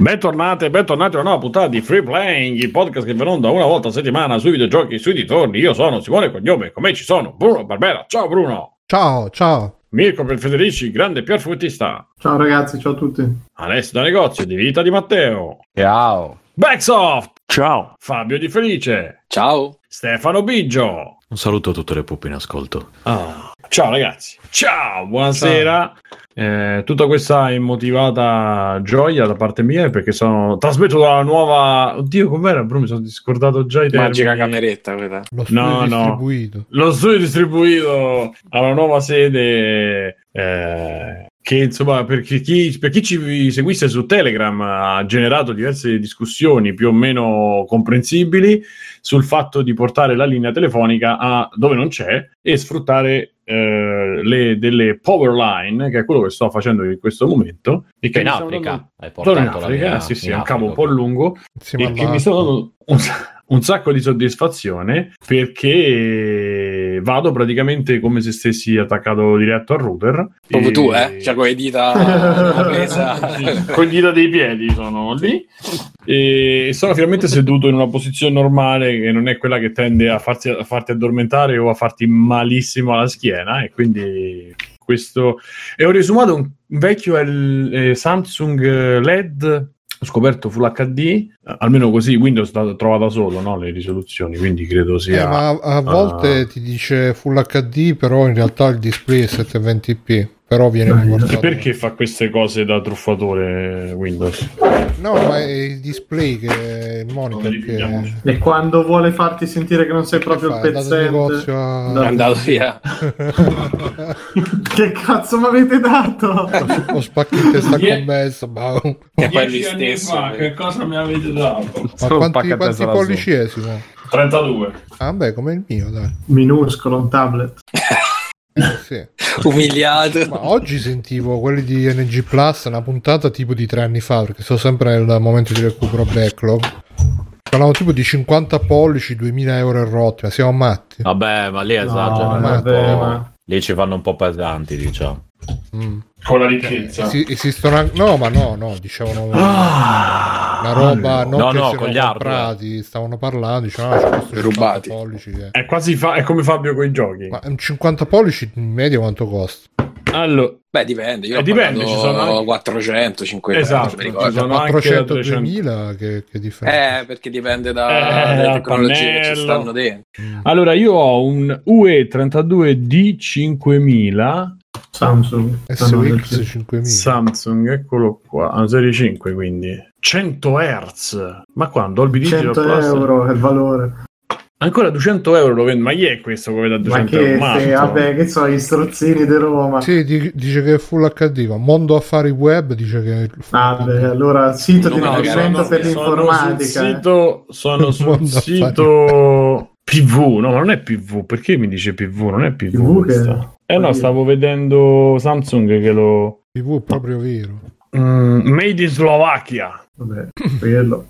Bentornati a una nuova puntata di Free Playing, il podcast che va in onda una volta a settimana sui videogiochi e sui dintorni. Io sono Simone Cognome, con me ci sono Bruno Barbera. Ciao Bruno. Ciao. Mirko per Federici, grande Pierfuttista. Ciao ragazzi, ciao a tutti. Alessio da Negozio, di Vita di Matteo. Ciao. Backsoft. Ciao. Fabio Di Felice. Ciao. Stefano Biggio. Un saluto a tutte le puppe in ascolto. Ciao ragazzi. Ciao, buonasera. Tutta questa immotivata gioia da parte mia perché trasmetto dalla nuova... Oddio, com'era? Bruno, mi sono scordato già i termini. Magica cameretta quella. Lo studio distribuito. Lo studio distribuito alla nuova sede che insomma per chi ci seguisse su Telegram ha generato diverse discussioni più o meno comprensibili sul fatto di portare la linea telefonica a dove non c'è e sfruttare delle power line, che è quello che sto facendo in questo momento, e che in Africa hai portato in Africa, sì, è un cavo un po' lungo e che mi sta dando un sacco di soddisfazione perché vado praticamente come se stessi attaccato diretto al router. Proprio tu, cioè con le dita presa. Con le dita dei piedi sono lì e sono finalmente seduto in una posizione normale che non è quella che tende a farti addormentare o a farti malissimo alla schiena, e quindi questo è un riesumato un vecchio Samsung LED. Ho scoperto Full HD, almeno così Windows trova da solo, no, le risoluzioni, quindi credo sia... ma a volte ti dice Full HD, però in realtà il display è 720p, però viene portato... Perché fa queste cose da truffatore Windows? No, ma è il display che è il monitor che... E quando vuole farti sentire che non sei proprio il pezzente... È andato via. Che cazzo mi avete dato? Ho spacchi in testa commesso, Che poi lui stesso. Che cosa mi avete dato? Ma quanti pollici è, Simone? 32. Ah beh, come il mio, dai. Minuscolo, un tablet. Sì. Umiliato. Ma oggi sentivo quelli di NG Plus, una puntata tipo di 3 anni fa, perché sto sempre nel momento di recupero backlog. Parlavano tipo di 50 pollici, 2000 euro e rotti, ma siamo matti. Vabbè, ma lì esagerano. Lì ci vanno un po' pesanti, diciamo. Con la ricchezza. Esistono no, dicevano una roba che con gli comprati, stavano parlando, dicevano rubati. Pollici che... È come Fabio con i giochi. Ma un 50 pollici in media quanto costa? Allora, beh, dipende. Io dipende, ci sono anche... 400, 500. Esatto, ci sono 400, 2000 che differenza. Perché dipende dalle tecnologie che ci stanno dentro. Allora, io ho un UE32D5000 Samsung SX 5000. Samsung, eccolo qua, una serie 5, quindi 100 Hz. Ma quando Dolby Digital 100 Plus euro è il valore. ancora 200 euro lo vendo, ma chi è questo che vede a 200 euro? Vabbè, che so, gli strozzini di Roma. Sì, dice che è Full HD, ma Mondo Affari Web dice che è Vabbè, allora sito di riferimento per l'informatica. Sono sul sito PV, no, ma non è PV, perché mi dice PV? Non è PV questa. No, stavo vedendo Samsung che lo... PV proprio vero. Made in Slovacchia. Vabbè, quello.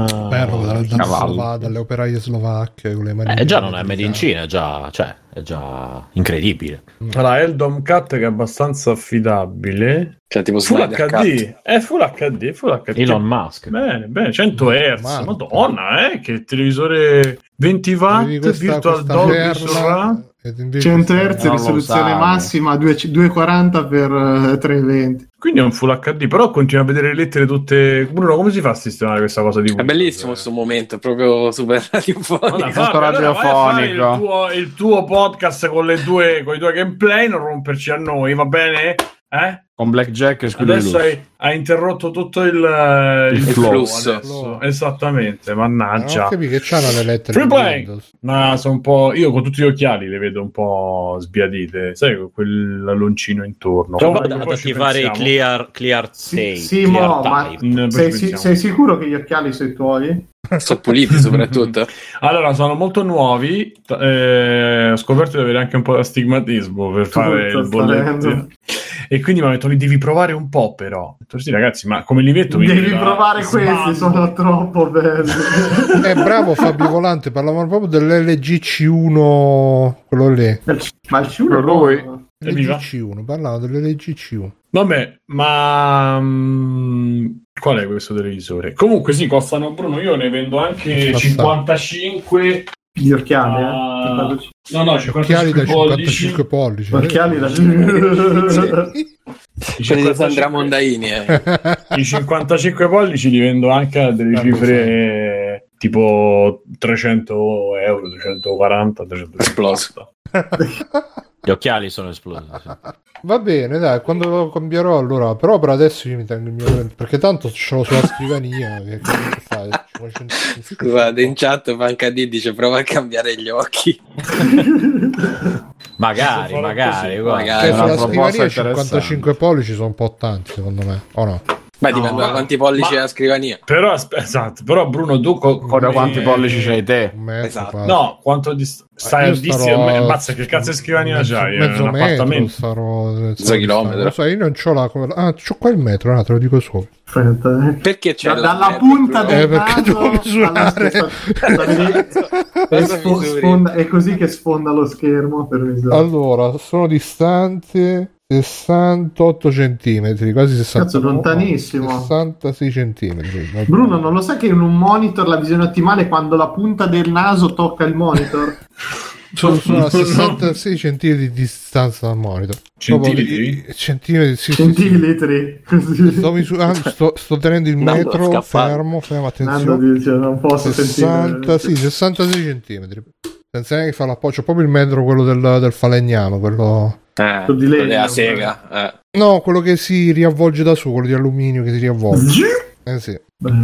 Dalle operaie slovacche con le mani. Già non è made in Cina, è già incredibile. Allora, è il Domcat che è abbastanza affidabile. Cioè, tipo Full HD. È Full HD. Elon Musk. Bene, 100 Hz. Madonna, che televisore 20 watt, Virtual Dolby Surround. 100 Hz, risoluzione massima 240 x 320. Quindi è un Full HD, però continua a vedere le lettere tutte. Bruno, come si fa a sistemare questa cosa di Windows? È bellissimo questo momento, è proprio super radiofonico. Il tuo podcast con i tuoi gameplay, non romperci a noi, va bene? Con Blackjack e adesso hai interrotto tutto il flusso. Esattamente, mannaggia. Non capisco che c'hanno le lettere Free Play. Ma sono un po', io con tutti gli occhiali le vedo un po' sbiadite, sai, con quell'alloncino intorno. Prova ad attivare clear state. Sì, ma sei sicuro che gli occhiali sono i tuoi? Sono puliti soprattutto. Allora, sono molto nuovi. Ho scoperto di avere anche un po' di astigmatismo per fare il bolletto. E quindi mi hanno detto li devi provare un po', però. Sì, ragazzi, ma come li metto? Devi provare questi, sono troppo belli. Bravo Fabio Volante, parlavano proprio dell'LG C1, quello lì. Ma il C1 lui? LG C1, parlava dell'LG C1. Vabbè, ma qual è questo televisore? Comunque sì, costano, Bruno, io ne vendo anche 55. Gli occhiali, No, 55 pollici. Occhiali da quelli di Sandra Mondaini. I 55 pollici li vendo anche a delle cifre tipo 300 euro, 340, 350. Esploso. Gli occhiali sono esplosi. Va bene, dai, quando lo cambierò allora, però per adesso io mi tengo il mio, perché tanto ce l'ho sulla scrivania. Che fai? Guarda, in chat Manca D dice prova a cambiare gli occhi. magari cioè, sulla scrivania 55 pollici sono un po' tanti secondo me, o no? Beh, dipende da quanti pollici è la scrivania. Però esatto, però Bruno, tu da quanti pollici c'hai te? Esatto. No, quanto stai altissimo. Ammazza, che cazzo di scrivania c'hai? Mezzo un appartamento. Mezzo chilometro. Lo so, io non c'ho la. C'ho qua il metro, te lo dico solo. Perché c'è dalla punta del perché devo misurare. È così che sfonda lo schermo per misurare. Allora, sono distante 68 centimetri, quasi 60. Cazzo, lontanissimo. 66 centimetri. Bruno, non lo sai che in un monitor la visione ottimale è quando la punta del naso tocca il monitor? Sono a 66 centimetri di distanza dal monitor. Centimetri? Centimetri, sì, centilitri. Sto tenendo il metro fermo, attenzione. Dice, non posso 66 centimetri. Senza neanche fare l'appoggio, c'ho proprio il metro, quello del falegname, quello di legno, della sega. No, quello che si riavvolge da su, quello di alluminio che si riavvolge. Sì.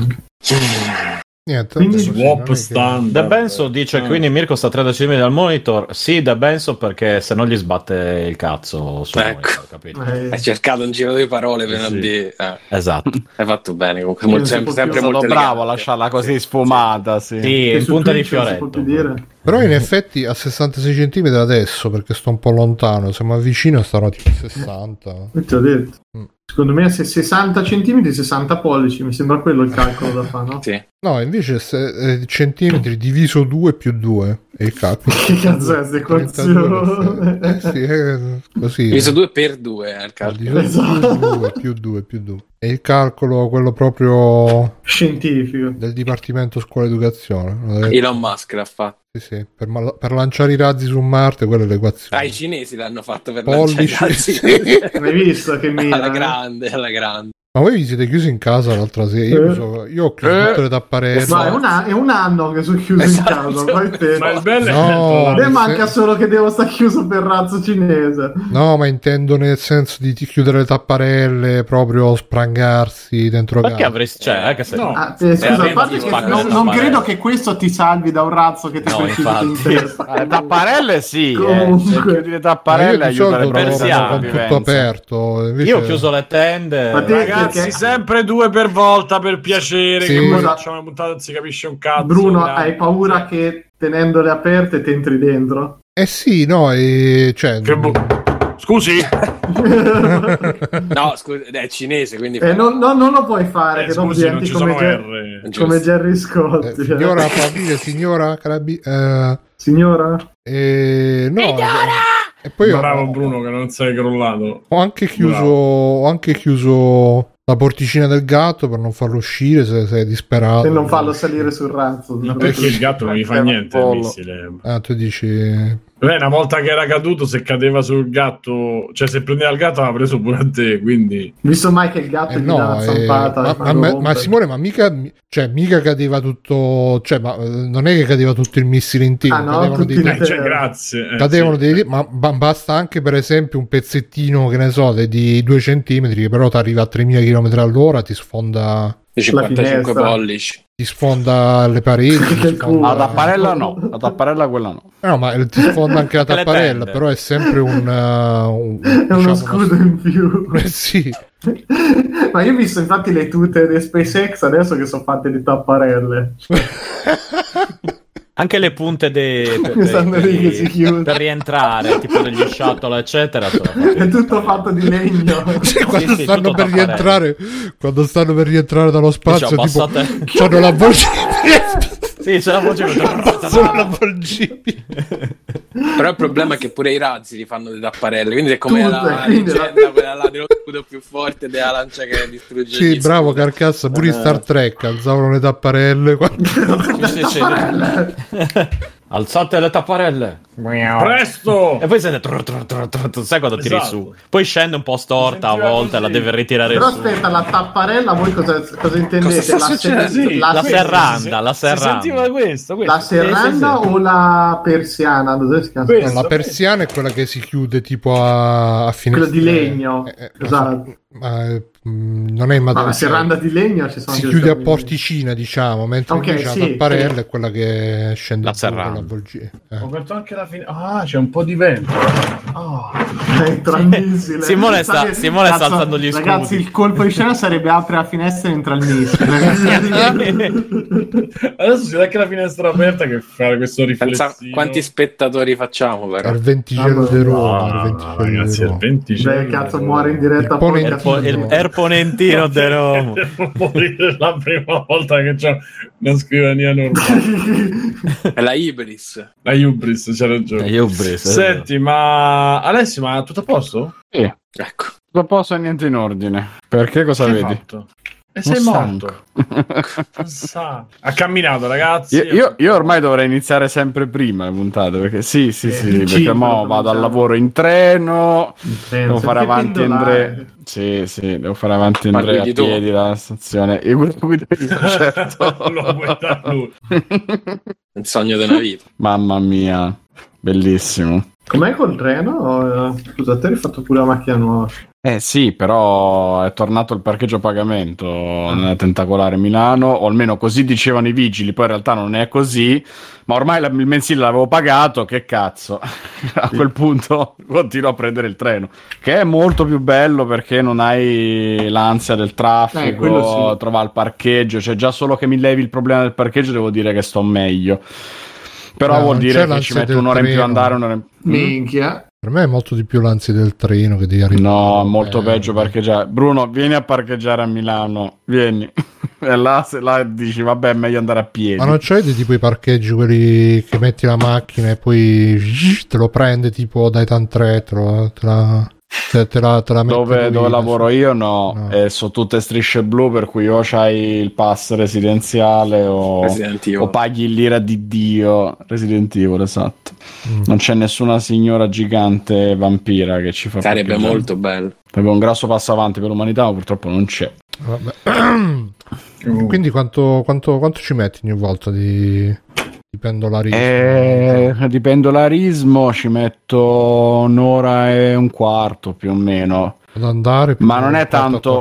Niente, swap standard. Da Benso dice quindi Mirko sta 30 cm dal monitor. Sì, da Benso, perché se no gli sbatte il cazzo su monitor, capito? Hai cercato un giro di parole per non dire esatto. Hai fatto bene, comunque sempre molto bravo a lasciarla così sfumata, sì in punta di fioretto. Però in effetti a 66 cm adesso, perché sto un po' lontano, se mi avvicino starò tipo 60. Ti ho detto. Secondo me se 60 cm 60 pollici, mi sembra quello il calcolo da fare, no? Sì. No, invece centimetri diviso 2 più 2 è il calcolo. Che cazzo è questa equazione? Sì, è così. Diviso 2 per 2 è il calcolo. Esatto. Più 2 è il calcolo, quello proprio scientifico del Dipartimento Scuola Educazione. Elon Musk l'ha fatto. Sì, per lanciare i razzi su Marte, quella è l'equazione. I cinesi l'hanno fatto per pollici. lanciare i razzi. Hai visto che mira? alla grande. Ma voi vi siete chiusi in casa l'altra sera? Io ho chiuso tutte le tapparelle. Ma è un anno che sono chiuso in casa. Ma il bello è manca solo che devo stare chiuso per razzo cinese. No, ma intendo nel senso di chiudere le tapparelle, proprio sprangarsi dentro casa. Perché avresti... scusa, a parte che non credo che questo ti salvi da un razzo che ti fai chiudere in testa. Le tapparelle sì, se chiudi le tapparelle aiuta le persiane con tutto aperto. Invece... Io ho chiuso le tende. Ragazzi, sempre 2 per volta, per piacere, sì. Che poi facciamo una puntata non si capisce un cazzo. Bruno, hai paura che tenendole aperte ti entri dentro? Sì, no, cioè... Scusi? No, scusa, è cinese, quindi non lo puoi fare, che scusi, non diventi come Gerry Scott. Signora famiglia, signora signora? No, signora! E poi bravo Bruno che non sei crollato. Ho anche chiuso la porticina del gatto per non farlo uscire se è disperato. E non farlo salire sul razzo. Ma perché il gatto non gli fa niente il missile? Tu dici... Beh, una volta che era caduto, se cadeva sul gatto, cioè se prendeva il gatto l'aveva preso pure a te, quindi... Visto mai che il gatto gli dà la zampata. Ma Simone, ma mica cadeva tutto, cioè ma non è che cadeva tutto il missile in tiro, cadevano grazie. Cadevano ma basta anche per esempio un pezzettino, che ne so, di 2 centimetri, che però ti arriva a 3000 km all'ora, ti sfonda... 55 pollici. Ti sfonda le pareti. La tapparella no, la tapparella quella no. No, ma ti sfonda anche la tapparella, però è sempre un uno scudo in più. Sì. Ma io ho visto infatti le tute di SpaceX adesso che sono fatte di tapparelle. Anche le punte per rientrare, tipo degli shuttle, eccetera. È tutto fatto di legno. Quando stanno per rientrare dallo spazio, tipo, c'hanno la voce. Sì, c'è la voce. Sono l'avvolgibile. Però il problema è che pure i razzi li fanno le tapparelle, quindi è come Tutte, la quindi leggenda, quella là dello scudo più forte della lancia che distrugge Sì, gli bravo scudi. Carcassa, pure in Star Trek alzavano le tapparelle. Alzate le tapparelle. Presto! E poi sente sai quando tiri Esatto. su. Poi scende un po' storta a Sentiva volte, così. la deve ritirare Però su. aspetta, la tapparella, voi cosa intendete? Cosa sta succedendo? Sì, La serranda, la Si serranda. sentiva questo. La serranda o la persiana? Dove si chiama? Questo. La persiana è quella che si chiude tipo a finestra. Quella di legno. Esatto. Ma non è in Ma materia. la serranda di legno ci sono Si anche chiude le a serrande di legno. porticina, diciamo, mentre Ok, invece sì, la tapparella sì. è quella che scende La giù con serranda. l'avvolgimento. Ho aperto anche la fine. Ah, c'è un po' di vento. Entra il missile. Simone sta Cazzo, alzando gli ragazzi, scudi. il colpo di scena sarebbe apre la finestra e entra il missile. Adesso si dà anche la finestra aperta che fa questo Pensa riflessivo. quanti spettatori facciamo, È però. il venticello di Roma. Il Ah, venticello ragazzi, di è il Roma. 25. Beh, cazzo, muore in diretta Il poi. pone- cazzo, Il Erponentino de Roma. Devo morire la prima volta che c'ho una scrivania normale. È la Ibris. La Hubris, c'ha ragione. Hubris, Senti, ma Alessio, ma tutto a posto? Sì, Ecco. tutto a posto e niente in ordine. Perché cosa Che hai vedi? fatto? E sei morto. Non sa. Ha camminato, ragazzi. Io ormai dovrei iniziare sempre prima le puntate, perché sì, perché cinque, mo vado al cominciamo. lavoro in treno, devo fare Perché avanti e pendolare? Andre. Sì, devo fare avanti e Parli Andre a di tu. piedi dalla stazione. Io guido io, certo. Lo guida lui. Il sogno della vita. Mamma mia, bellissimo. Com'è col treno? Scusa, te hai fatto pure la macchina nuova. Sì, però è tornato il parcheggio a pagamento nella Tentacolare Milano, o almeno così dicevano i vigili, poi in realtà non è così, ma ormai il mensile l'avevo pagato, che cazzo, a quel punto continuo a prendere il treno, che è molto più bello perché non hai l'ansia del quello traffico, sì. trovare il parcheggio, cioè già solo che mi levi il problema del parcheggio devo dire che sto meglio, però vuol non dire c'è che ci l'ansia metto del un'ora in più treno. andare, un'ora in più. Minchia. Per me è molto di più l'ansia del treno che devi arrivare. No, molto peggio parcheggiare. Bruno, vieni a parcheggiare a Milano, vieni. E là dici, vabbè, è meglio andare a piedi. Ma non c'è tipo i parcheggi quelli che metti la macchina e poi te lo prende tipo dai tantretro, te la mette Dove lui, lavoro io no. Sono tutte strisce blu, per cui o c'hai il pass residenziale o Resident Evil. paghi l'ira di Dio. Resident Evil, esatto. Non c'è nessuna signora gigante vampira che ci fa Sarebbe parcheggiare. molto bello. Sarebbe un grosso passo avanti per l'umanità, ma purtroppo non c'è. Vabbè. Quindi quanto ci metti ogni volta di pendolarismo? Di pendolarismo ci metto un'ora e un quarto più o meno. Ad andare Ma non è tanto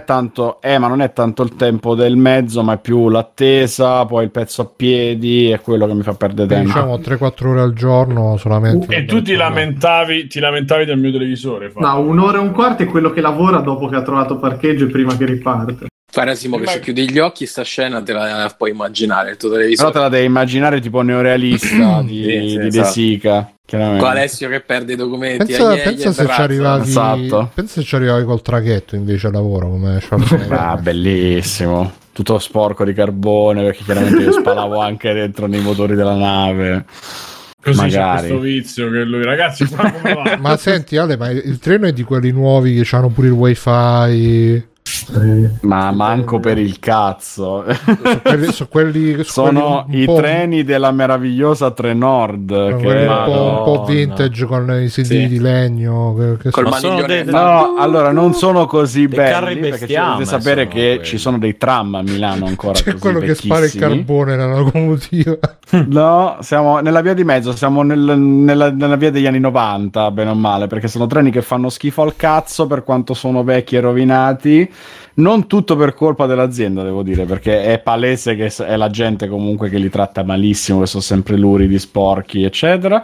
il tempo del mezzo, ma è più l'attesa, poi il pezzo a piedi, è quello che mi fa perdere tempo. Diciamo 3-4 ore al giorno solamente. E tu ti lamentavi del mio televisore. Fabio. No, un'ora e un quarto è quello che lavora dopo che ha trovato parcheggio e prima che riparte. Guarda Simo, che se chiudi gli occhi sta scena te la puoi immaginare, il tuo televisore. Però te la devi immaginare tipo neorealista di esatto. De Sica, chiaramente. Con Alessio che perde i documenti. Pensa se ci arrivavi, Esatto. pensa se ci arrivavi col traghetto invece al lavoro come Ah, bellissimo. Tutto sporco di carbone, perché chiaramente io spalavo anche dentro nei motori della nave. Così c'è magari. questo vizio che lui, ragazzi, qua come va? Ma senti Ale, ma il treno è di quelli nuovi che hanno pure il wifi? Ma manco per il cazzo. Su quelli Sono un i po', treni della meravigliosa Trenord, quelli che un po' Madonna. vintage con i sedili Sì. di legno Col Ma sono maniglione dei- No, allora non sono così Dei carri belli, perché bestiame dovete sapere sono che quelli. ci sono dei tram a Milano ancora c'è così quello che spara il vecchissimi. carbone nella locomotiva. No, siamo nella via di mezzo, siamo nella via degli anni 90, bene o male, perché sono treni che fanno schifo al cazzo per quanto sono vecchi e rovinati. Non tutto per colpa dell'azienda, devo dire, perché è palese che è la gente comunque che li tratta malissimo, che sono sempre luridi, sporchi, eccetera.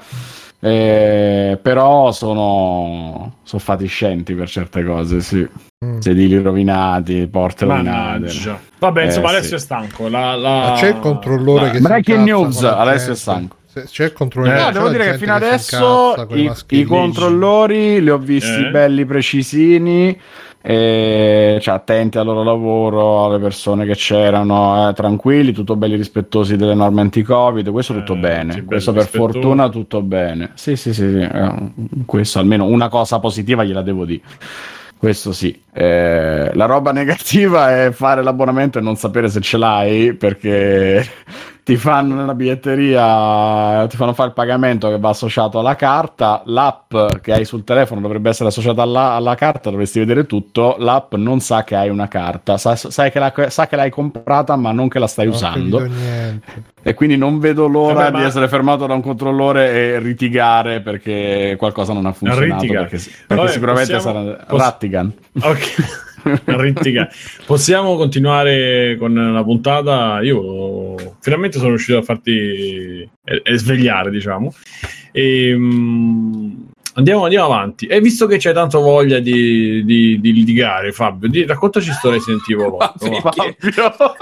Però sono fatiscenti per certe cose, sì. Sedili rovinati, porte rovinate. Mannaggia. Vabbè, insomma, sì. Alessio è stanco. Ma c'è il controllore che si Breaking incazza news, con la Alessio è gente? stanco. C'è il controllore. No, c'è devo la dire che gente fino si adesso incazza con i i mascherini. controllori li ho visti belli precisini. Cioè, attenti al loro lavoro, alle persone che c'erano, tranquilli, tutto belli rispettosi delle norme anti-Covid, questo tutto bene, questo per fortuna tutto bene. Sì. Questo almeno una cosa positiva gliela devo dire. Questo sì. La roba negativa è fare l'abbonamento e non sapere se ce l'hai, perché ti fanno nella biglietteria, ti fanno fare il pagamento che va associato alla carta, l'app che hai sul telefono dovrebbe essere associata alla carta, dovresti vedere tutto, l'app non sa che hai una carta, sa che l'hai comprata ma non che la stai usando. E quindi non vedo l'ora di essere fermato da un controllore e ritigare perché qualcosa non ha funzionato, perché sicuramente sarà Rattigan. Ok. Possiamo continuare con la puntata. Io finalmente sono riuscito a farti svegliare, diciamo, e andiamo avanti. E visto che c'hai tanto voglia di litigare, Fabio, raccontaci storia Resident Evil 8.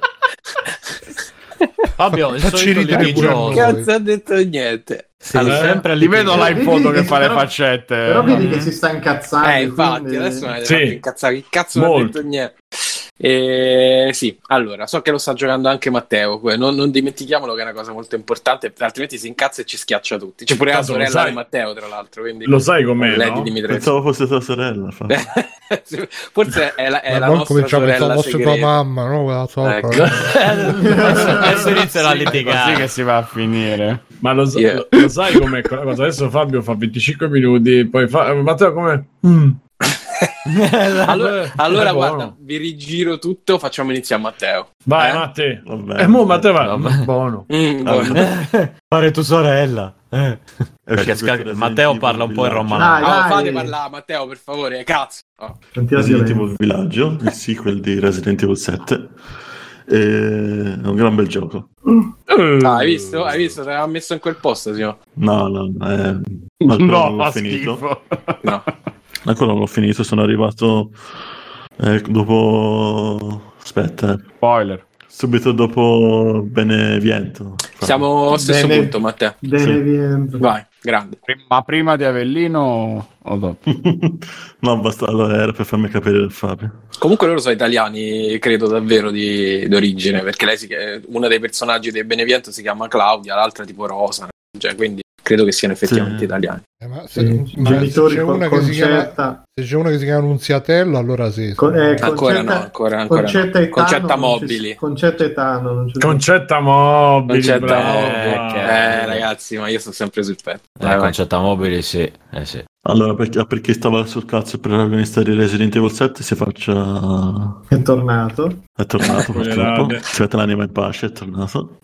Fabio, il solito litigioso. Cazzo, ha detto niente. Allora, sempre li vedo là in foto che fa le faccette. Però vedi che si sta incazzando. Infatti, quindi... adesso mi avete fatto incazzare. Che cazzo non ha detto niente. Sì, allora, so che lo sta giocando anche Matteo. Non dimentichiamolo che è una cosa molto importante, altrimenti si incazza e ci schiaccia tutti. C'è pure la sorella di Matteo, tra l'altro. Quindi, lo sai com'è, no? Pensavo fosse tua sorella. Forse è la nostra sorella segreta. Tua mamma, no? Ecco. Adesso inizierà a litigare. Così che si va a finire. Ma lo sai com'è quella cosa? Adesso Fabio fa 25 minuti, poi fa Matteo come... allora guarda, vi rigiro tutto, facciamo iniziare a Matteo. Vai Matteo. Matteo va. Buono. Fare tua sorella. Perché Matteo parla un po' in romano. Fate parlare Matteo, per favore, cazzo. Resident Evil Villaggio, il sequel di Resident Evil 7. È un gran bel gioco. Hai visto? Te l'ha messo in quel posto, signor? No, non l'ho finito. No. Ancora non l'ho finito, sono arrivato dopo... Aspetta. Spoiler. Subito dopo Beneviento. Siamo allo stesso punto, Matteo. Beneviento. Vai, grande. Ma prima di Avellino o dopo? No, basta, allora era per farmi capire del Fabio. Comunque loro sono italiani, credo davvero di origine, perché lei uno dei personaggi del Beneviento si chiama Claudia, l'altra tipo Rosa, cioè, quindi credo che siano effettivamente italiani. Se c'è una che si chiama Nunziatello, allora sì. Ancora no. Concetta Mobili. Concetta Mobili. Ragazzi, ma io sto sempre sul petto. Concetta Mobili, sì. Allora, perché stava sul cazzo per protagonista di Resident Evil 7 si faccia... È tornato purtroppo. Si mette l'anima in pace, è tornato.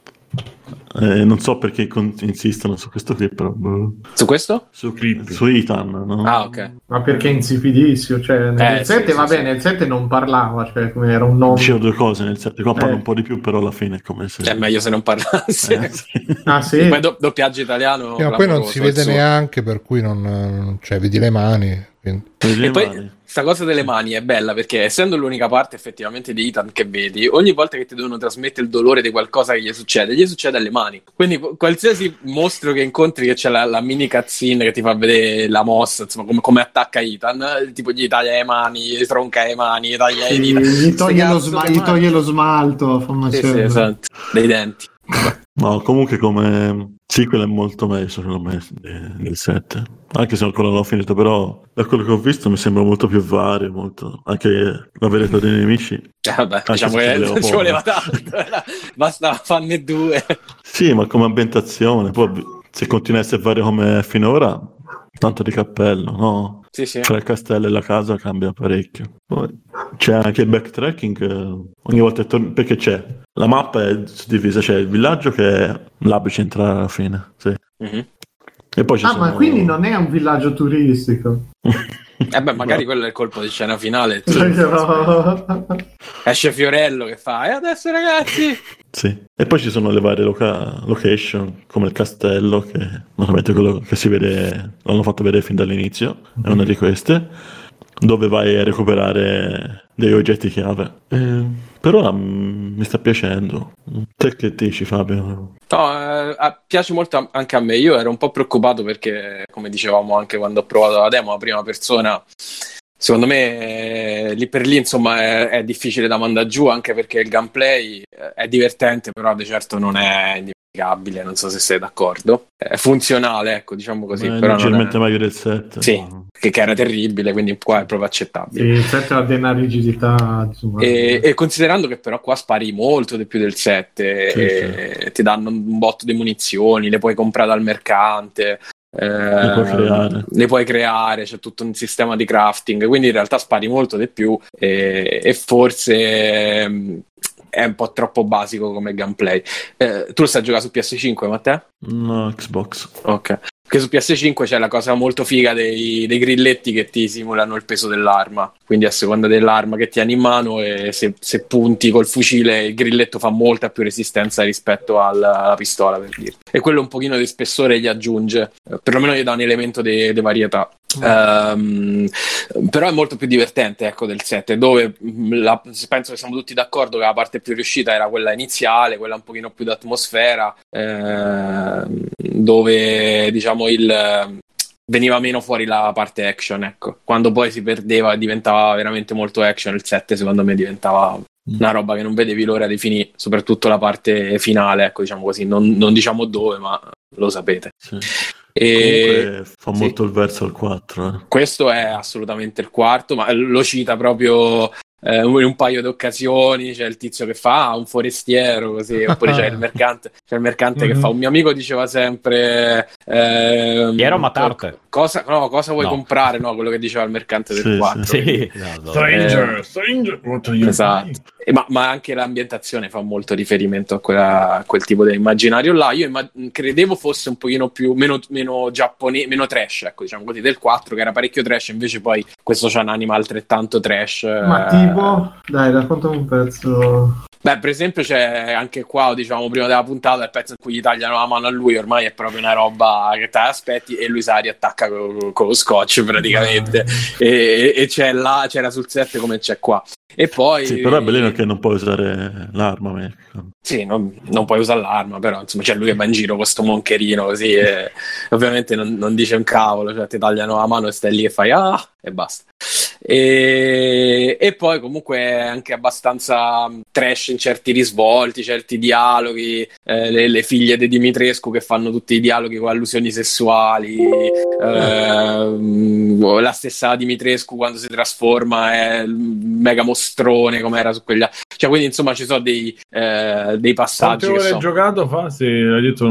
Non so perché insistono su questo qui, però su questo? Su Ethan, no? Ah, ok. Ma perché è insipidissimo, cioè nel 7 va bene, nel 7 non parlava, cioè come era un nome. Dicevo due cose nel 7, qua parla un po' di più, però alla fine è come se... È meglio se non parlasse. Sì. Ah sì? Poi doppiaggio italiano. Ma poi non si vede neanche, per cui non cioè vedi le mani. E poi sta cosa delle mani è bella perché essendo l'unica parte effettivamente di Ethan che vedi, ogni volta che ti devono trasmettere il dolore di qualcosa che gli succede alle mani. Quindi qualsiasi mostro che incontri che c'è la mini cutscene che ti fa vedere la mossa, insomma come attacca Ethan, tipo gli taglia le mani, gli tronca le mani, gli taglia le dita, gli toglie lo smalto, sì, esatto, dei denti. No, comunque come sequel è molto meglio secondo me del 7, anche se ancora non l'ho finito, però da quello che ho visto mi sembra molto più vario, molto... anche la varietà dei nemici. Vabbè, diciamo che non ci voleva tanto, basta farne 2. Sì, ma come ambientazione, poi se continua a essere vario come è finora, tanto di cappello, no? Sì. Tra il castello e la casa cambia parecchio. Poi c'è anche il backtracking ogni volta perché c'è la mappa è suddivisa, c'è il villaggio che è l'apice centrale alla fine, sì. Mm-hmm. E poi ma quindi non è un villaggio turistico. Magari quello è il colpo di scena finale. Esce Fiorello che fa e adesso ragazzi. Sì. E poi ci sono le varie location come il castello, che normalmente quello che si vede l'hanno fatto vedere fin dall'inizio, è una di queste, dove vai a recuperare degli oggetti chiave. Per ora mi sta piacendo. Te che dici, Fabio? No, piace molto anche a me. Io ero un po' preoccupato perché, come dicevamo anche quando ho provato la demo, la prima persona secondo me lì per lì insomma è difficile da mandare giù, anche perché il gameplay è divertente, però di certo non è indimenticabile, non so se sei d'accordo. È funzionale, ecco, diciamo così. È però leggermente meglio del 7. Sì, che era terribile, quindi qua è proprio accettabile. Sì, il 7 ha una rigidità, insomma. E considerando che però qua spari molto di più del 7, Sì. ti danno un botto di munizioni, le puoi comprare dal mercante, le puoi creare, c'è tutto un sistema di crafting, quindi in realtà spari molto di più e forse è un po' troppo basico come gameplay. Tu lo stai giocando su PS5, Matteo? No, Xbox. Ok. Perché su PS5 c'è la cosa molto figa dei grilletti che ti simulano il peso dell'arma, quindi a seconda dell'arma che tieni in mano, e se punti col fucile il grilletto fa molta più resistenza rispetto alla pistola, per dire. E quello un pochino di spessore gli aggiunge, perlomeno gli dà un elemento di varietà. Però è molto più divertente, ecco, del 7, dove penso che siamo tutti d'accordo che la parte più riuscita era quella iniziale, quella un pochino più d'atmosfera, dove diciamo veniva meno fuori la parte action, ecco. Quando poi si perdeva e diventava veramente molto action, il 7 secondo me diventava una roba che non vedevi l'ora di finire, soprattutto la parte finale, ecco, diciamo così, non diciamo dove, ma lo sapete. Sì. E comunque fa molto il verso al 4. Questo è assolutamente il quarto, ma lo cita proprio in un paio di occasioni. C'è il tizio che fa un forestiero, così, oppure c'è il mercante che fa, un mio amico diceva sempre Piero Matarte. Cosa vuoi comprare? No, quello che diceva il mercante del 4. Sì. Stranger, what are you Esatto. Ma anche l'ambientazione fa molto riferimento a quel tipo di immaginario là. Io credevo fosse un pochino più meno giapponese, meno trash, ecco, diciamo così, del 4, che era parecchio trash, invece poi questo c'ha un'anima altrettanto trash. Ma tipo, dai, raccontami un pezzo. Beh, per esempio c'è anche qua, diciamo, prima della puntata, il pezzo in cui gli tagliano la mano a lui, ormai è proprio una roba che te aspetti, e lui si riattacca con lo scotch praticamente, e c'era sul set come c'è qua. E poi sì, però è bellino che non puoi usare l'arma. Sì, non puoi usare l'arma, però insomma c'è lui che va in giro con sto moncherino così, e ovviamente non dice un cavolo, cioè ti tagliano la mano e stai lì e fai e basta. E poi comunque è anche abbastanza trash in certi risvolti, certi dialoghi, le figlie di Dimitrescu che fanno tutti i dialoghi con allusioni sessuali, la stessa Dimitrescu quando si trasforma è mega mostrone come era su quegli, cioè, quindi insomma ci sono dei passaggi. Quante ore hai giocato fa? Sì, hai detto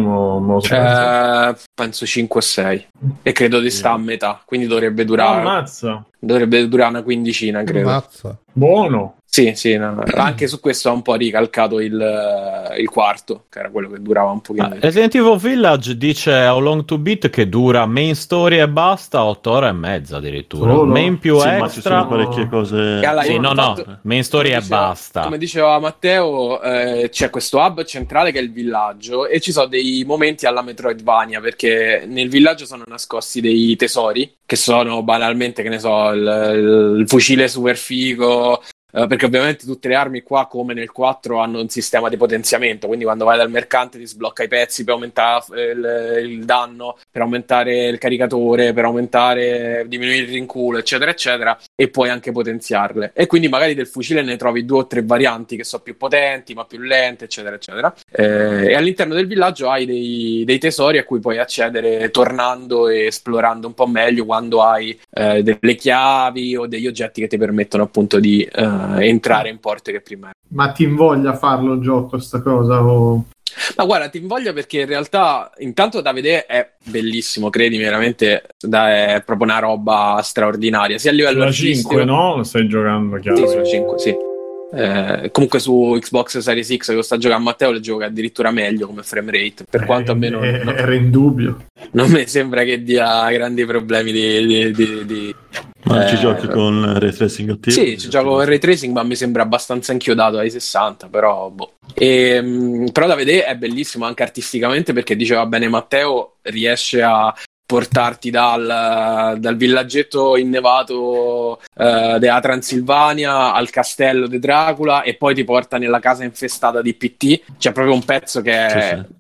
penso 5 o 6 e credo di sta a metà, quindi dovrebbe durare ammazza. Dovrebbe durare una quindicina, credo. Ammazza. Buono. Sì, no. Anche su questo ha un po' ricalcato il quarto, che era quello che durava un pochino. Resident Evil Village dice How Long to Beat, che dura main story e basta 8 ore e mezza addirittura. Solo? Main più Sì, ma ci extra. sono parecchie cose. Sì, no, main story e basta. Come diceva Matteo, c'è questo hub centrale che è il villaggio, e ci sono dei momenti alla Metroidvania, perché nel villaggio sono nascosti dei tesori, che sono banalmente, che ne so, il fucile super figo, perché ovviamente tutte le armi qua, come nel 4, hanno un sistema di potenziamento, quindi quando vai dal mercante ti sblocca i pezzi per aumentare il danno, per aumentare il caricatore, per diminuire il rinculo, eccetera eccetera, e puoi anche potenziarle, e quindi magari del fucile ne trovi 2 o 3 varianti che sono più potenti ma più lente, eccetera eccetera, e all'interno del villaggio hai dei tesori a cui puoi accedere tornando e esplorando un po' meglio, quando hai delle chiavi o degli oggetti che ti permettono appunto di entrare in porte che prima. Ma ti invoglia farlo il gioco sta cosa? O... Ma guarda, ti invoglia, perché in realtà intanto da vedere è bellissimo, credimi, veramente è proprio una roba straordinaria, sia a livello artistico. 5, no? Lo stai giocando, chiaro. Sì, sulla 5, sì. Comunque su Xbox Series X, che lo sta giocando Matteo, le gioca addirittura meglio come frame rate, per quanto almeno era in dubbio. Non mi sembra che dia grandi problemi di Ma ci giochi con ray tracing attivo? Sì, ci gioco con ray tracing, ma mi sembra abbastanza inchiodato ai 60, però boh. Però da vedere è bellissimo anche artisticamente, perché diceva bene Matteo, riesce a portarti dal villaggetto innevato della Transilvania al castello di Dracula, e poi ti porta nella casa infestata di PT. C'è proprio un pezzo che è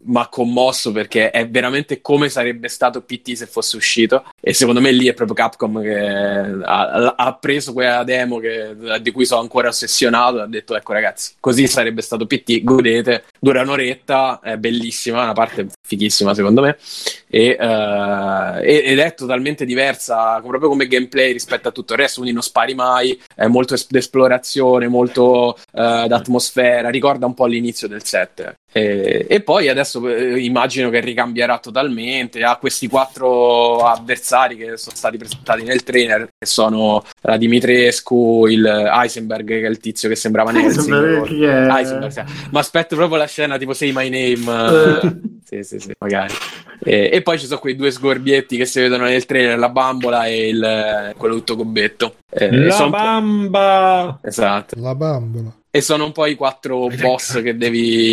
m'ha commosso perché è veramente come sarebbe stato PT se fosse uscito, e secondo me lì è proprio Capcom che ha preso quella demo di cui sono ancora ossessionato e ha detto ecco ragazzi, così sarebbe stato PT, godete, dura un'oretta, è bellissima, una parte fighissima secondo me, ed è totalmente diversa proprio come gameplay rispetto a tutto il resto, quindi non spari mai, è molto d'esplorazione, molto d'atmosfera, ricorda un po' l'inizio del 7. E poi adesso immagino che ricambierà totalmente, ha questi 4 avversari che sono stati presentati nel trailer, che sono la Dimitrescu, il Heisenberg, che è il tizio che sembrava Heisenberg, sì. Ma aspetto proprio la scena tipo Say My Name. Sì, magari. E poi ci sono quei 2 sgorbietti che si vedono nel trailer, la bambola e quello tutto gobbetto. Bamba! Esatto. La bambola. E sono un po' i 4 boss che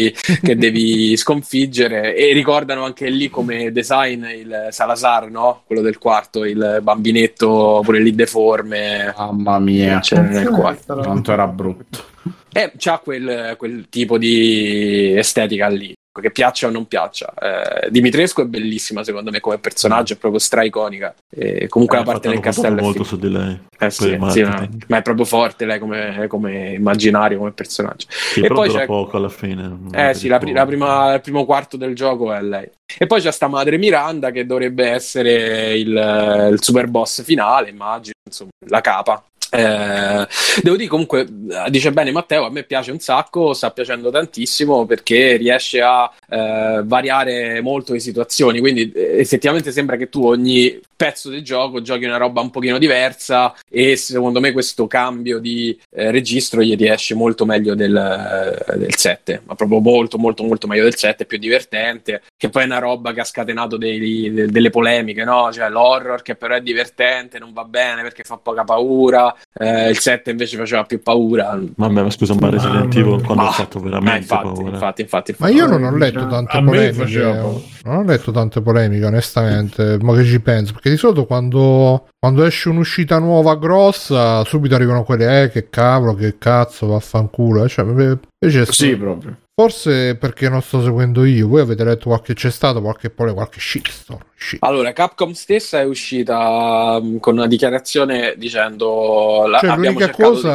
devi sconfiggere, e ricordano anche lì come design il Salazar, no? Quello del quarto, il bambinetto pure lì deforme. Mamma mia, nel quarto. quanto era brutto. C'ha quel tipo di estetica lì, che piaccia o non piaccia. Dimitrescu è bellissima secondo me come personaggio, è proprio stra-iconica, e comunque la parte del castello molto su di lei, sì, ma è proprio forte lei come immaginario, come personaggio. Sì, E però poi dura c'è poco alla fine. sì, il primo quarto del gioco è lei. E poi c'è sta madre Miranda che dovrebbe essere il super boss finale, immagino, insomma, la capa. Devo dire comunque, dice bene Matteo, a me piace un sacco, sta piacendo tantissimo perché riesce a variare molto le situazioni, quindi effettivamente sembra che tu ogni pezzo del gioco giochi una roba un pochino diversa, e secondo me questo cambio di registro gli riesce molto meglio del 7, ma proprio molto molto molto meglio del 7, più divertente, che poi è una roba che ha scatenato delle polemiche, no? Cioè l'horror che però è divertente non va bene perché fa poca paura, il 7 invece faceva più paura. Vabbè, ma scusa, ma Resident Evil quando ha fatto veramente paura. Infatti. Ma io non ho letto tante polemiche. Non ho letto tante polemiche, onestamente. Ma che ci penso? Perché di solito quando esce un'uscita nuova grossa, subito arrivano quelle che cavolo, che cazzo, vaffanculo. Cioè, invece sì, proprio. Forse perché non sto seguendo io. Voi avete letto c'è stato qualche shitstorm? Allora, Capcom stessa è uscita con una dichiarazione dicendo l'unica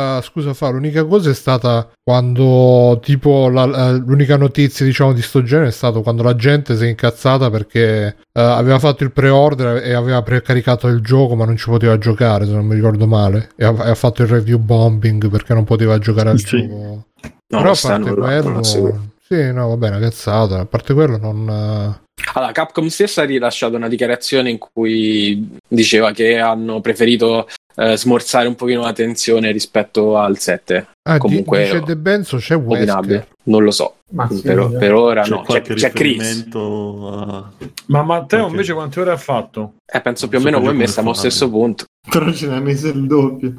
cosa è stata quando tipo l'unica notizia diciamo di sto genere è stato quando la gente si è incazzata perché aveva fatto il pre-order e aveva precaricato il gioco ma non ci poteva giocare, se non mi ricordo male, e ha fatto il review bombing perché non poteva giocare al gioco. No, però a parte quello sì, no, va bene, cazzata. A parte quello non... Allora, Capcom stessa ha rilasciato una dichiarazione in cui diceva che hanno preferito smorzare un pochino la tensione rispetto al 7. Comunque dice De Benzo c'è Wesker. Non lo so. Ma sì, per ora no, c'è Chris. Ma Matteo invece quante ore ha fatto? Penso più o meno come me, stiamo allo stesso punto. Però ce ne ha messo il doppio.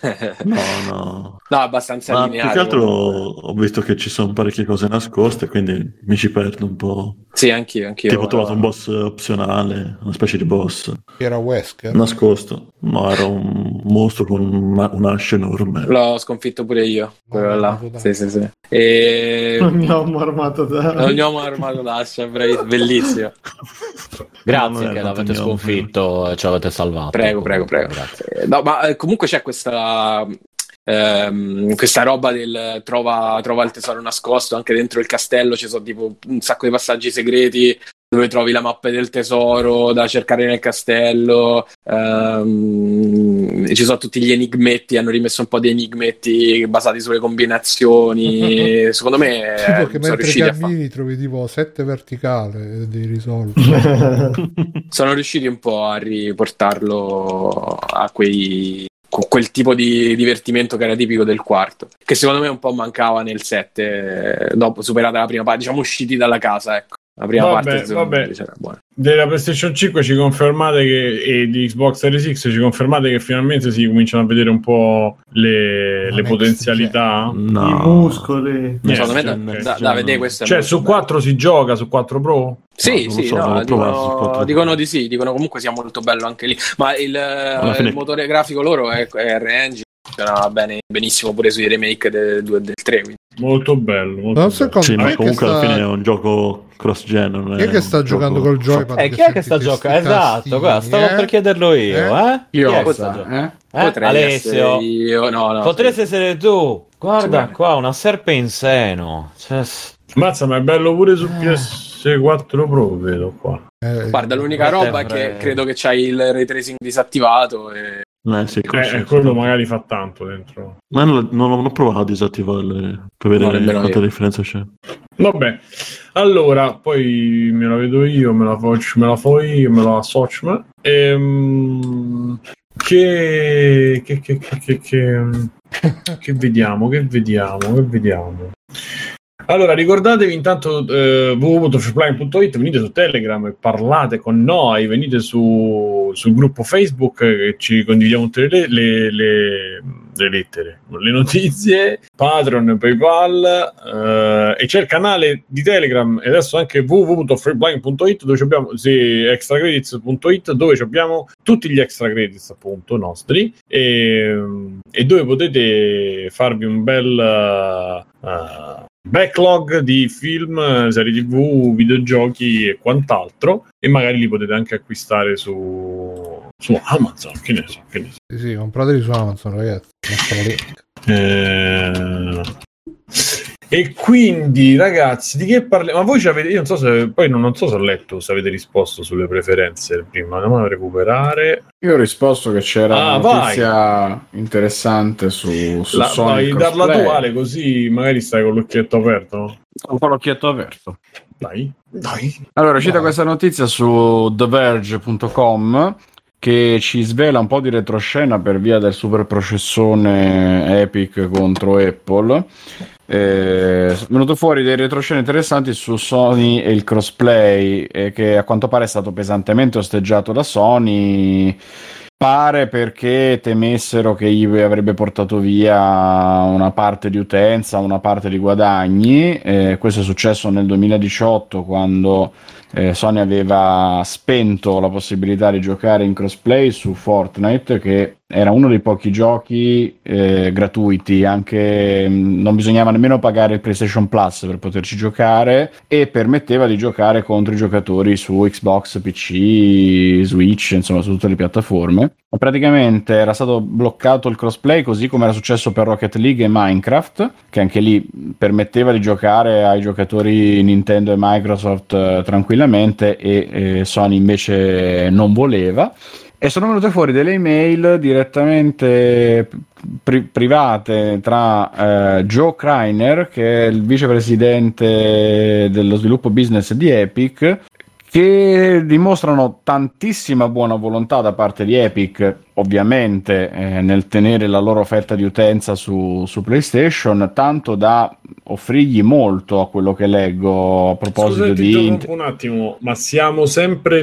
No, abbastanza lineare. Più che altro ho visto che ci sono parecchie cose nascoste, quindi mi ci perdo un po'. Sì, anch'io. Tipo ho trovato un boss opzionale, una specie di boss. Era Wesker? Nascosto, ma era un mostro con un'ascia enorme. L'ho sconfitto pure io, quello là. Sì. Ogni uomo armato d'ascia, bellissimo. Grazie che l'avete sconfitto e ci avete salvato. Prego. Grazie. No, ma comunque c'è questa roba del trova il tesoro nascosto anche dentro il castello. Ci sono tipo un sacco di passaggi segreti dove trovi la mappa del tesoro da cercare nel castello, ci sono tutti gli enigmetti, hanno rimesso un po' di enigmetti basati sulle combinazioni. Secondo me tipo che mentre cammini trovi tipo 7 verticali devi risolvere. Sono riusciti un po' a riportarlo a quel tipo di divertimento che era tipico del quarto, che secondo me un po' mancava nel 7 dopo superata la prima parte, diciamo usciti dalla casa, ecco. La prima parte della PlayStation 5 ci confermate e di Xbox Series X ci confermate che finalmente si cominciano a vedere un po' le potenzialità, i muscoli. Secondo me da vedere questo, cioè su 4 si gioca, su 4 Pro? Sì, dicono di sì, dicono comunque sia molto bello anche lì, ma il motore grafico loro è R-Engine, funzionava benissimo pure sui remake del 2 e del 3. Quindi. Molto bello. Molto bello. Sì, ma comunque alla fine è un gioco cross-gen. Chi è che sta giocando col joypad? Chi è che sta giocando? Esatto, guarda, stavo per chiederlo io. Io Potrei io. No, potresti essere tu. Guarda qua, una serpe in seno. Mazza, ma è bello pure su PS4 Pro, vedo qua. Guarda, l'unica roba è che credo che c'hai il ray tracing disattivato e... sì, quello magari fa tanto dentro. Ma non ho provato a disattivarle per vedere quanta differenza c'è. Vabbè, allora poi me la vedo io, me la fo io, me la associo. Che vediamo. Allora, ricordatevi intanto www.freeplane.it, venite su Telegram e parlate con noi, venite sul gruppo Facebook che ci condividiamo tutte le lettere, le notizie, Patreon, PayPal, e c'è il canale di Telegram e adesso anche www.freeplane.it dove abbiamo extracredits.it dove abbiamo tutti gli extra credits appunto nostri e dove potete farvi un bel backlog di film, serie TV, videogiochi e quant'altro e magari li potete anche acquistare su Amazon, che ne so. Sì, comprateli su Amazon, ragazzi. E quindi ragazzi, di che parliamo? Ma voi avete, io non so se poi non so se ho letto, se avete risposto sulle preferenze prima, andiamo a recuperare. Io ho risposto che c'era una notizia interessante su Sony. Vai darla tu, Ale, così magari stai con l'occhietto aperto, no? Ho un po' l'occhietto aperto. Dai. Allora, cita questa notizia su TheVerge.com che ci svela un po' di retroscena per via del super processone Epic contro Apple. È venuto fuori dei retroscene interessanti su Sony e il crossplay che a quanto pare è stato pesantemente osteggiato da Sony, pare perché temessero che eBay avrebbe portato via una parte di utenza, una parte di guadagni. Questo è successo nel 2018 quando Sony aveva spento la possibilità di giocare in crossplay su Fortnite, che era uno dei pochi giochi gratuiti, anche non bisognava nemmeno pagare il PlayStation Plus per poterci giocare e permetteva di giocare contro i giocatori su Xbox, PC, Switch, insomma su tutte le piattaforme. Praticamente era stato bloccato il crossplay, così come era successo per Rocket League e Minecraft, che anche lì permetteva di giocare ai giocatori Nintendo e Microsoft tranquillamente e Sony invece non voleva. E sono venute fuori delle email direttamente private tra Joe Kreiner, che è il vicepresidente dello sviluppo business di Epic, che dimostrano tantissima buona volontà da parte di Epic, ovviamente nel tenere la loro offerta di utenza su PlayStation, tanto da offrirgli molto, a quello che leggo a proposito. Scusate, di... ti interrompo un attimo, ma siamo sempre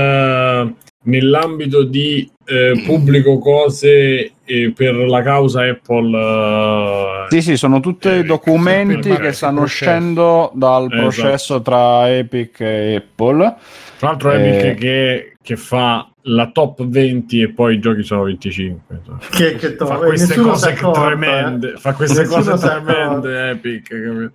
nell'ambito di pubblico cose per la causa Apple. Sì, sono tutti documenti che stanno uscendo dal processo tra Epic e Apple. Tra l'altro Epic che fa la top 20 e poi i giochi sono 25. Fa queste cose tremende. Fa queste cose tremende Epic, capito?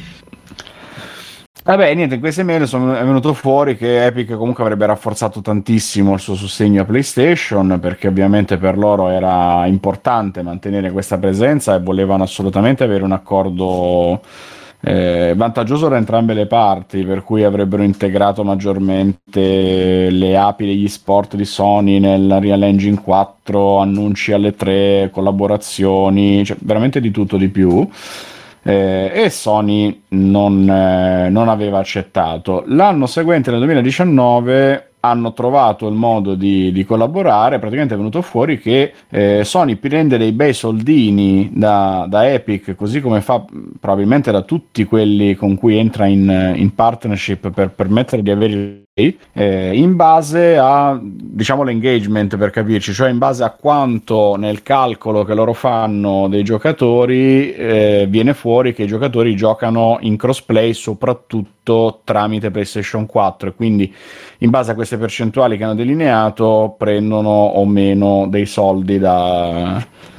Vabbè, niente, in queste mail è venuto fuori che Epic comunque avrebbe rafforzato tantissimo il suo sostegno a PlayStation, perché ovviamente per loro era importante mantenere questa presenza e volevano assolutamente avere un accordo vantaggioso da entrambe le parti, per cui avrebbero integrato maggiormente le API degli sport di Sony nel Unreal Engine 4, annunci alle 3, collaborazioni, cioè veramente di tutto di più. E Sony non aveva accettato. L'anno seguente, nel 2019, hanno trovato il modo di collaborare. Praticamente è venuto fuori che Sony prende dei bei soldini da Epic, così come fa probabilmente da tutti quelli con cui entra in partnership per permettere di avere in base a, diciamo, l'engagement, per capirci, cioè in base a quanto nel calcolo che loro fanno dei giocatori viene fuori che i giocatori giocano in crossplay soprattutto tramite PlayStation 4, e quindi in base a queste percentuali che hanno delineato prendono o meno dei soldi da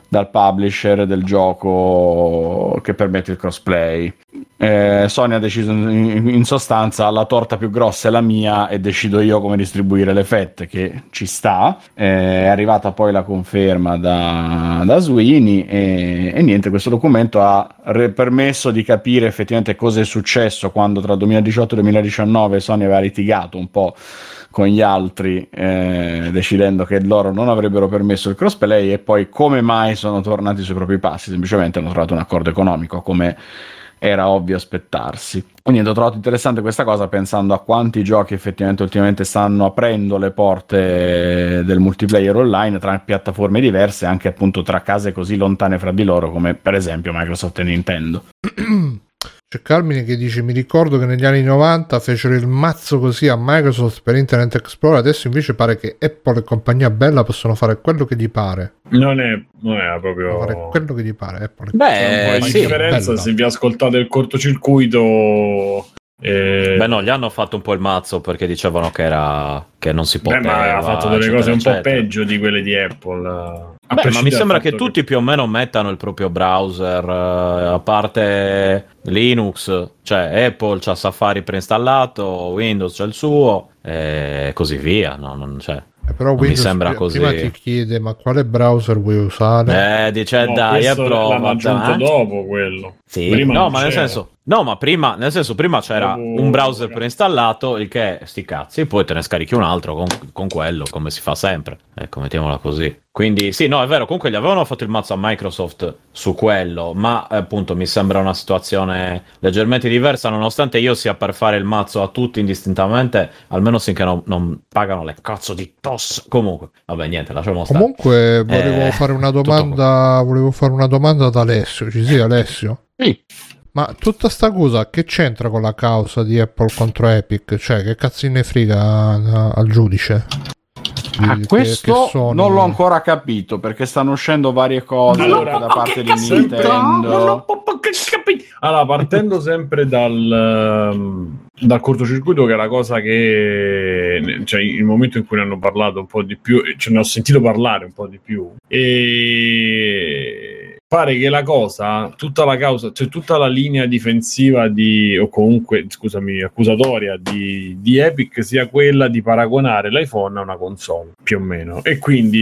dal publisher del gioco che permette il crossplay. Sony ha deciso in sostanza la torta più grossa è la mia e decido io come distribuire le fette, che ci sta. È arrivata poi la conferma da Sweeney e niente, questo documento ha permesso di capire effettivamente cosa è successo quando tra 2018 e 2019 Sony aveva litigato un po' con gli altri, decidendo che loro non avrebbero permesso il crossplay, e poi come mai sono tornati sui propri passi. Semplicemente hanno trovato un accordo economico, come era ovvio aspettarsi. Quindi ho trovato interessante questa cosa, pensando a quanti giochi effettivamente ultimamente stanno aprendo le porte del multiplayer online tra piattaforme diverse, anche appunto tra case così lontane fra di loro come per esempio Microsoft e Nintendo. C'è Carmine che dice: mi ricordo che negli anni 90 fecero il mazzo così a Microsoft per Internet Explorer, adesso invece pare che Apple e compagnia bella possono fare quello che gli pare. Non è proprio fare quello che gli pare Apple. La differenza, se vi ascoltate il cortocircuito, beh no, gli hanno fatto un po' il mazzo perché dicevano che non si poteva. Ma ha fatto delle cose un po' peggio di quelle di Apple. Ma mi sembra che tutti più o meno mettano il proprio browser, a parte Linux, cioè Apple c'ha Safari preinstallato, Windows c'ha il suo e così via, cioè, però Windows mi sembra così. Prima ti chiede ma quale browser vuoi usare? Dice dai, l'hanno aggiunto dopo quello. Sì, prima prima c'era un browser preinstallato, il che sti cazzi, poi te ne scarichi un altro con quello, come si fa sempre, ecco, mettiamola così. Quindi sì, no, è vero, comunque gli avevano fatto il mazzo a Microsoft su quello, ma appunto mi sembra una situazione leggermente diversa, nonostante io sia per fare il mazzo a tutti indistintamente, almeno finché non pagano le cazzo di tosse. Comunque, vabbè, niente, lasciamo stare. Comunque volevo fare una domanda ad Alessio. Ci sei, Alessio? Sì. Ma tutta sta cosa che c'entra con la causa di Apple contro Epic? Cioè, che cazzo ne frega al giudice? Questo non l'ho ancora capito, perché stanno uscendo varie cose da parte di Nintendo. Allora, partendo sempre dal cortocircuito, che è la cosa che, cioè, il momento in cui ne hanno parlato un po' di più, cioè ne ho sentito parlare un po' di più, e pare che la cosa, tutta la causa, cioè tutta la linea difensiva o comunque, scusami, accusatoria di Epic sia quella di paragonare l'iPhone a una console, più o meno, e quindi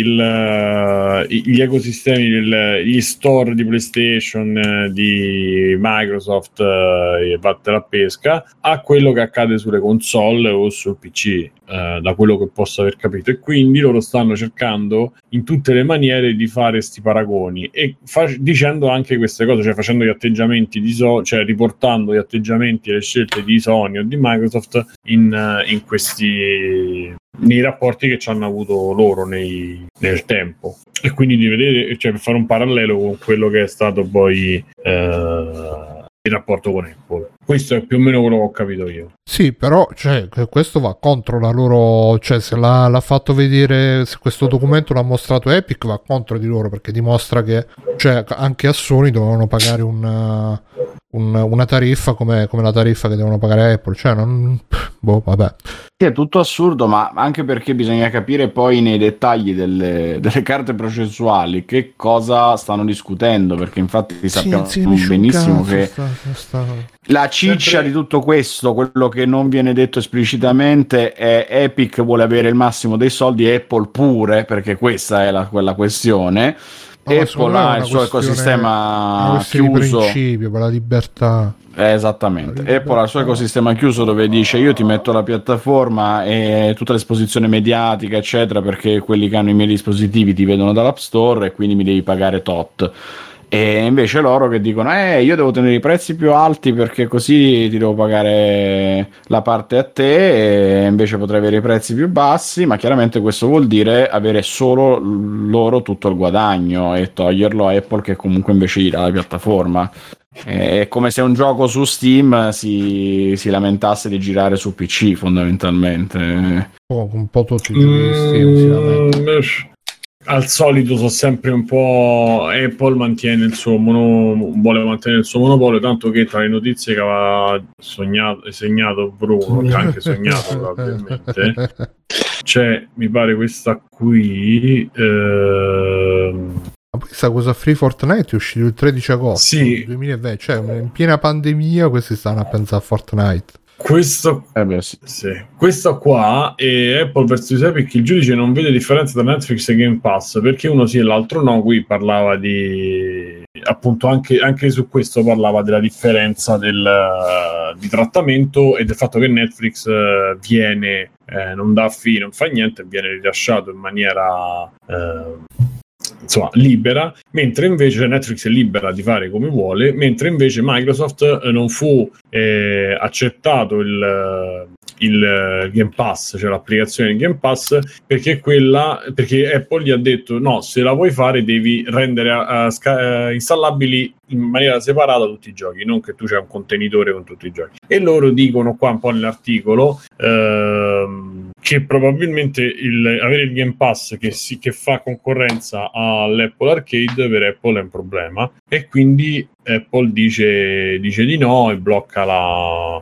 gli ecosistemi, gli store di PlayStation, di Microsoft, vattene a pesca, a quello che accade sulle console o sul PC, da quello che posso aver capito, e quindi loro stanno cercando in tutte le maniere di fare sti paragoni e dicendo anche queste cose, cioè facendo gli atteggiamenti cioè riportando gli atteggiamenti e le scelte di Sony o di Microsoft in questi, nei rapporti che ci hanno avuto loro nel tempo, e quindi di vedere, cioè per fare un parallelo con quello che è stato poi il rapporto con Apple. Questo è più o meno quello che ho capito io. Sì, però cioè, questo va contro la loro, cioè se l'ha fatto vedere, se questo documento l'ha mostrato Epic, va contro di loro, perché dimostra che, cioè, anche a Sony dovevano pagare una tariffa come la tariffa che devono pagare Apple, cioè vabbè. Sì, è tutto assurdo, ma anche perché bisogna capire poi nei dettagli delle carte processuali che cosa stanno discutendo, perché infatti sappiamo benissimo che la ciccia di tutto questo, quello che non viene detto esplicitamente, è Epic vuole avere il massimo dei soldi, Apple pure, perché questa è quella questione. Apple ha il suo ecosistema chiuso, principio per la libertà. Esattamente, Apple ha il suo ecosistema chiuso dove dice io ti metto la piattaforma e tutta l'esposizione mediatica eccetera, perché quelli che hanno i miei dispositivi ti vedono dall'App Store e quindi mi devi pagare tot. E invece loro che dicono io devo tenere i prezzi più alti perché così ti devo pagare la parte a te, e invece potrei avere i prezzi più bassi, ma chiaramente questo vuol dire avere solo loro tutto il guadagno e toglierlo a Apple, che comunque invece gli dà la piattaforma. È come se un gioco su Steam si lamentasse di girare su PC, fondamentalmente. Un po' tutti i giochi di Steam si lamentano. Al solito sono sempre un po'. Apple mantiene il suo vuole mantenere il suo monopolio, tanto che tra le notizie che aveva segnato Bruno, che ha anche sognato probabilmente, c'è, mi pare, questa qui, Ma poi questa cosa Free Fortnite è uscito il 13 agosto 2020, cioè in piena pandemia questi stanno a pensare a Fortnite. Questo qua è Apple vs Epic. Il giudice non vede differenza tra Netflix e Game Pass perché uno sì e l'altro no. Qui parlava di, appunto, anche su questo parlava della differenza di trattamento e del fatto che Netflix viene non dà fine, non fa niente, viene rilasciato in maniera insomma libera, mentre invece Netflix è libera di fare come vuole, mentre invece Microsoft non fu accettato il Game Pass, cioè l'applicazione del Game Pass, perché Apple gli ha detto no, se la vuoi fare devi rendere installabili in maniera separata tutti i giochi, non che tu c'hai un contenitore con tutti i giochi. E loro dicono qua un po' nell'articolo che probabilmente avere il Game Pass che fa concorrenza all'Apple Arcade per Apple è un problema, e quindi Apple dice di no e blocca la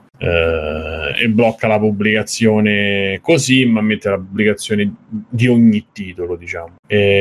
pubblicazione così, ma mette la pubblicazione di ogni titolo, diciamo,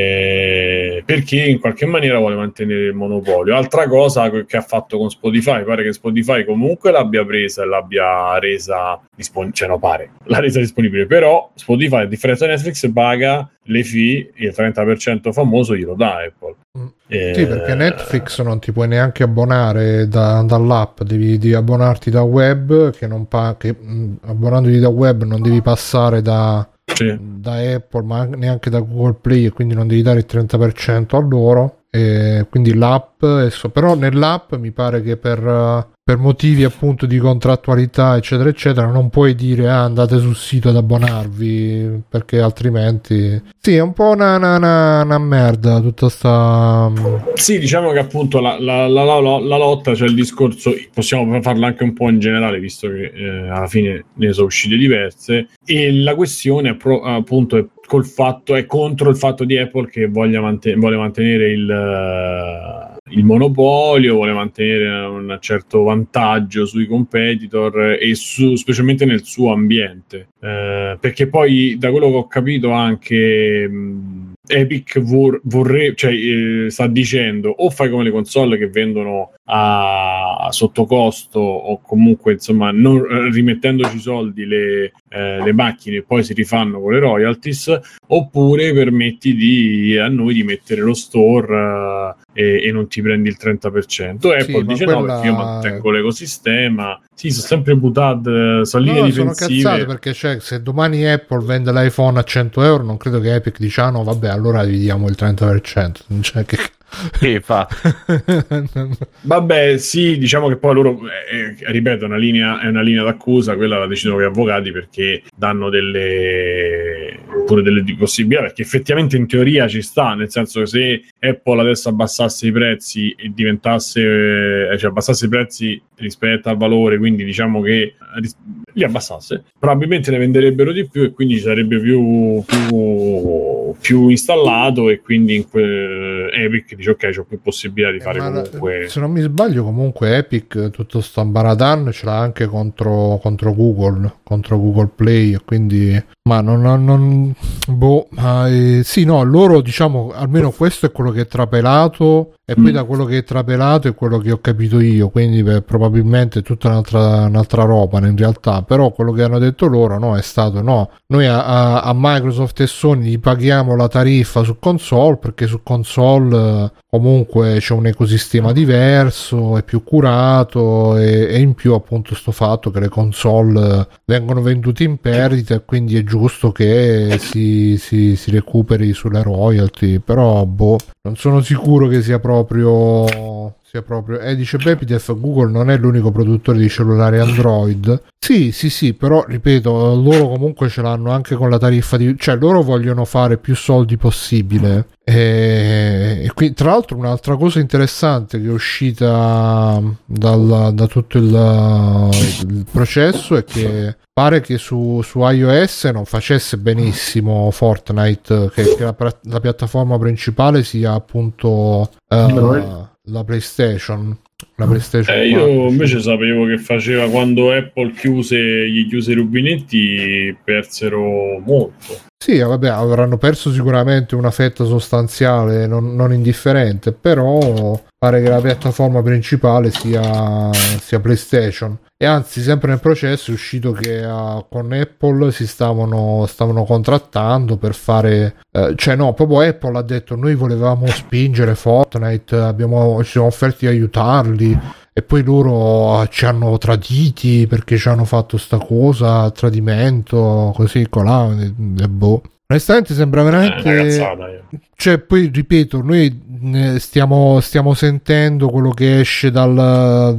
perché in qualche maniera vuole mantenere il monopolio. Altra cosa che ha fatto con Spotify, pare che Spotify comunque l'abbia presa e l'abbia resa l'ha resa disponibile, però Spotify, a differenza di Netflix, paga le fee, il 30% famoso glielo dà Apple. Sì, perché Netflix non ti puoi neanche abbonare dall'app, devi abbonarti da web, abbonandoti da web non devi passare da Apple, ma neanche da Google Play, e quindi non devi dare il 30% a loro. E quindi l'app però nell'app mi pare che per motivi appunto di contrattualità eccetera eccetera non puoi dire andate sul sito ad abbonarvi, perché altrimenti sì, è un po' una merda tutta sta. Sì, diciamo che appunto la lotta, cioè il discorso, possiamo farlo anche un po' in generale, visto che alla fine ne sono uscite diverse, e la questione appunto è contro il fatto di Apple che vuole mantenere il monopolio, vuole mantenere un certo vantaggio sui competitor e specialmente nel suo ambiente, perché poi da quello che ho capito anche Epic sta dicendo o fai come le console che vendono a sotto costo, o comunque insomma non rimettendoci soldi le macchine e poi si rifanno con le royalties, oppure permetti a noi di mettere lo store e non ti prendi il 30%. Apple dice no, perché io mantengo l'ecosistema. Sì, sono sempre butate, sono linee difensive. Sono cazzate, perché se domani Apple vende l'iPhone a 100 euro non credo che Epic dica no vabbè allora dividiamo il 30%, cioè che sì, fa. Vabbè, sì, diciamo che poi loro ripeto, è una linea d'accusa, quella la decidono gli avvocati, perché danno delle possibilità, perché effettivamente in teoria ci sta, nel senso che se Apple adesso abbassasse i prezzi e abbassasse i prezzi rispetto al valore, quindi diciamo che li abbassasse, probabilmente ne venderebbero di più e quindi ci sarebbe più installato, e quindi Epic dice ok, c'ho più possibilità di fare comunque. Se non mi sbaglio comunque Epic tutto sto Baradan ce l'ha anche contro Google Play, quindi sì, no, loro diciamo almeno questo è quello che è trapelato, e poi da quello che è trapelato è quello che ho capito io, quindi probabilmente è tutta un'altra roba in realtà, però quello che hanno detto loro no, è stato no, noi a Microsoft e Sony gli paghiamo la tariffa su console, perché su console comunque c'è un ecosistema diverso, è più curato, e in più appunto sto fatto che le console vengono vendute in perdita e quindi è giusto che si recuperi sulle royalty, però non sono sicuro che sia proprio dice Bepidef, Google non è l'unico produttore di cellulari Android. Sì, però ripeto, loro comunque ce l'hanno anche con la tariffa cioè loro vogliono fare più soldi possibile, e qui tra l'altro un'altra cosa interessante che è uscita da tutto il processo è che pare che su iOS non facesse benissimo Fortnite, che la piattaforma principale sia appunto la PlayStation. la PlayStation 4. Io invece sapevo che faceva, quando Apple gli chiuse i rubinetti, persero molto. Sì, vabbè, avranno perso sicuramente una fetta sostanziale non indifferente, però pare che la piattaforma principale sia PlayStation. E anzi, sempre nel processo è uscito che con Apple si stavano contrattando per fare, proprio Apple ha detto: noi volevamo spingere Fortnite, ci siamo offerti di aiutarli, e poi loro ci hanno traditi perché ci hanno fatto sta cosa, tradimento, così colà, e boh. Onestamente sembra veramente cioè, poi ripeto, noi stiamo sentendo quello che esce dalle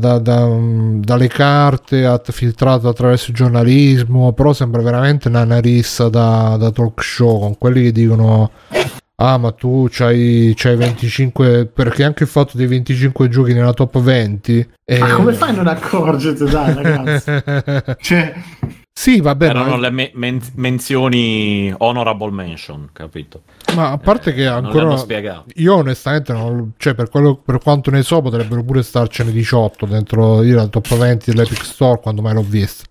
carte filtrato attraverso il giornalismo, però sembra veramente una rissa da talk show, con quelli che dicono: ah, ma tu c'hai 25, perché anche il fatto dei 25 giochi nella top 20 ma come fai a non accorgerti, dai, ragazzi? Cioè, sì, vabbè, erano le menzioni honorable mention, capito? Ma a parte che ancora io onestamente per quanto ne so, potrebbero pure starcene 18 dentro la top 20 dell'Epic Store, quando mai l'ho vista.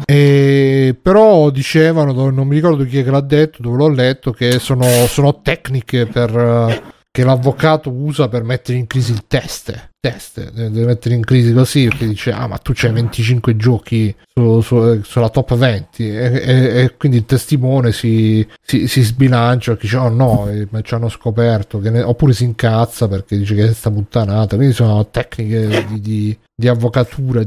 Però dicevano, non mi ricordo chi è che l'ha detto, dove l'ho letto, che sono tecniche che l'avvocato usa per mettere in crisi il teste, deve mettere in crisi così, perché dice: ah, ma tu c'hai 25 giochi sulla top 20, e quindi il testimone si sbilancia, perché dice: oh no, ma ci hanno scoperto, oppure si incazza perché dice che è sta puttanata. Quindi sono tecniche di avvocatura,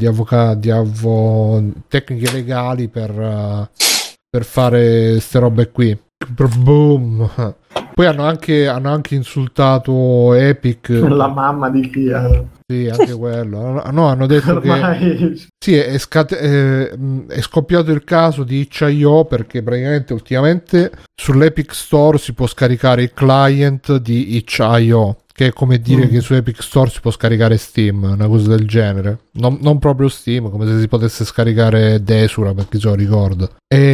tecniche legali per fare ste robe qui. Boom. Poi hanno anche insultato Epic, la mamma di chi è. Sì, anche quello. No, hanno detto che sì, è scoppiato il caso di itch.io, perché praticamente ultimamente sull'Epic Store si può scaricare il client di itch.io, che è come dire che su Epic Store si può scaricare Steam, una cosa del genere. Non proprio Steam, come se si potesse scaricare Desura, per chi se lo ricorda.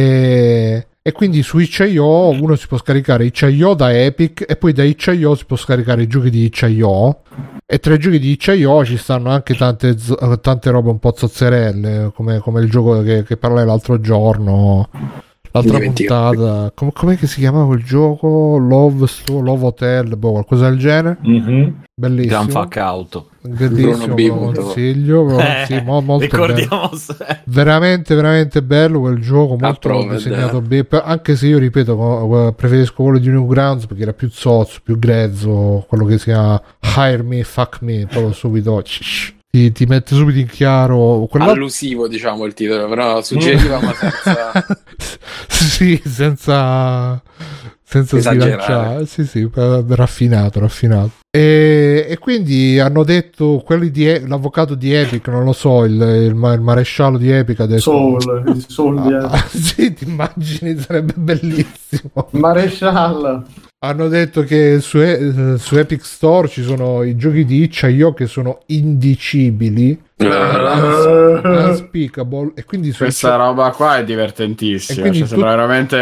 E quindi su itch.io uno si può scaricare itch.io da Epic, e poi da itch.io si può scaricare i giochi di itch.io, e tra i giochi di itch.io ci stanno anche tante robe un po' zozzerelle, come il gioco che parlai l'altro giorno, l'altra puntata. Com'è che si chiamava quel gioco? Love Hotel, qualcosa del genere. Bellissimo. Gran fuck out. Bellissimo, consiglio. Sì, molto ricordiamo bello. Veramente veramente bello quel gioco, molto disegnato bene, anche se io ripeto preferisco quello di Newgrounds, perché era più zozzo, più grezzo, quello che si chiama Hire Me, Fuck Me, proprio subito ti mette subito in chiaro allusivo, diciamo, il titolo, però suggeriva ma senza sì, senza sbilanciare, sì, raffinato. E quindi hanno detto quelli l'avvocato di Epic, non lo so, il maresciallo di Epic ha detto sì, ti immagini, sarebbe bellissimo, maresciallo. Hanno detto che su Epic Store ci sono i giochi di itch.io che sono indicibili, unspeakable, e quindi questa roba qua è divertentissima, cioè, sembra veramente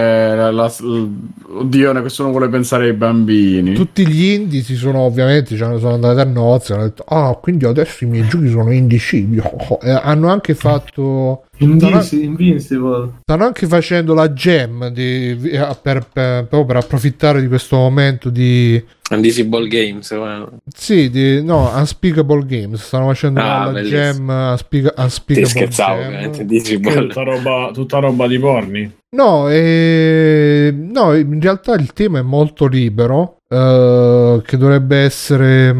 oddio, nessuno vuole pensare ai bambini. Tutti gli indie sono andati a nozze, hanno detto: quindi adesso i miei giochi sono indicibili. Hanno anche fatto Invincible. Stanno anche facendo la jam per approfittare di questo momento di Invisible Games. Unspeakable Games. Stanno facendo la jam Unspeakable. Scherzavo, tutta roba di porni. No, in realtà il tema è molto libero, che dovrebbe essere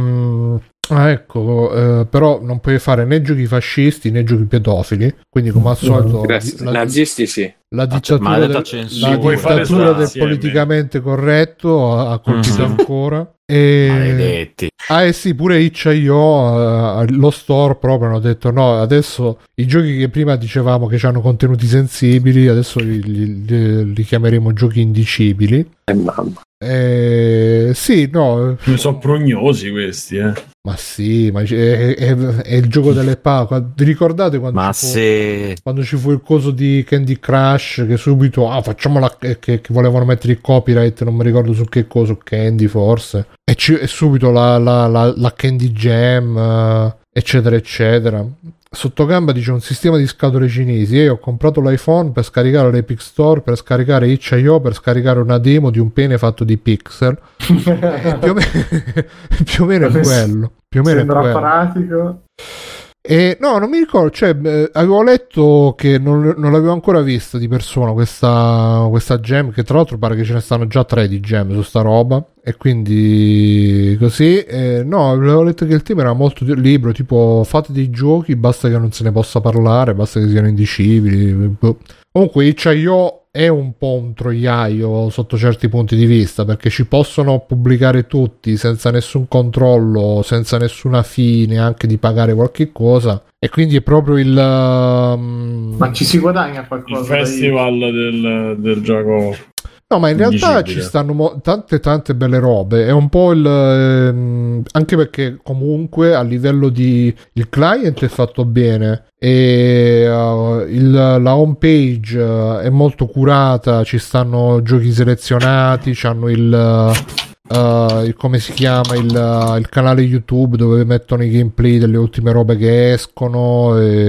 però non puoi fare né giochi fascisti né giochi pedofili, quindi come al solito nazisti sì. La dittatura del politicamente corretto ha colpito ancora. Maledetti. Sì, pure itch.io, lo store proprio hanno detto: no, adesso i giochi che prima dicevamo che hanno contenuti sensibili, adesso li chiameremo giochi indicibili. Mamma. Sì, no, sono prognosi questi, ma sì, ma è il gioco delle palle. Vi ricordate quando ci fu il coso di Candy Crush, che subito facciamo che volevano mettere il copyright, non mi ricordo su che cosa, Candy forse, e subito la Candy Jam, eccetera eccetera. Sottogamba dice un sistema di scatole cinesi. Io ho comprato l'iPhone per scaricare l'Epic Store, per scaricare itch.io, per scaricare una demo di un pene fatto di pixel. più o meno è quello. Più o meno sembra è quello. pratico. E no, non mi ricordo, cioè avevo letto che non l'avevo ancora vista di persona questa gem, che tra l'altro pare che ce ne stanno già 3 di gem su sta roba, e quindi così no, avevo letto che il tema era molto libero, tipo fate dei giochi, basta che non se ne possa parlare, basta che siano indicibili. Comunque itch.io è un po' un troiaio sotto certi punti di vista, perché ci possono pubblicare tutti senza nessun controllo, senza nessuna fine anche di pagare qualche cosa, e quindi è proprio il ma ci si guadagna qualcosa, il festival del gioco. No, ma in realtà ci stanno tante belle robe. È un po' anche perché comunque a livello di il client è fatto bene e la home page è molto curata, ci stanno giochi selezionati, c'hanno come si chiama il canale YouTube dove mettono i gameplay delle ultime robe che escono,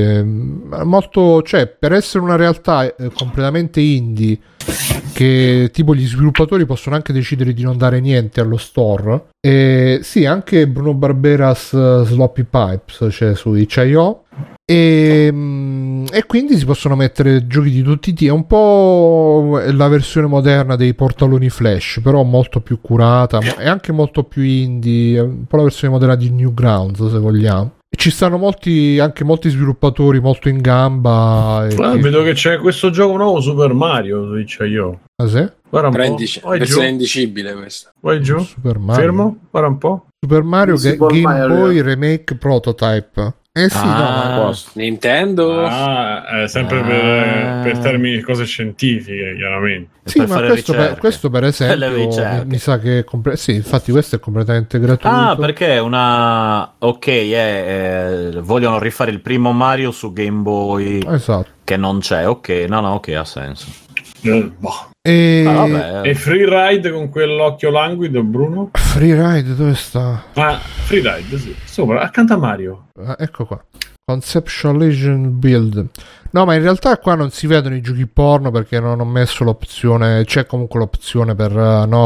molto, cioè, per essere una realtà completamente indie, che tipo gli sviluppatori possono anche decidere di non dare niente allo store. E sì, anche Bruno Barbera's Sloppy Pipes c'è su itch.io, e quindi si possono mettere giochi di tutti i tipi. È un po' la versione moderna dei portaloni Flash, però molto più curata e anche molto più indie, un po' la versione moderna di Newgrounds, se vogliamo. E ci stanno molti sviluppatori molto in gamba. Vedo che c'è questo gioco nuovo, Super Mario, su itch.io. Ah, sì? Guarda un po'. Versione indicibile questa. Vai giù. Super Mario. Fermo, guarda un po'. Super Mario Game Boy Remake Prototype. Sì, no, Nintendo. Sempre per termini, cose scientifiche, chiaramente. Sì, ma questo per esempio mi sa che sì, infatti questo è completamente gratuito. Ah, perché una vogliono rifare il primo Mario su Game Boy. Esatto. Che non c'è, ok, ok, ha senso. E Free Ride con quell'occhio languido, Bruno? Free Ride dove sta? Free Ride, sì, sopra, accanto a Mario. Ecco qua. Conceptualization Build. No, ma in realtà qua non si vedono i giochi porno perché non ho messo l'opzione. C'è comunque l'opzione per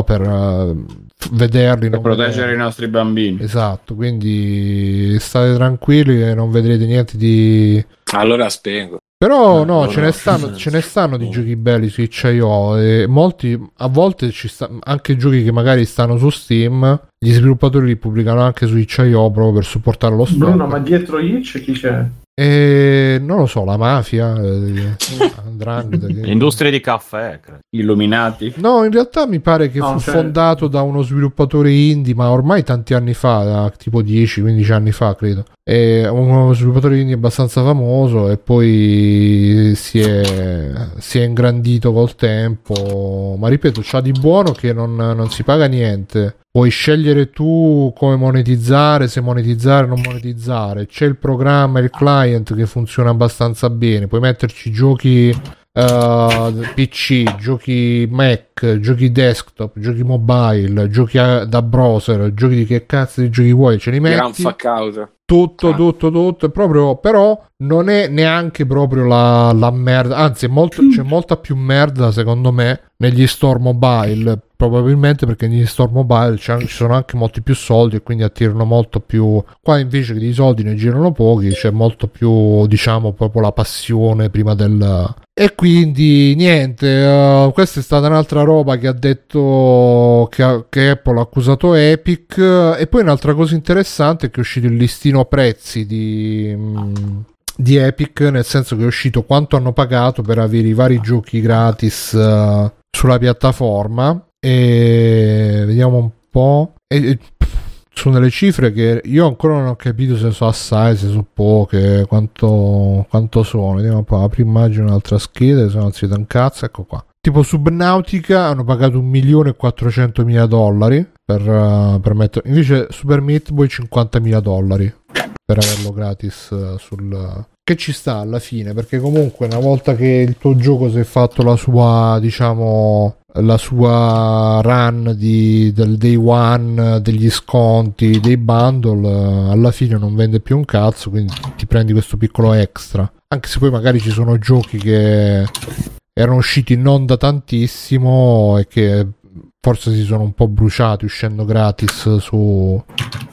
vederli, per proteggere i nostri bambini. Esatto, quindi state tranquilli e non vedrete niente di. Allora spengo. Però no, ce ne stanno di giochi belli su itch.io, e a volte ci sta anche giochi che magari stanno su Steam, gli sviluppatori li pubblicano anche su itch.io proprio per supportare lo store. No, ma dietro itch chi c'è? Non lo so, la mafia, industrie di caffè, credo. Illuminati. No, in realtà mi pare che fu fondato da uno sviluppatore indie, ma ormai tanti anni fa, tipo 10-15 anni fa credo. È uno sviluppatore indie abbastanza famoso, e poi si è ingrandito col tempo, ma ripeto, c'ha di buono che non si paga niente. Puoi scegliere tu come monetizzare, se monetizzare o non monetizzare. C'è il programma e il client che funziona abbastanza bene. Puoi metterci giochi PC, giochi Mac, giochi desktop, giochi mobile, giochi da browser, giochi di che cazzo di giochi vuoi, ce li metti. Gran fuck out. Tutto, proprio, però non è neanche proprio la merda, anzi c'è molta più merda secondo me negli store mobile, probabilmente perché negli store mobile ci sono anche molti più soldi e quindi attirano molto più. Qua invece che di soldi ne girano pochi, c'è molto più, diciamo, proprio la passione prima del. E quindi niente, questa è stata un'altra roba che ha detto che Apple ha accusato Epic. E poi un'altra cosa interessante è che è uscito il listino prezzi di Epic, nel senso che è uscito quanto hanno pagato per avere i vari giochi gratis sulla piattaforma, e vediamo un po'. Sono delle cifre che io ancora non ho capito se sono assai, se sono poche, quanto sono. Vediamo un po', apri immagine un'altra scheda, se non si vede un cazzo, ecco qua. Tipo Subnautica hanno pagato $1.400.000 per mettere, invece Super Meat Boy $50.000 per averlo gratis che ci sta alla fine, perché comunque una volta che il tuo gioco si è fatto la sua, diciamo, la sua run del day one, degli sconti, dei bundle, alla fine non vende più un cazzo, quindi ti prendi questo piccolo extra, anche se poi magari ci sono giochi che erano usciti non da tantissimo e che forse si sono un po' bruciati uscendo gratis su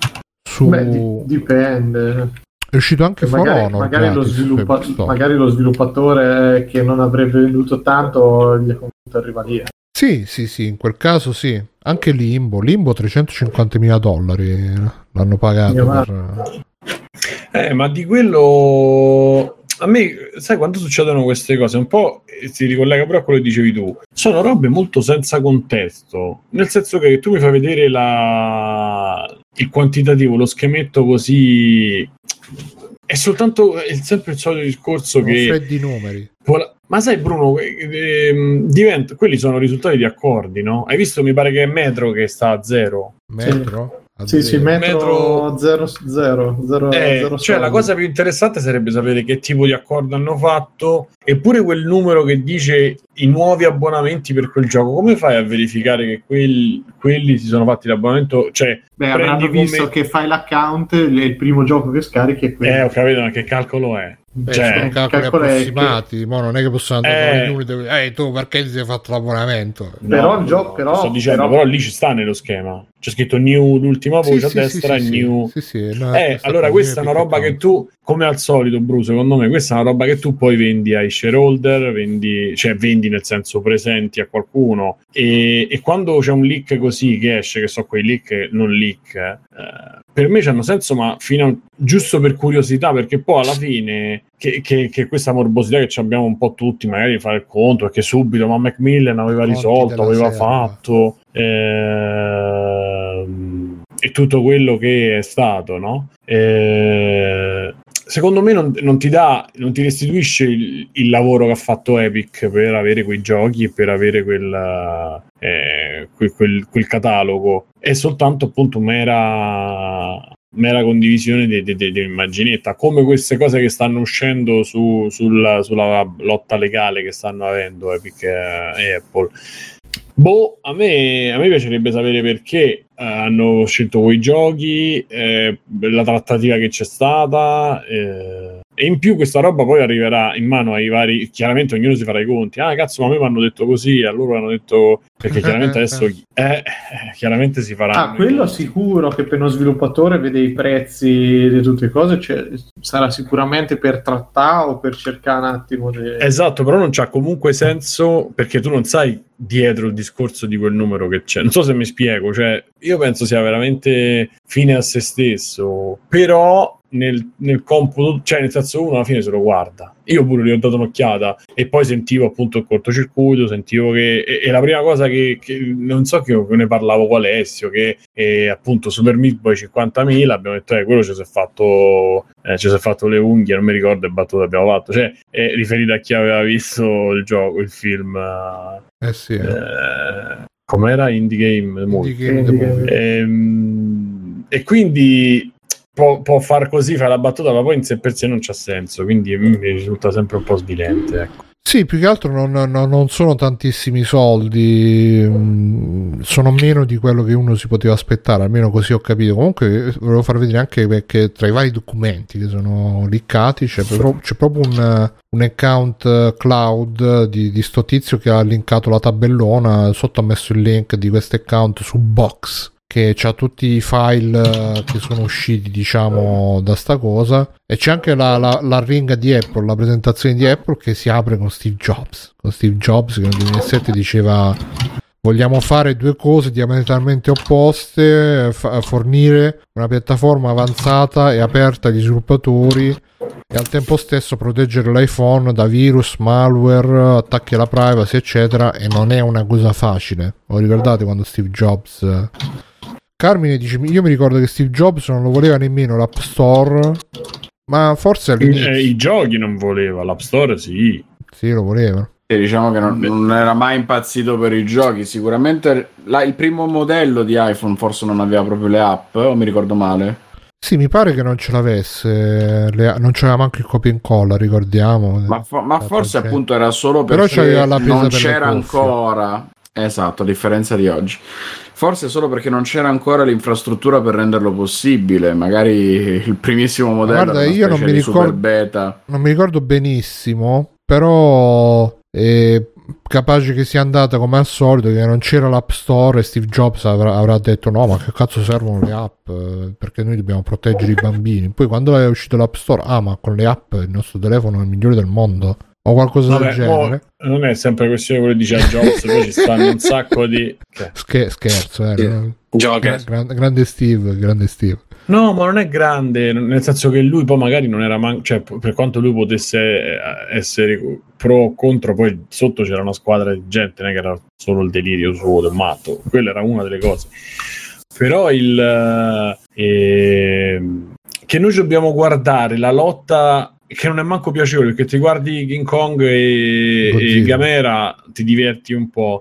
Beh, dipende. È uscito anche For Honor magari lo sviluppatore che non avrebbe venduto tanto gli è comunque arriva lì. Sì, in quel caso sì. Anche Limbo $350,000 l'hanno pagato ma di quello a me, sai quando succedono queste cose, un po' si ricollega pure a quello che dicevi tu, sono robe molto senza contesto, nel senso che tu mi fai vedere il quantitativo, lo schemetto così, è sempre il solito discorso che freddi numeri. Ma sai Bruno, quelli sono risultati di accordi, no? Hai visto, mi pare che è Metro che sta a zero. Metro? Sì, Metro 0. Cioè la cosa più interessante sarebbe sapere che tipo di accordo hanno fatto, eppure quel numero che dice i nuovi abbonamenti per quel gioco, come fai a verificare che quelli si sono fatti l'abbonamento? Cioè, avranno visto che fai l'account, il primo gioco che scarichi è quello. Ho capito, ma che calcolo è? Sono calcoli approssimati, ma non è che possiamo andare con i numeri. Tu perché ti sei fatto l'abbonamento? Però il gioco, sto dicendo, però lì ci sta nello schema. C'è scritto new, l'ultima voce a destra è new. Allora questa è una roba che tu, come al solito, Bru, secondo me, questa è una roba che tu poi vendi ai shareholder, vendi nel senso presenti a qualcuno. E quando c'è un leak così che esce, che so quei leak, non leak, per me c'hanno senso, ma giusto per curiosità, perché poi alla fine che questa morbosità che abbiamo un po' tutti, magari di fare il conto, perché subito ma Macmillan aveva risolto, aveva fatto e tutto quello che è stato, no? Secondo me non ti restituisce il lavoro che ha fatto Epic per avere quei giochi e per avere quel catalogo. È soltanto appunto mera condivisione dell'immaginetta, come queste cose che stanno uscendo sulla lotta legale che stanno avendo Epic e Apple. A me piacerebbe sapere perché hanno scelto quei giochi, la trattativa che c'è stata, e in più questa roba poi arriverà in mano ai vari, chiaramente ognuno si farà i conti, cazzo, ma a me mi hanno detto così, allora hanno detto, perché chiaramente adesso chiaramente si farà quello sicuro che per uno sviluppatore vede i prezzi di tutte le cose, cioè, sarà sicuramente per trattare o per cercare un attimo esatto, però non c'ha comunque senso, perché tu non sai dietro il discorso di quel numero che c'è, non so se mi spiego, cioè io penso sia veramente fine a se stesso, però nel computo, cioè nel senso uno alla fine se lo guarda, io pure gli ho dato un'occhiata e poi sentivo appunto il cortocircuito, sentivo che e la prima cosa che non so che ne parlavo con Alessio, che appunto Super Meat Boy 50.000 abbiamo detto quello ci si è fatto le unghie, non mi ricordo che battuta abbiamo fatto, cioè riferito a chi aveva visto il gioco, il film com'era? Indie Game e quindi può far così, fa la battuta, ma poi in sé per sé non c'ha senso, quindi mi risulta sempre un po' svilente, ecco. Sì, più che altro non sono tantissimi soldi, sono meno di quello che uno si poteva aspettare, almeno così ho capito. Comunque volevo far vedere anche perché tra i vari documenti che sono liccati c'è proprio un account cloud di sto tizio che ha linkato la tabellona, sotto ha messo il link di questo account su Box, che c'ha tutti i file che sono usciti, diciamo, da sta cosa, e c'è anche la ring di Apple, la presentazione di Apple che si apre con Steve Jobs che nel 2007 diceva: vogliamo fare due cose diametralmente opposte, fornire una piattaforma avanzata e aperta agli sviluppatori e al tempo stesso proteggere l'iPhone da virus, malware, attacchi alla privacy, eccetera, e non è una cosa facile. Lo ricordate quando Steve Jobs... Carmine dice: io mi ricordo che Steve Jobs non lo voleva nemmeno l'App Store, ma forse all'inizio... i giochi non voleva, l'App Store sì lo voleva. Diciamo che non era mai impazzito per i giochi. Sicuramente il primo modello di iPhone forse non aveva proprio le app, o mi ricordo male? Sì, mi pare che non ce l'avesse, non c'era manco il copia e incolla, ricordiamo. Ma forse appunto era solo perché però c'aveva la presa non per c'era ancora. Esatto, a differenza di oggi. Forse solo perché non c'era ancora l'infrastruttura per renderlo possibile. Magari il primissimo modello. Guarda, era una io non specie mi di super ricordo, beta. non mi ricordo benissimo, però capace che sia andata come al solito, che non c'era l'App Store e Steve Jobs avrà detto no, ma che cazzo servono le app, perché noi dobbiamo proteggere i bambini. Poi quando è uscito l'App Store, ma con le app il nostro telefono è il migliore del mondo, o qualcosa del genere. Non è sempre questione quello che dice Jobs, poi ci stanno un sacco di scherzo, Joker. Grande Steve. No, ma non è grande, nel senso che lui poi magari non era cioè, per quanto lui potesse essere pro o contro, poi sotto c'era una squadra di gente, non è che era solo il delirio suo del matto, quella era una delle cose. Però che noi dobbiamo guardare la lotta, che non è manco piacevole, perché ti guardi King Kong e Gamera, ti diverti un po'.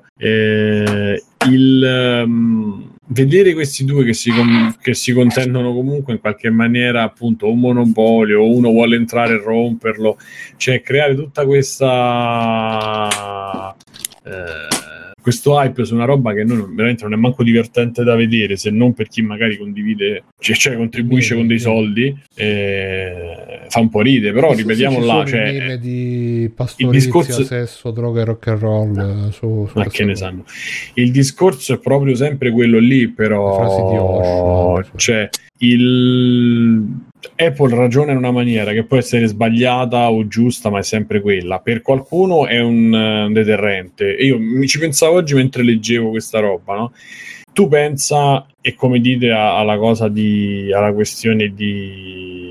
Vedere questi due che si contendono comunque in qualche maniera, appunto, un monopolio, uno vuole entrare e romperlo, cioè creare tutta questo hype su una roba che veramente non è manco divertente da vedere, se non per chi magari condivide, cioè contribuisce con dei soldi, fa un po' ridere, però ripetiamo là, cioè, i meme di pastorizia, sesso, droga e rock and roll ma che ne sanno. Il discorso è proprio sempre quello lì, però cioè Apple ragiona in una maniera che può essere sbagliata o giusta, ma è sempre quella. Per qualcuno è un deterrente. Io mi ci pensavo oggi mentre leggevo questa roba, no? Tu pensa, e come dite alla cosa alla questione di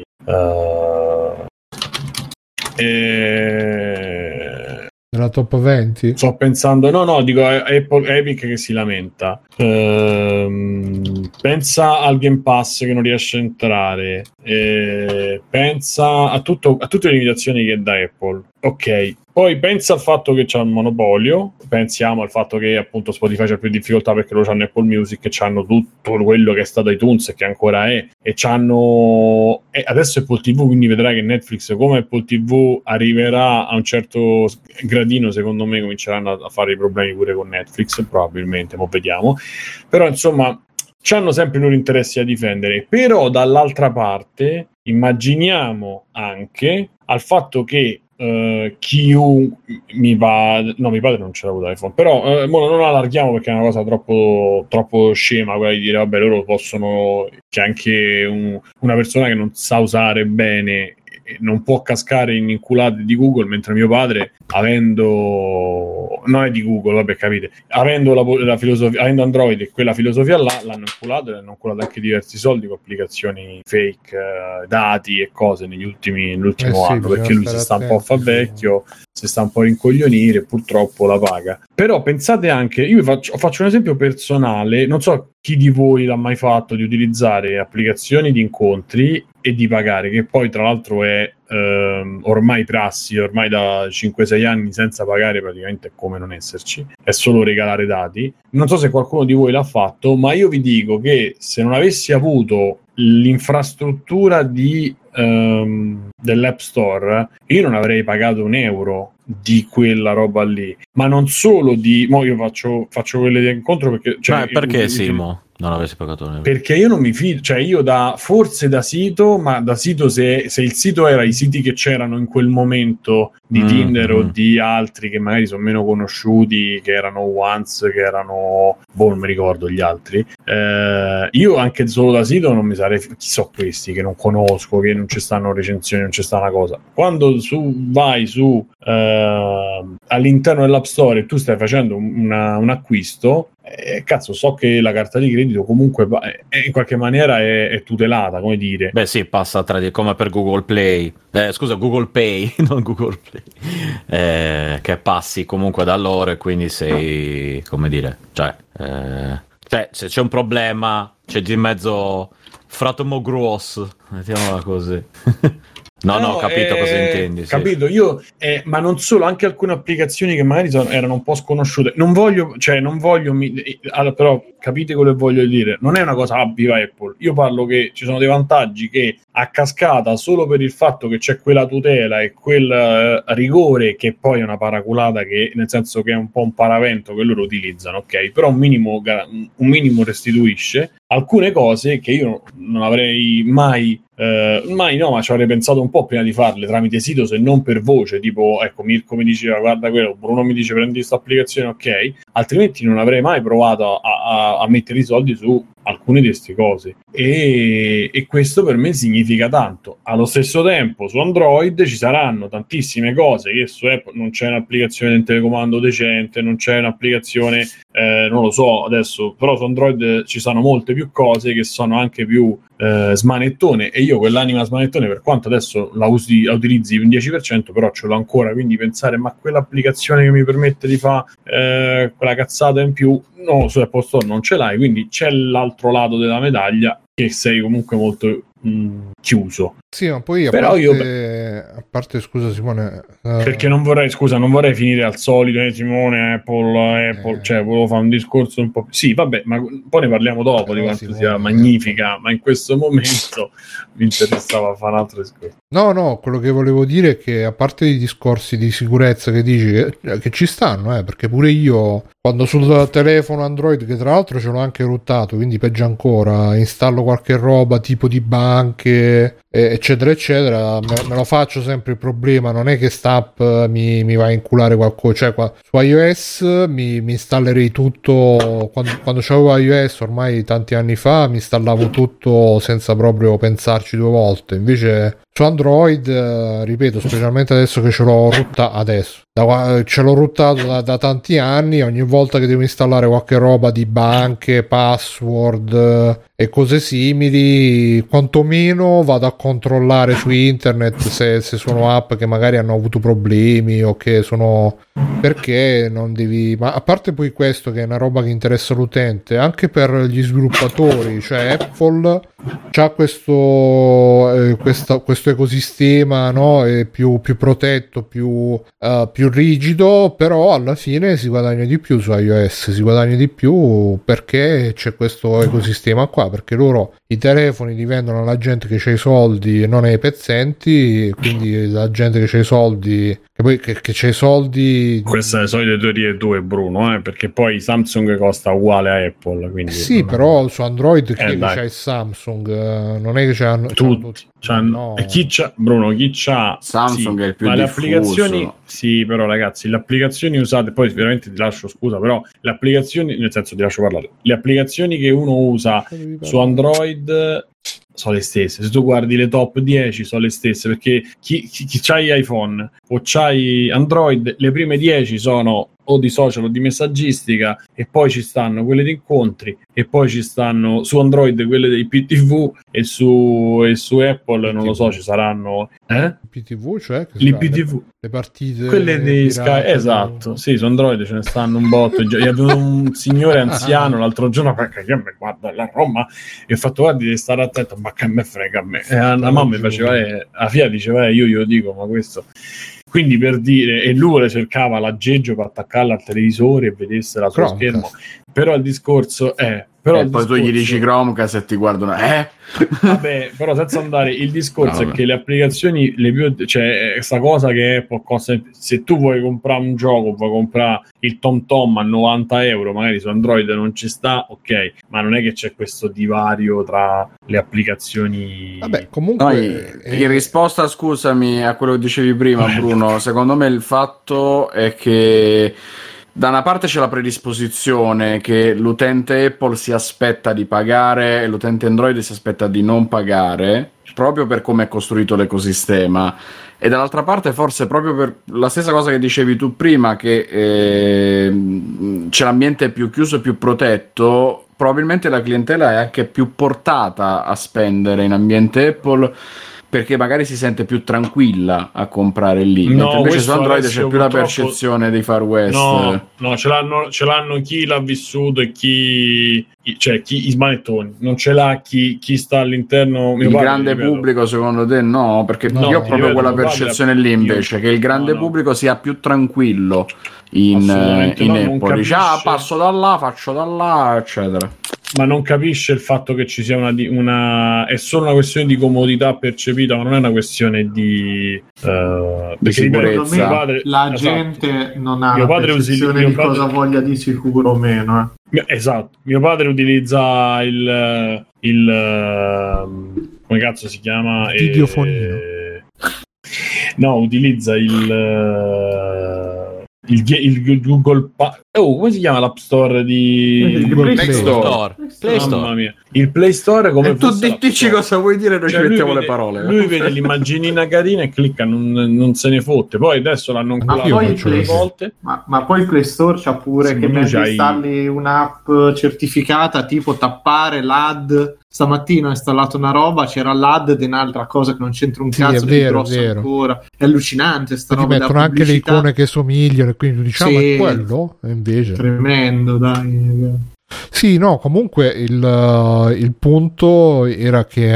nella top 20? Sto pensando, no, dico Epic che si lamenta. Pensa al Game Pass che non riesce a entrare. Pensa a tutte le limitazioni che dà Apple. Ok. Poi pensa al fatto che c'è un monopolio, pensiamo al fatto che appunto Spotify c'ha più difficoltà perché lo c'hanno Apple Music, e c'hanno tutto quello che è stato iTunes e che ancora è, e c'hanno adesso Apple TV, quindi vedrai che Netflix come Apple TV arriverà a un certo gradino, secondo me cominceranno a fare i problemi pure con Netflix, probabilmente, ma vediamo. Però insomma c'hanno sempre i loro interessi da difendere, però dall'altra parte immaginiamo anche al fatto che mio padre non ce l'ha avuto iPhone, però non allarghiamo perché è una cosa troppo scema quella di dire vabbè, loro possono, che anche una persona che non sa usare bene non può cascare in inculate di Google, mentre mio padre, avendo non è di Google, vabbè, capite, avendo la filosofia, avendo Android e quella filosofia là, l'hanno inculato e hanno inculato anche diversi soldi con applicazioni fake, dati e cose nell'ultimo anno, perché lui si sta un po' a fa vecchio, si sta un po' a rincoglionire e purtroppo la paga. Però pensate anche, io faccio un esempio personale, non so chi di voi l'ha mai fatto, di utilizzare applicazioni di incontri e di pagare, che poi tra l'altro è ormai prassi, ormai da 5-6 anni senza pagare praticamente è come non esserci, è solo regalare dati. Non so se qualcuno di voi l'ha fatto, ma io vi dico che se non avessi avuto l'infrastruttura dell'App Store, io non avrei pagato un euro di quella roba lì, ma non solo io faccio quelle di incontro perché perché Simo non avessi pagato un euro? Perché io non mi fido, cioè io forse da sito, ma da sito se il sito era i siti che c'erano in quel momento di Tinder o di altri che magari sono meno conosciuti, che erano Once, che erano non mi ricordo gli altri, io anche solo da sito non mi sarei, chi so questi che non conosco, che non ci stanno recensioni, non ci sta una cosa. Quando vai su all'interno dell'App Store e tu stai facendo un acquisto, cazzo, so che la carta di credito comunque in qualche maniera è tutelata, come dire. Beh sì, passa come per Google Play, Google Pay, non Google Play, che passi comunque da loro e quindi sei, come dire, cioè se c'è un problema c'è di mezzo Fratomo Gross, mettiamola così. No, ho capito cosa intendi. Sì. Capito, io, ma non solo, anche alcune applicazioni che magari erano un po' sconosciute. Non voglio, allora, però capite quello che voglio dire. Non è una cosa viva Apple. Io parlo che ci sono dei vantaggi che a cascata, solo per il fatto che c'è quella tutela e quel rigore, che poi è una paraculata, che nel senso che è un po' un paravento che loro utilizzano, ok? Però un minimo restituisce alcune cose che io non avrei mai no, ma ci avrei pensato un po' prima di farle tramite sito, se non per voce, tipo ecco Mirko mi diceva guarda quello, Bruno mi dice prendi questa applicazione, ok, altrimenti non avrei mai provato a mettere i soldi su alcune di queste cose, e questo per me significa tanto. Allo stesso tempo su Android ci saranno tantissime cose che su Apple non c'è un'applicazione del telecomando decente, non c'è un'applicazione non lo so adesso, però su Android ci sono molte più cose che sono anche più smanettone, e io quell'anima smanettone, per quanto adesso la utilizzi un 10%, però ce l'ho ancora, quindi pensare ma quell'applicazione che mi permette di fare quella cazzata in più, no, su Apple Store non ce l'hai, quindi c'è l'altro lato della medaglia che sei comunque molto chiuso. Sì, ma poi però a parte scusa Simone, perché non vorrei finire al solito Simone Apple, cioè volevo fare un discorso un po' più... Sì, vabbè, ma poi ne parliamo dopo di quanto sia magnifica, ma in questo momento mi interessava fare un altro discorso. No, quello che volevo dire è che, a parte i discorsi di sicurezza che dici che ci stanno, perché pure io quando sul telefono Android, che tra l'altro ce l'ho anche rottato, quindi peggio ancora, installo qualche roba tipo di banche eccetera eccetera, me lo faccio sempre. Il problema non è che sta app mi va a inculare qualcosa, cioè su iOS mi installerei tutto, quando c'avevo iOS ormai tanti anni fa mi installavo tutto senza proprio pensarci due volte, invece su Android, ripeto, specialmente adesso che ce l'ho rottato da tanti anni, ogni volta che devo installare qualche roba di banche, password e cose simili, quantomeno vado a controllare su internet se sono app che magari hanno avuto problemi o che sono... Perché non devi... Ma a parte poi questo, che è una roba che interessa l'utente, anche per gli sviluppatori, cioè Apple c'ha questo ecosistema, no? È più protetto, più rigido, però alla fine si guadagna di più su iOS, si guadagna di più perché c'è questo ecosistema qua, perché loro i telefoni li vendono alla gente che c'ha i soldi e non ai pezzenti, quindi la gente che c'ha i soldi, che poi che c'ha i soldi... Questa è la solita teoria tue, Bruno, perché poi Samsung costa uguale a Apple, quindi sì, però su Android chi è che c'ha il Samsung? Non è che c'hanno tutti. No. E chi c'ha, Bruno, chi c'ha Samsung, sì, è il più ma diffuso. Le applicazioni, sì, però ragazzi, le applicazioni usate, poi veramente ti lascio scusa, però le applicazioni, nel senso ti lascio parlare, le applicazioni che uno usa su Android sono le stesse. Se tu guardi le top 10 sono le stesse, perché chi c'hai iPhone o c'hai Android, le prime 10 sono o di social o di messaggistica, e poi ci stanno quelle di incontri, e poi ci stanno su Android quelle dei PTV, e su Apple non lo so, ci saranno PTV, cioè l'IPTV, le partite, quelle di Sky, esatto, sì, su Android ce ne stanno un botto. Io avevo un signore anziano l'altro giorno, perché io mi guardo la Roma e ho fatto guardi, devi stare attento, ma che me frega a me, e la mamma mi faceva la figlia diceva io glielo dico, ma questo... Quindi, per dire, e lui cercava l'aggeggio per attaccarla al televisore e vedessela sullo schermo, però il discorso è... Però e poi tu gli dici Chromecast e ti guardano, Vabbè, però senza andare, il discorso è che le applicazioni, cioè questa cosa che Apple costa, se tu vuoi comprare un gioco, vuoi comprare il TomTom a 90 euro, magari su Android non ci sta, ok, ma non è che c'è questo divario tra le applicazioni. Vabbè, comunque in risposta, scusami, a quello che dicevi prima, Bruno, secondo me il fatto è che da una parte c'è la predisposizione che l'utente Apple si aspetta di pagare e l'utente Android si aspetta di non pagare, proprio per come è costruito l'ecosistema, e dall'altra parte forse proprio per la stessa cosa che dicevi tu prima, che c'è l'ambiente più chiuso e più protetto, probabilmente la clientela è anche più portata a spendere in ambiente Apple, perché magari si sente più tranquilla a comprare lì, No, mentre invece questo su Android Alessio, c'è più la purtroppo- percezione dei Far West. No, ce l'hanno chi l'ha vissuto e chi i smanettoni, non ce l'ha chi sta all'interno. Mio Il padre, grande ripeto, pubblico secondo te no? Perché No, io ho proprio ripeto, quella mio padre- percezione lì invece, che il grande No. pubblico sia più tranquillo in Assolutamente no, non Apple, dice capisce. passo da là, faccio da là, eccetera. ma non capisce il fatto che ci sia una è solo una questione di comodità percepita, ma non è una questione di perché, sicurezza. ripeto, mio padre- La esatto. gente non ha Mio la padre percezione mio di padre- cosa voglia di sicuro o meno. Esatto, mio padre utilizza il come cazzo si chiama? Videofonino. No, utilizza il Google come si chiama l'App Store di Il Google Play Play Store. Play Mamma Store. mia. Il Play Store come E tu fosse l'App dici Store. cosa vuoi dire, noi Cioè, ci mettiamo lui le vede- parole. Lui vede l'immaginina carina e clicca, non se ne fotte. Poi adesso l'hanno Anch'io inculato faccio due così. volte. Ma poi il Play Store c'ha pure Sì, che tu mentre c'hai- installi un'app certificata, tipo tappare l'ad. Stamattina ho installato una roba, c'era l'ad di un'altra cosa che non c'entra un Sì, cazzo, è di vero, grosso è vero. ancora. È allucinante sta Ti roba. mettono della anche le pubblicità. icone che somigliano e quindi tu diciamo Sì. è quello e invece Tremendo, dai. sì, no, comunque il punto era che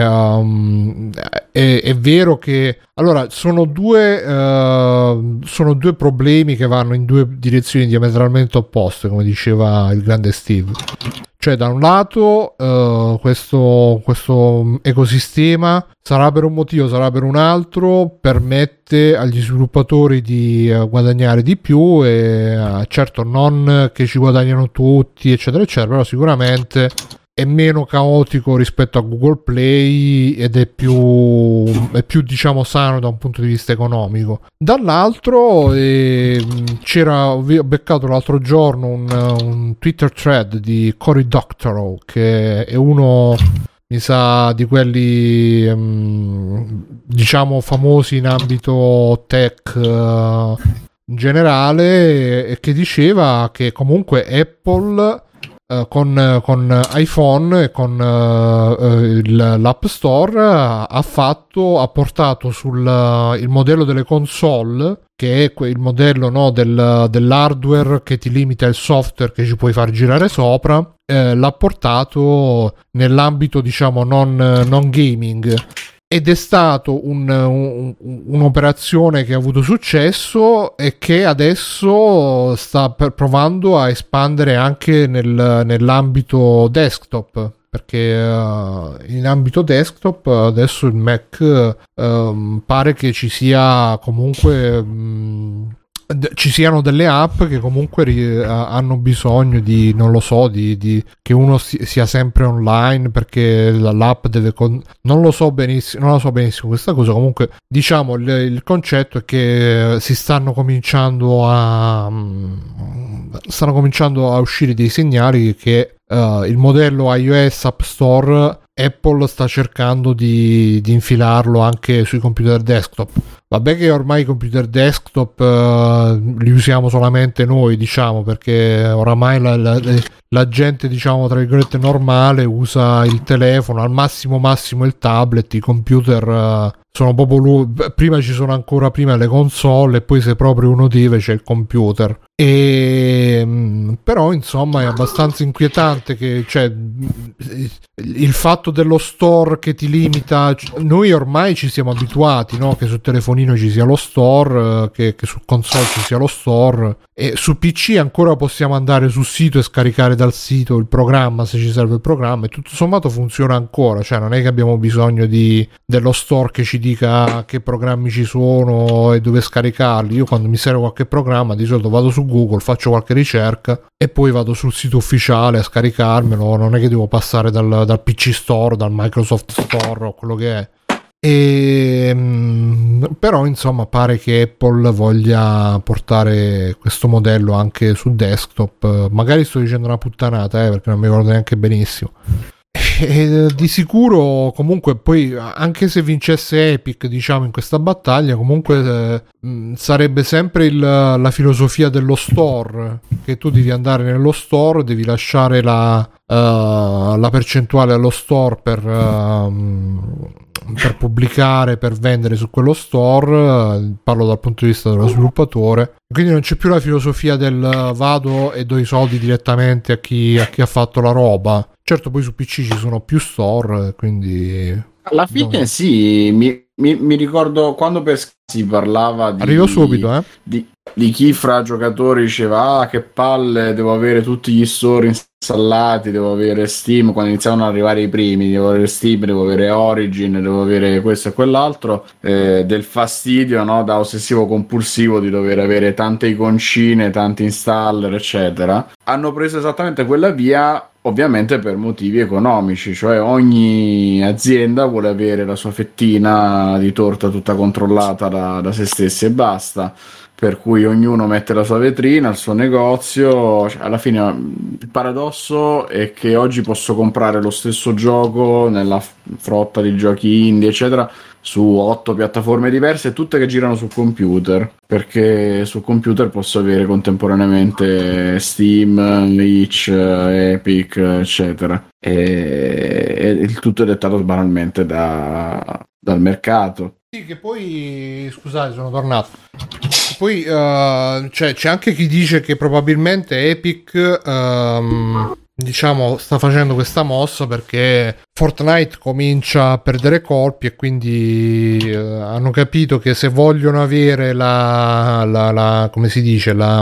è vero che allora sono due problemi che vanno in due direzioni diametralmente opposte, come diceva il grande Steve. Cioè, da un lato questo ecosistema sarà per un motivo, sarà per un altro, permette agli sviluppatori di guadagnare di più e certo non che ci guadagnano tutti, eccetera, eccetera, però sicuramente è meno caotico rispetto a Google Play ed è più diciamo sano da un punto di vista economico. Dall'altro ho beccato l'altro giorno un Twitter thread di Cory Doctorow, che è uno, mi sa, di quelli diciamo famosi in ambito tech in generale, e che diceva che comunque Apple con iPhone e con l'App Store ha portato sul il modello delle console, che è il modello, no, dell'hardware che ti limita il software che ci puoi far girare sopra, l'ha portato nell'ambito diciamo non gaming. Ed è stato un'operazione che ha avuto successo e che adesso sta provando a espandere anche nell'ambito desktop, perché in ambito desktop adesso il Mac pare che ci sia comunque ci siano delle app che comunque hanno bisogno di, non lo so, di che uno sia sempre online, perché l'app deve non lo so benissimo questa cosa. Comunque diciamo il concetto è che stanno cominciando a uscire dei segnali che il modello iOS App Store Apple sta cercando di infilarlo anche sui computer desktop. Vabbè che ormai i computer desktop li usiamo solamente noi, diciamo, perché oramai la gente, diciamo, tra virgolette normale usa il telefono, al massimo il tablet. I computer sono proprio prima ci sono ancora prima le console e poi se proprio uno deve c'è il computer. Però insomma è abbastanza inquietante che, cioè, il fatto dello store che ti limita. Noi ormai ci siamo abituati, no? Che su telefonino ci sia lo store, che su console ci sia lo store, e su PC ancora possiamo andare sul sito e scaricare dal sito il programma se ci serve il programma, e tutto sommato funziona ancora. Cioè non è che abbiamo bisogno dello store che ci dica che programmi ci sono e dove scaricarli. Io quando mi serve qualche programma di solito vado su Google, faccio qualche ricerca e poi vado sul sito ufficiale a scaricarmelo. Non è che devo passare dal PC Store, dal Microsoft Store o quello che è. Però insomma pare che Apple voglia portare questo modello anche su desktop. Magari sto dicendo una puttanata, perché non mi ricordo neanche benissimo. E di sicuro comunque poi, anche se vincesse Epic, diciamo, in questa battaglia, comunque sarebbe sempre la filosofia dello store, che tu devi andare nello store, devi lasciare la la percentuale allo store per pubblicare, per vendere su quello store. Parlo dal punto di vista dello sviluppatore, quindi non c'è più la filosofia del vado e do i soldi direttamente a chi ha fatto la roba. Certo, poi su PC ci sono più store, quindi alla fine sì, mi ricordo quando si parlava di... Arrivo subito, di chi fra giocatori diceva che palle, devo avere tutti gli store installati, devo avere Steam, quando iniziavano ad arrivare i primi, devo avere Steam, devo avere Origin, devo avere questo e quell'altro, del fastidio, no, da ossessivo compulsivo di dover avere tante iconcine, tanti installer, eccetera. Hanno preso esattamente quella via, ovviamente per motivi economici, cioè ogni azienda vuole avere la sua fettina di torta tutta controllata da se stessi e basta, per cui ognuno mette la sua vetrina, il suo negozio. Cioè, alla fine il paradosso è che oggi posso comprare lo stesso gioco nella frotta di giochi indie eccetera su 8 piattaforme diverse, tutte che girano sul computer, perché sul computer posso avere contemporaneamente Steam, Itch, Epic eccetera, e il tutto è dettato banalmente dal mercato. Sì, che poi, scusate, sono tornato. Poi c'è anche chi dice che probabilmente Epic diciamo sta facendo questa mossa perché Fortnite comincia a perdere colpi e quindi hanno capito che se vogliono avere la come si dice, la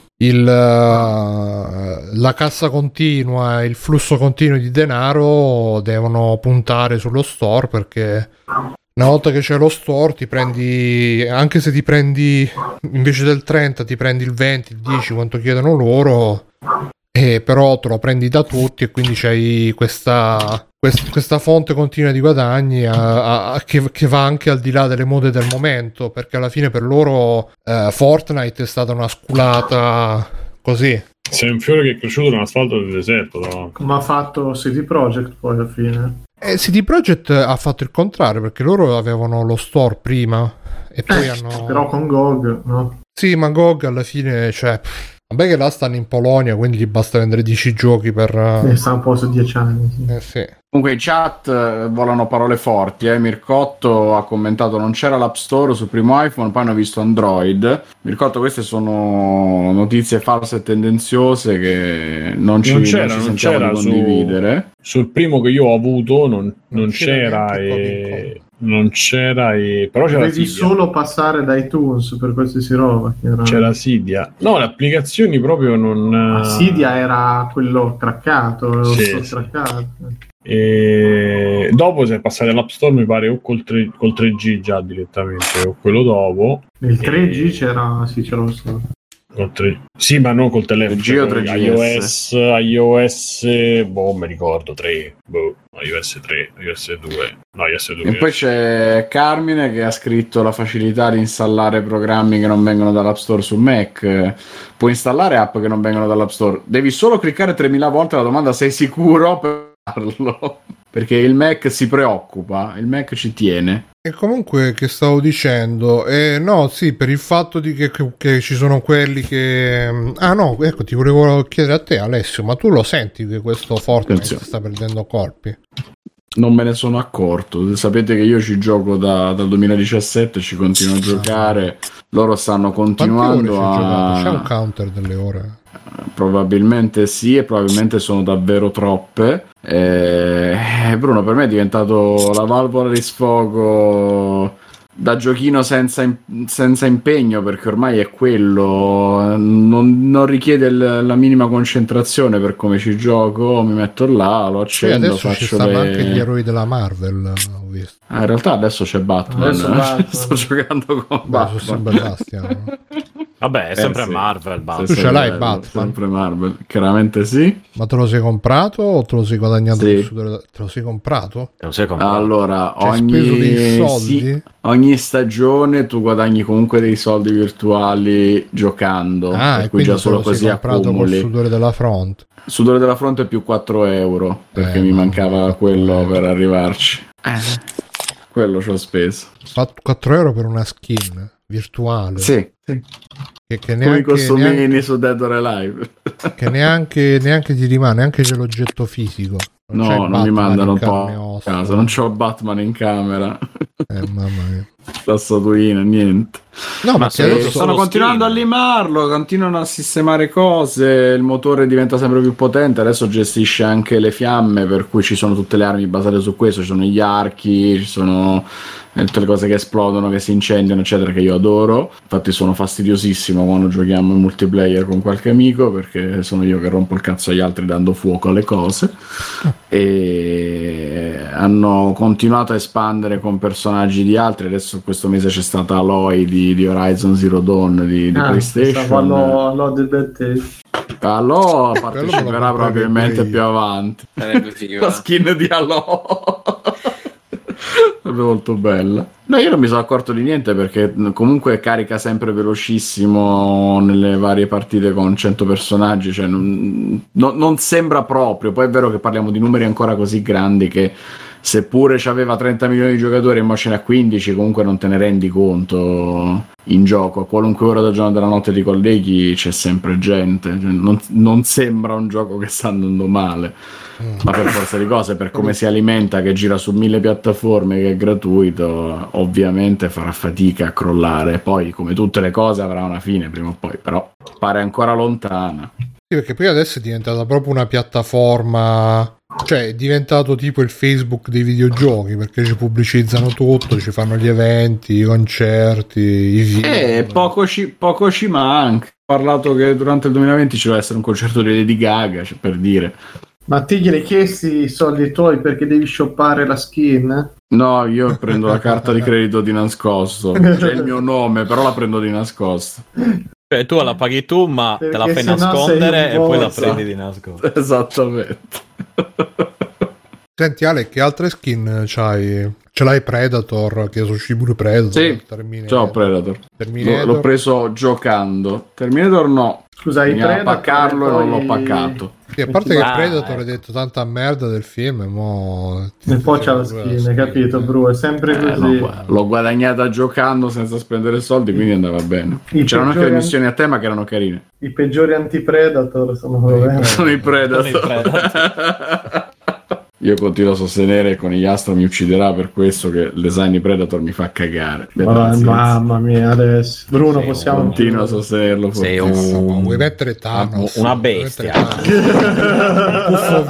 cassa continua, il flusso continuo di denaro, devono puntare sullo store, perché una volta che c'è lo store ti prendi, anche se ti prendi invece del 30 ti prendi il 20, il 10 quanto chiedono loro, però te lo prendi da tutti e quindi c'hai questa fonte continua di guadagni che va anche al di là delle mode del momento, perché alla fine per loro Fortnite è stata una sculata così. Sei un fiore che è cresciuto nell'asfalto del deserto, no? Come ha fatto CD Projekt poi alla fine. CD Projekt ha fatto il contrario, perché loro avevano lo store prima e poi hanno... Però con GOG, no? Sì, ma GOG alla fine, cioè... Vabbè che là stanno in Polonia, quindi gli basta vendere 10 giochi per... sta un po' su 10 anni. Sì. Sì. Comunque in chat volano parole forti, Mircotto ha commentato non c'era l'App Store sul primo iPhone, poi hanno visto Android. Mircotto, queste sono notizie false e tendenziose che non ci sentiamo di condividere. Sul primo che io ho avuto non c'era però c'era devi solo passare da iTunes per qualsiasi roba. C'era Cydia. No, le applicazioni proprio non... Cydia era quello craccato, craccato. E dopo si è passati all'App Store, mi pare, o col 3G già direttamente, o quello dopo. Il 3G c'era, sì, ce l'ho so. Sì, ma non col telefono. 3G o 3GS? iOS, mi ricordo 3, iOS 3, iOS 2. No, iOS 2. E poi c'è Carmine che ha scritto la facilità di installare programmi che non vengono dall'App Store su Mac. Puoi installare app che non vengono dall'App Store. Devi solo cliccare 3000 volte la domanda sei sicuro per farlo. Perché il Mac si preoccupa, il Mac ci tiene. E comunque, che stavo dicendo, no, sì, per il fatto di che ci sono quelli che... Ah no, ecco, ti volevo chiedere a te, Alessio, ma tu lo senti che questo Fortnite sta perdendo colpi? Non me ne sono accorto. Sapete che io ci gioco dal 2017, ci continuo a giocare. Loro stanno continuando a... C'è un counter delle ore? Probabilmente sì, e probabilmente sono davvero troppe. Bruno, per me è diventato la valvola di sfogo da giochino senza impegno, perché ormai è quello, non richiede la minima concentrazione per come ci gioco. Mi metto là, lo accendo, adesso faccio ci stanno anche gli eroi della Marvel, ho visto. In realtà adesso c'è Batman. Sto giocando con Batman. Sono Bastiano. Vabbè, è sempre sì. Marvel. Tu ce l'hai Batman? Sempre Marvel, chiaramente sì. Ma te lo sei comprato o te lo sei guadagnato? Sì. Te lo sei comprato? Te lo sei comprato. Allora, speso dei soldi? Ogni stagione tu guadagni comunque dei soldi virtuali giocando, per cui già solo così accumuli. Col sudore della fronte. Il sudore della fronte è più 4 euro, perché mi mancava quello per arrivarci. Quello ci ho speso. 4 euro per una skin virtuale? Sì. Che come i costumini su Dead or Alive. Che neanche ti rimane, neanche c'è l'oggetto fisico. No, non mi mandano a casa, non c'ho Batman in camera. Mamma mia. La statuina, niente. No, ma stanno continuando a limarlo, continuano a sistemare cose, il motore diventa sempre più potente, adesso gestisce anche le fiamme, per cui ci sono tutte le armi basate su questo, ci sono gli archi, ci sono tutte le cose che esplodono, che si incendiano, eccetera, che io adoro. Infatti sono fastidiosissimo quando giochiamo in multiplayer con qualche amico, perché sono io che rompo il cazzo agli altri dando fuoco alle cose. E hanno continuato a espandere con personaggi di altri. Adesso questo mese c'è stata Aloy di Horizon Zero Dawn di PlayStation. Allo del Bad Taste. Allo parteciperà probabilmente più avanti. La skin di Allo è molto bella. No, io non mi sono accorto di niente, perché comunque carica sempre velocissimo nelle varie partite con 100 personaggi, cioè non sembra proprio. Poi è vero che parliamo di numeri ancora così grandi che, seppure c'aveva 30 milioni di giocatori e mo ce n'ha 15, comunque non te ne rendi conto in gioco. A qualunque ora del giorno e della notte ti colleghi c'è sempre gente, cioè, non sembra un gioco che sta andando male, ma per forza di cose, per come si alimenta, che gira su 1000 piattaforme, che è gratuito, ovviamente farà fatica a crollare. Poi, come tutte le cose, avrà una fine prima o poi, però pare ancora lontana. Sì, perché poi adesso è diventata proprio una piattaforma, cioè è diventato tipo il Facebook dei videogiochi, perché ci pubblicizzano tutto, ci fanno gli eventi, i concerti, i video. Poco ci manca. Ho parlato che durante il 2020 ci deve essere un concerto di Lady Gaga, cioè, per dire. Ma te glieli chiesti i soldi tuoi perché devi shoppare la skin? No, io prendo la carta di credito di nascosto, c'è il mio nome, però la prendo di nascosto. Cioè tu la paghi tu, ma perché te la fai nascondere e poi la prendi di nascosto. Esattamente. Senti Ale, che altre skin c'hai? Ce l'hai Predator, che sono pure Predator? Sì, c'ho Predator. L'ho preso giocando. Terminator no. Scusa, bisognava paccarlo e non l'ho paccato. Sì, a parte che Predator hai detto tanta merda del film, e poi c'ha la skin, hai capito, Bru? È sempre così. No, l'ho guadagnata giocando senza spendere soldi, quindi andava bene. C'erano anche le missioni a tema che erano carine. I peggiori anti-Predator sono i Predator. Io continuo a sostenere che Conigliastro mi ucciderà per questo, che il design di Predator mi fa cagare. Mamma mia, adesso Bruno, possiamo continuo a sostenerlo. Vuoi mettere Thanos? Una bestia. Puffo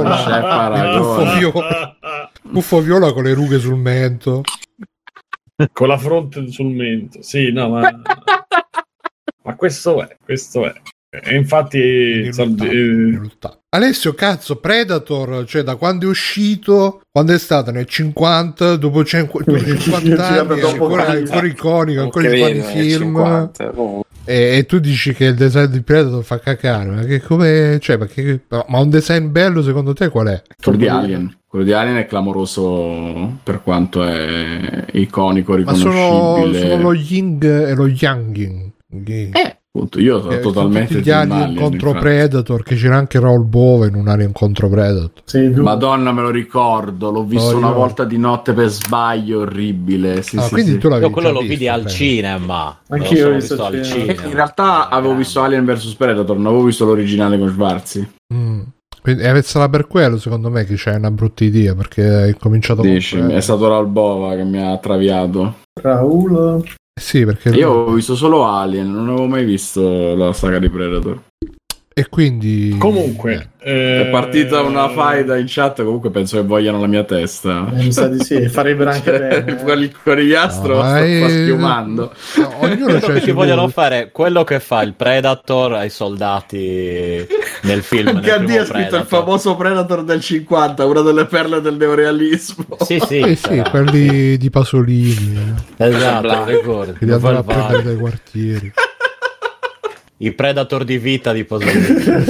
viola. Puffo viola con le rughe sul mento. Con la fronte sul mento. Sì, no, ma questo è. E infatti Alessio, cazzo, Predator, cioè da quando è uscito, quando è stato nel 50, dopo 50 anni, è ancora iconico, ancora ci fanno i film. E tu dici che il design di Predator fa cacare, ma che come, cioè, ma un design bello secondo te qual è? Quello di Alien è clamoroso per quanto è iconico, riconoscibile. Ma sono lo Ying e lo Yang. Appunto, io sono totalmente gli Alien contro Predator, che c'era anche Raoul Bove in un Alien contro Predator. Madonna, me lo ricordo, l'ho visto una volta di notte per sbaglio, orribile. Quindi tu l'avevi quello lo vidi al cinema. Anch'io l'ho visto al cinema. In realtà avevo visto Alien vs Predator, non avevo visto l'originale con Schwarzi. Quindi sarà per quello, secondo me, che c'è una brutta idea, perché è cominciato è stato Raoul Bova che mi ha traviato. Raul. Sì, perché io avevo visto solo Alien, non avevo mai visto la saga di Predator. E quindi comunque è partita una faida in chat, comunque penso che vogliano la mia testa. Mi sa di sì, farebbero anche bene. Il conigliastro sta schiumando. Ognuno ci vogliono fare quello che fa il Predator ai soldati nel film. Anche a Dio ha scritto il famoso Predator del 50, una delle perle del neorealismo. Sì, quelli di Pasolini. Esatto, ricordo. Che li andavano a prendere dai quartieri. I Predator di vita di Pasolini.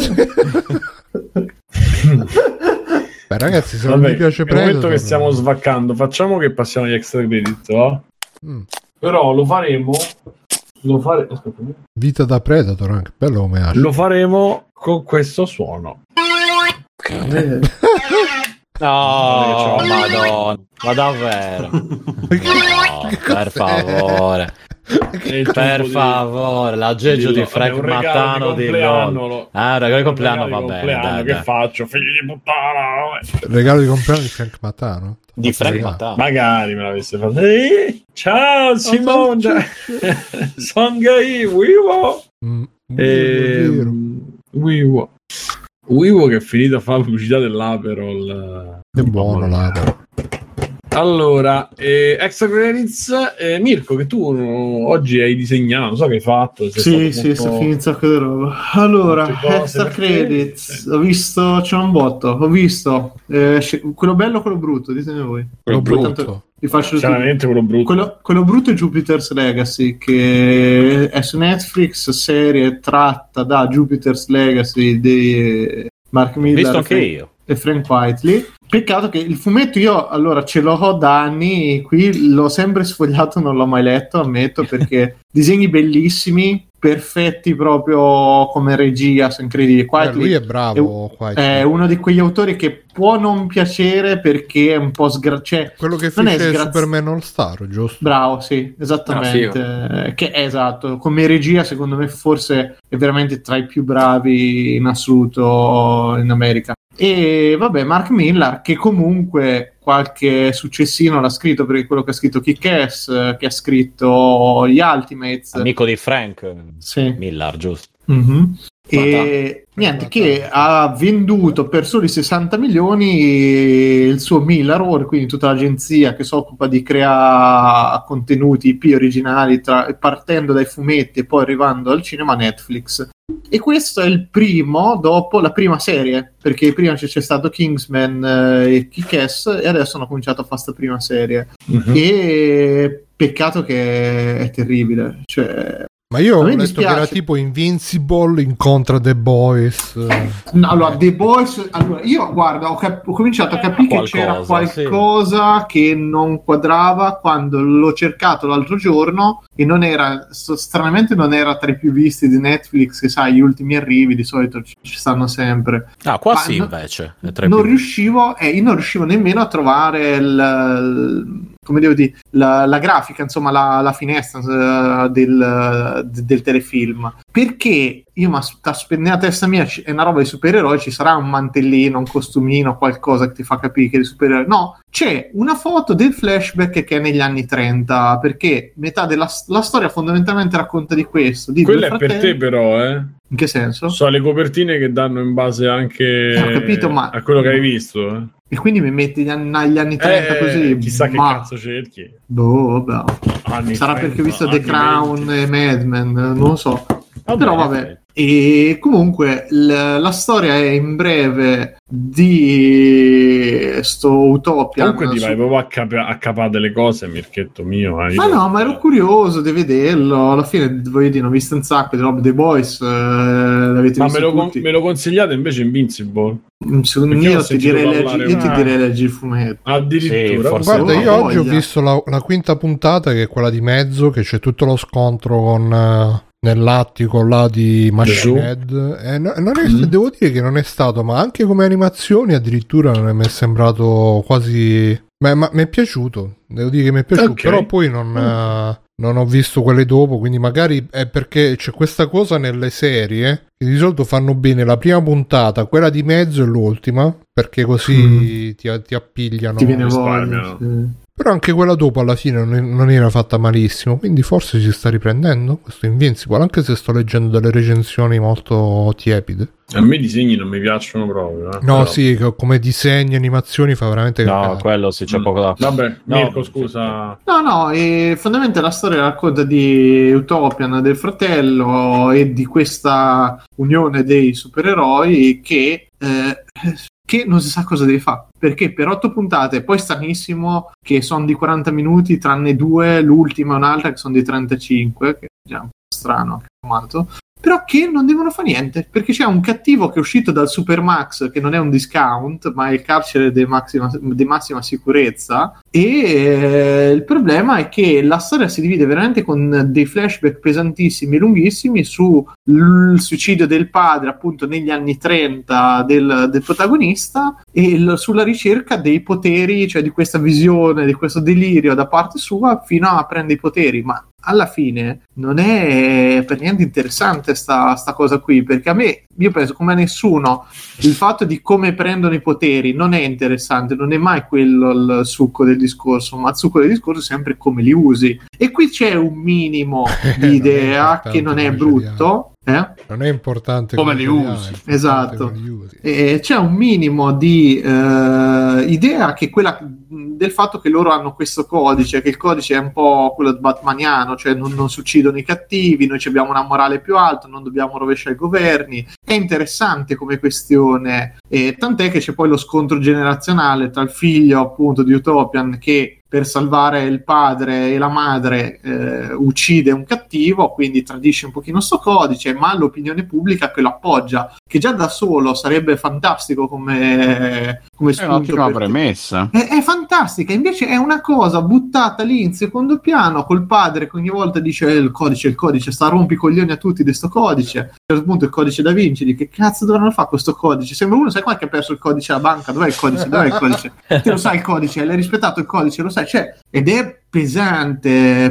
Beh, ragazzi, se non vi piace Predator, momento che stiamo svaccando, facciamo che passiamo agli extra credit, no? Però lo faremo. Vita da Predator, anche bello come lo faremo con questo suono. No, madonna, ma davvero? No, per favore. Per favore, l'aggeggio di Frank Mattano di LOL. Un regalo di compleanno va bene, dai. Che faccio? Figli di puttana. Regalo di compleanno di Frank Mattano? Di Frank Mattano. Magari me l'avesse fatto. Ciao Simone. Songai Wiwo. Wiwo che è finito a fare la pubblicità dell'Aperol. È buono l'Aperol. Allora, extra credits, Mirko, che tu oggi hai disegnato, non so che hai fatto. Sì, sto finendo un sacco di roba. Allora, extra credits, ho visto, c'è un botto, ho visto quello bello o quello brutto, ditemi voi. Quello brutto. Tanto, vi faccio chiaramente quello brutto. Quello brutto è Jupiter's Legacy, che è su Netflix, serie tratta da Jupiter's Legacy di Mark Miller. Visto anche io. E Frank Whiteley. Peccato che il fumetto io allora ce l'ho da anni, qui l'ho sempre sfogliato, non l'ho mai letto, ammetto, perché disegni bellissimi, perfetti proprio come regia, sono incredibili. Lui è bravo, è uno di quegli autori che può non piacere perché è un po' quello che fece Superman All Star, giusto? Bravo, sì, esattamente. Che è esatto, come regia secondo me forse è veramente tra i più bravi in assoluto in America. E vabbè, Mark Millar che comunque qualche successino l'ha scritto, perché quello che ha scritto Kick-Ass, che ha scritto gli Ultimates, amico di Frank. Sì. Millar, giusto. Mm-hmm. E niente, che ha venduto per soli 60 milioni il suo Millar, quindi tutta l'agenzia che si occupa di creare contenuti IP originali partendo dai fumetti e poi arrivando al cinema, Netflix. E questo è il primo dopo la prima serie, perché prima c'è stato Kingsman e Kick-Ass e adesso hanno cominciato a fare questa prima serie. E peccato che è terribile, cioè. Ma io ho letto che era tipo Invincible incontra The Boys. No, allora, The Boys. Allora, io guarda, ho cominciato a capire che c'era qualcosa che non quadrava quando l'ho cercato l'altro giorno e non era, stranamente non era tra i più visti di Netflix, che sai, gli ultimi arrivi di solito ci stanno sempre. Ah, qua sì, invece. Non riuscivo nemmeno a trovare come devo dire, la grafica, insomma la finestra del telefilm, perché io nella testa mia è una roba di supereroi, ci sarà un mantellino, un costumino, qualcosa che ti fa capire che è di supereroi. No, c'è una foto del flashback che è negli anni 30, perché metà della la storia fondamentalmente racconta di questo. Quella è per te però, In che senso? So le copertine che danno in base anche ho capito, ma a quello che hai visto. E quindi mi metti gli anni 30 così. Chissà che cazzo cerchi. Vabbè. Sarà 30, perché ho visto The Crown 20. E Mad Men, non lo so. Però vabbè. E comunque la storia è in breve di sto Utopia. Comunque ti vai proprio a capare delle cose, Mirchetto mio. Ma ero curioso di vederlo. Alla fine, voglio dire, ho visto un sacco di roba. The Boys l'avete ma visto me lo consigliate invece Invincible? Secondo me io ti direi leggi il fumetto. Addirittura. Sì, guarda, io oggi ho visto la quinta puntata, che è quella di mezzo, che c'è tutto lo scontro con nell'attico là di Machine Head. Devo dire che non è stato, ma anche come animazioni addirittura non mi è sembrato quasi. Ma mi è piaciuto, devo dire che mi è piaciuto, okay. Però poi non ho visto quelle dopo, quindi magari è perché c'è questa cosa nelle serie che di solito fanno bene la prima puntata, quella di mezzo e l'ultima, perché così ti appigliano, ti viene voglia, sì. Però anche quella dopo alla fine non era fatta malissimo, quindi forse si sta riprendendo questo Invincible, anche se sto leggendo delle recensioni molto tiepide. A me i disegni non mi piacciono proprio. No, però. Sì, come disegni, animazioni fa veramente. No, quello sì, c'è poco da. Vabbè, Mirko, scusa. No, e fondamentalmente la storia racconta di Utopian, del fratello e di questa unione dei supereroi che non si sa cosa deve fare, perché per 8 puntate, poi stranissimo che sono di 40 minuti tranne 2, l'ultima e un'altra che sono di 35, che è già un po' strano, però che non devono fare niente, perché c'è un cattivo che è uscito dal Supermax, che non è un discount ma è il carcere di massima sicurezza, e il problema è che la storia si divide veramente con dei flashback pesantissimi e lunghissimi sul suicidio del padre appunto negli anni 30 del protagonista e sulla ricerca dei poteri, cioè di questa visione, di questo delirio da parte sua fino a prendere i poteri, ma alla fine non è per niente interessante sta cosa qui, perché a me, io penso come a nessuno, il fatto di come prendono i poteri non è interessante, non è mai quello il succo del discorso, ma il succo del discorso è sempre come li usi, e qui c'è un minimo di idea che non è brutto. Non è importante come li usi, esatto, c'è un minimo di idea che è quella del fatto che loro hanno questo codice, che il codice è un po' quello batmaniano, cioè non si uccidono i cattivi, noi abbiamo una morale più alta, non dobbiamo rovesciare i governi. È interessante come questione, tant'è che c'è poi lo scontro generazionale tra il figlio appunto di Utopian che per salvare il padre e la madre uccide un cattivo, quindi tradisce un pochino sto codice, ma l'opinione pubblica che lo appoggia, che già da solo sarebbe fantastico come spunto. È un'ottima premessa. È fantastica, invece è una cosa buttata lì in secondo piano col padre che ogni volta dice il codice, sta rompi i coglioni a tutti di sto codice. A un certo punto il codice da Vinci, di che cazzo dovranno fare questo codice? Sembra uno, sai qua che ha perso il codice alla banca, dov'è il codice? Te lo sai il codice, l'hai rispettato il codice, lo sai. Cioè, ed è pesante,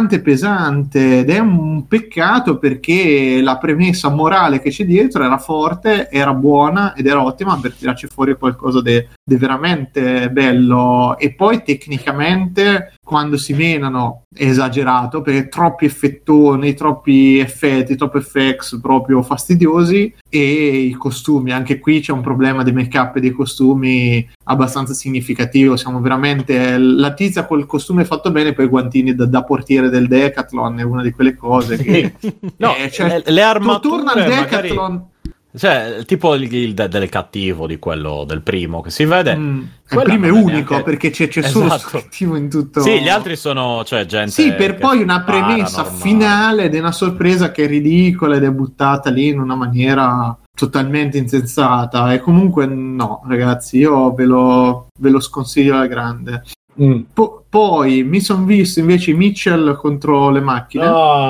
ed è un peccato perché la premessa morale che c'è dietro era forte, era buona ed era ottima per tirarci fuori qualcosa di veramente bello. E poi tecnicamente quando si menano è esagerato perché troppi effettoni, troppi effetti, troppi effects proprio fastidiosi, e i costumi, anche qui c'è un problema dei make-up e dei costumi abbastanza significativo. Siamo veramente, la tizia col costume fatto bene, poi i guantini da portiere del Decathlon è una di quelle cose che no, cioè, le armature torna al Decathlon magari... Cioè, tipo il del cattivo di quello del primo che si vede. Il primo è unico neanche... perché c'è solo il cattivo in tutto. Sì, gli altri sono, cioè, gente. Sì, per poi una premessa finale ed è una sorpresa che è ridicola ed è buttata lì in una maniera totalmente insensata. E comunque, no, ragazzi, io ve lo sconsiglio alla grande. Poi mi sono visto invece i Mitchell contro le macchine.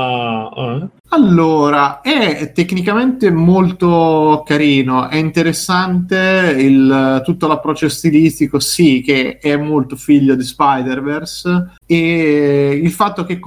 Allora, è tecnicamente molto carino, è interessante tutto l'approccio stilistico, sì, che è molto figlio di Spider-Verse, e il fatto che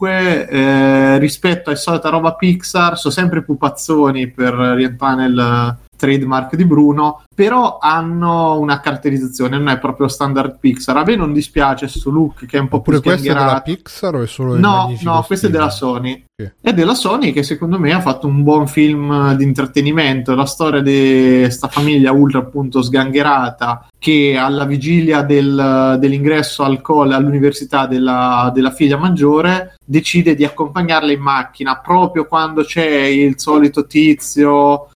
comunque rispetto alla solita roba Pixar sono sempre pupazzoni, per rientrare nel trademark di Bruno, però hanno una caratterizzazione, non è proprio standard Pixar. A me non dispiace questo look che è un po' più sgangherato. Questo è della Pixar o è solo no, questo è della Sony. È della Sony, che secondo me ha fatto un buon film di intrattenimento. La storia di sta famiglia ultra appunto sgangherata che alla vigilia dell'ingresso all'università della figlia maggiore decide di accompagnarla in macchina proprio quando c'è il solito tizio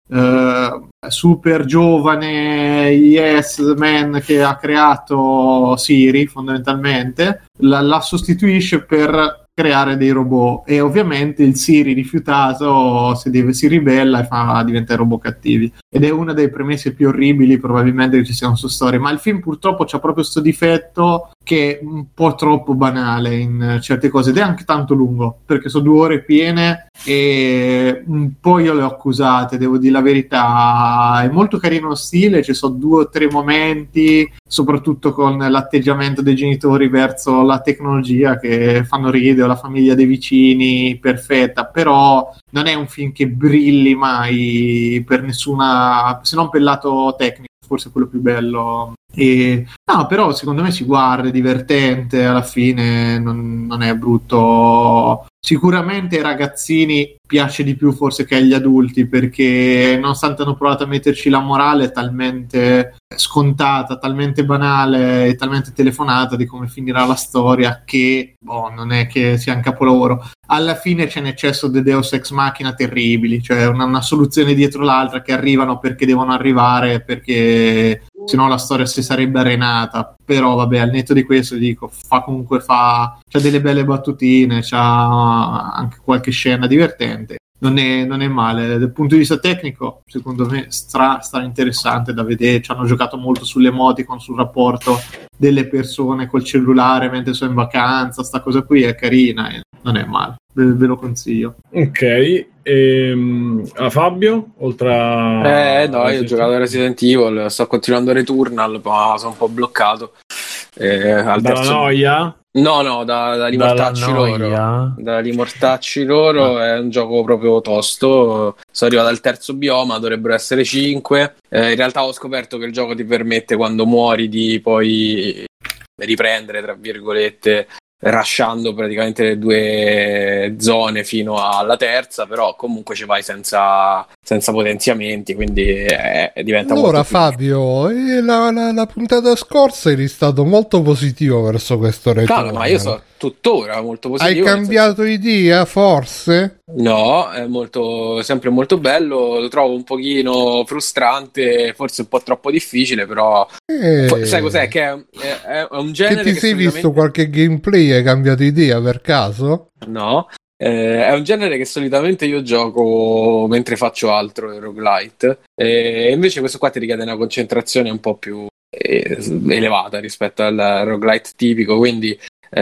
super giovane yes man che ha creato Siri, fondamentalmente la sostituisce per creare dei robot, e ovviamente il Siri rifiutato si ribella e diventa robot cattivi, ed è una delle premesse più orribili probabilmente che ci siano su storie. Ma il film purtroppo c'ha proprio questo difetto che è un po' troppo banale in certe cose, ed è anche tanto lungo perché sono 2 ore piene e un po' io le ho accusate, devo dire la verità. È molto carino lo stile, ci sono 2 o 3 momenti soprattutto con l'atteggiamento dei genitori verso la tecnologia che fanno ridere, la famiglia dei vicini perfetta, però non è un film che brilli mai per nessuna, se non per il lato tecnico, forse quello più bello. E no, però secondo me si guarda, è divertente, alla fine non è brutto. Sicuramente ai ragazzini piace di più forse che agli adulti, perché nonostante hanno provato a metterci la morale talmente scontata, talmente banale e talmente telefonata di come finirà la storia, che non è che sia un capolavoro. Alla fine c'è un eccesso di Deus Ex Machina terribili, cioè una soluzione dietro l'altra che arrivano perché devono arrivare, perché sennò la storia si sarebbe arenata. Però vabbè, al netto di questo dico, c'ha delle belle battutine, c'ha anche qualche scena divertente, non è male. Dal punto di vista tecnico secondo me stra interessante da vedere. Ci hanno giocato molto sulle emoticon, sul rapporto delle persone col cellulare mentre sono in vacanza, sta cosa qui è carina e non è male, ve lo consiglio. Ok, Fabio, oltre no, io ho giocato a Resident Evil, sto continuando Returnal, ma sono un po' bloccato. Dalla noia? No, da rimortacci loro. Da rimortacci loro è un gioco proprio tosto. Sono arrivato al terzo bioma, dovrebbero essere 5. In realtà ho scoperto che il gioco ti permette, quando muori, di poi riprendere, tra virgolette, rushando praticamente le 2 zone fino alla terza, però comunque ci vai senza potenziamenti, quindi diventa allora molto Fabio, la puntata scorsa eri stato molto positivo verso questo retroscena. ma io sono tuttora molto positivo. Hai cambiato idea forse? No, è sempre molto bello, lo trovo un pochino frustrante, forse un po' troppo difficile, però sai cos'è? Che è un genere che ti sei visto qualche gameplay e hai cambiato idea per caso? No, è un genere che solitamente io gioco mentre faccio altro, il roguelite, e invece questo qua ti richiede una concentrazione un po' più elevata rispetto al roguelite tipico, quindi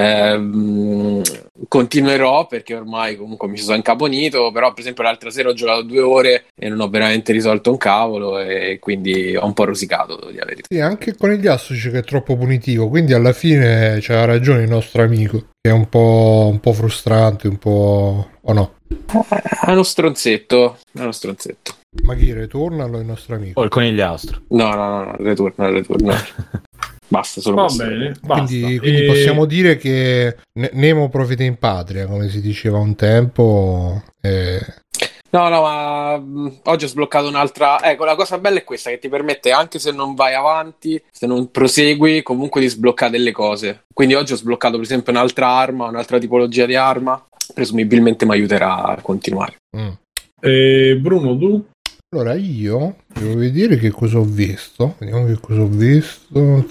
continuerò, perché ormai comunque mi sono incaponito. Però per esempio l'altra sera ho giocato 2 ore e non ho veramente risolto un cavolo, e quindi ho un po' rosicato, devo dire la verità. Sì, anche con gli dice che è troppo punitivo, quindi alla fine c'ha ragione il nostro amico, che è un po' frustrante, un po', o no? È uno stronzetto. Ma chi ritornalo il nostro amico? O il conigliastro? No, ritorna. Basta, solo Va questo. bene, basta. Quindi possiamo dire che Nemo profeta in patria, come si diceva un tempo. No, ma oggi ho sbloccato un'altra. Ecco, la cosa bella è questa, che ti permette, anche se non vai avanti, se non prosegui, comunque di sbloccare delle cose. Quindi oggi ho sbloccato per esempio un'altra arma, un'altra tipologia di arma, presumibilmente mi aiuterà a continuare. Bruno, tu? Allora io devo vedere che cosa ho visto. Vediamo che cosa ho visto.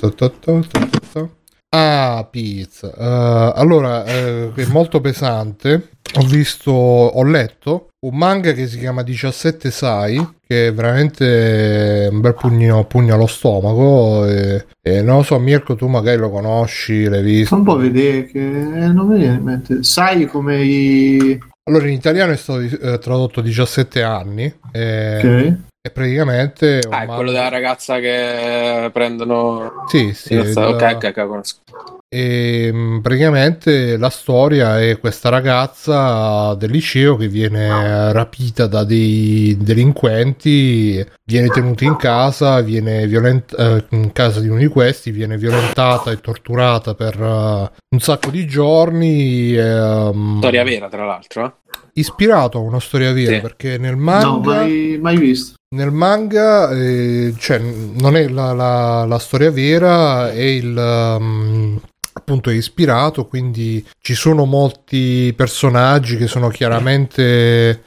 Ah, pizza. Allora, è molto pesante. Ho letto un manga che si chiama 17 Sai, che è veramente un bel pugno allo stomaco. E non lo so, Mirko, tu magari lo conosci, l'hai visto. Un po' vedere che non mi viene in mente. Sai come Allora, in italiano è stato tradotto 17 anni. Ok. E praticamente è quello della ragazza che prendono. Sì, Ok, conosco. E praticamente la storia è questa ragazza del liceo che viene rapita da dei delinquenti, viene tenuta in casa, viene in casa di uno di questi, viene violentata e torturata per un sacco di giorni. Storia vera, tra l'altro, ispirato a una storia vera, sì. Perché nel manga no, mai visto. Nel manga cioè non è la storia vera, è appunto è ispirato, quindi ci sono molti personaggi che sono chiaramente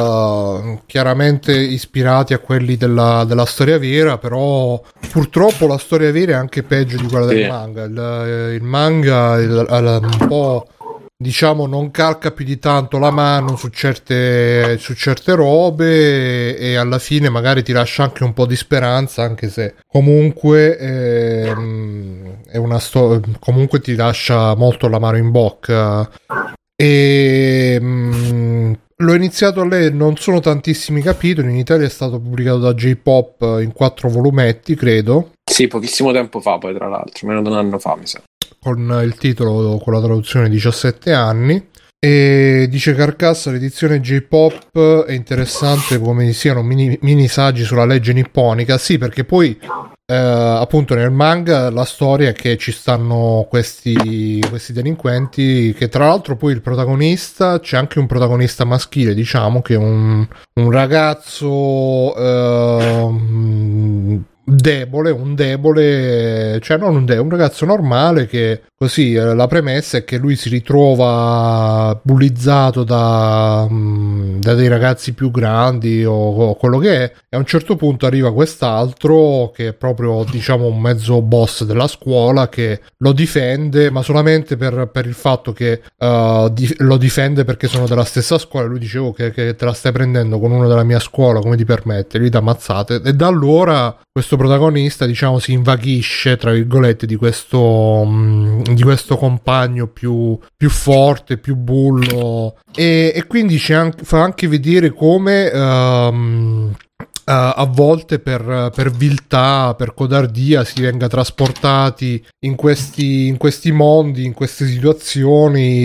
ispirati a quelli della storia vera, però purtroppo la storia vera è anche peggio di quella del manga. Il manga un po', diciamo, non calca più di tanto la mano su certe robe, e alla fine magari ti lascia anche un po' di speranza, anche se comunque è una comunque ti lascia molto l'amaro in bocca. L'ho iniziato a leggere, non sono tantissimi capitoli, in Italia è stato pubblicato da J-Pop in 4 volumetti, credo. Sì, pochissimo tempo fa, poi tra l'altro, meno di un anno fa, mi sa. Con il titolo, con la traduzione 17 anni, e dice Carcassa l'edizione J-Pop è interessante come siano mini saggi sulla legge nipponica. Sì, perché poi appunto nel manga la storia è che ci stanno questi delinquenti, che tra l'altro poi il protagonista, c'è anche un protagonista maschile, diciamo, che è un ragazzo debole, cioè non un ragazzo normale, che così la premessa è che lui si ritrova bullizzato da dei ragazzi più grandi o quello che è, e a un certo punto arriva quest'altro che è proprio, diciamo, un mezzo boss della scuola, che lo difende, ma solamente per il fatto che lo difende perché sono della stessa scuola. Lui dice: che te la stai prendendo con uno della mia scuola, come ti permette? Lui dà ammazzate, e da allora questo protagonista, diciamo, si invaghisce, tra virgolette, di questo compagno più forte, più bullo, e quindi fa anche vedere come a volte per viltà, per codardia si venga trasportati in questi mondi, in queste situazioni,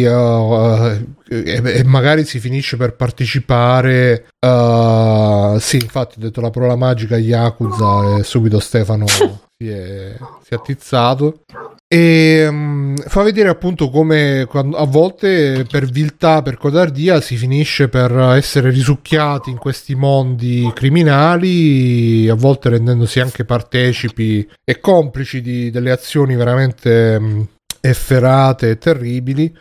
e magari si finisce per partecipare. Sì, infatti ho detto la parola magica Yakuza e subito Stefano si è attizzato. E fa vedere appunto come a volte per viltà, per codardia si finisce per essere risucchiati in questi mondi criminali, a volte rendendosi anche partecipi e complici delle azioni veramente efferate e terribili.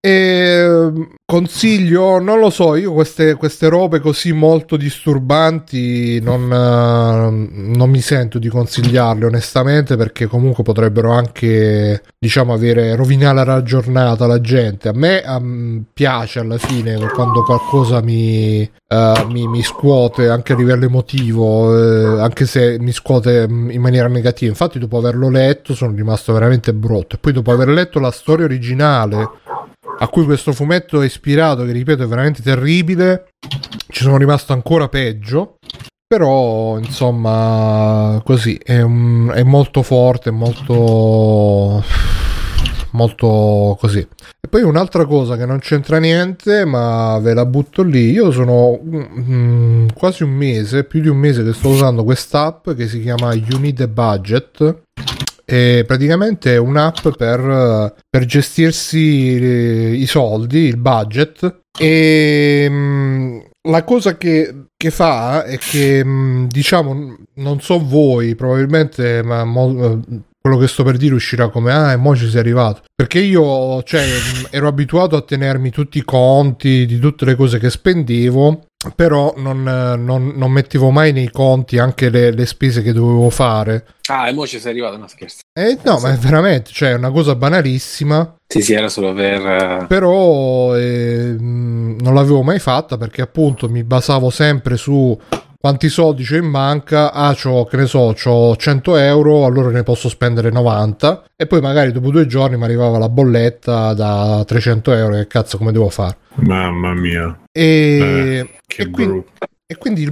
E consiglio, non lo so, io queste robe così molto disturbanti non mi sento di consigliarle onestamente, perché comunque potrebbero anche, diciamo, rovinare la giornata alla gente. A me piace alla fine quando qualcosa mi scuote anche a livello emotivo, anche se mi scuote in maniera negativa. Infatti dopo averlo letto sono rimasto veramente brutto, e poi dopo aver letto la storia originale a cui questo fumetto è ispirato, che ripeto è veramente terribile, ci sono rimasto ancora peggio. Però insomma così è molto forte, molto così. E poi un'altra cosa che non c'entra niente, ma ve la butto lì. Io sono quasi un mese, più di un mese che sto usando quest'app che si chiama You Need a Budget. E praticamente è un'app per gestirsi i soldi, il budget. E la cosa che fa è che, diciamo, non so voi, probabilmente, ma quello che sto per dire uscirà come e mo ci sei arrivato, perché io, cioè, ero abituato a tenermi tutti i conti di tutte le cose che spendevo, però non mettevo mai nei conti anche le spese che dovevo fare. E mo ci sei arrivato, no scherzo. No, ma è veramente, cioè, è una cosa banalissima. Sì, era solo per... Però non l'avevo mai fatta, perché appunto mi basavo sempre su quanti soldi c'ho in banca. C'ho 100 euro, allora ne posso spendere 90, e poi magari dopo 2 giorni mi arrivava la bolletta da 300 euro, che cazzo, come devo fare? Mamma mia. Che brutto. E quindi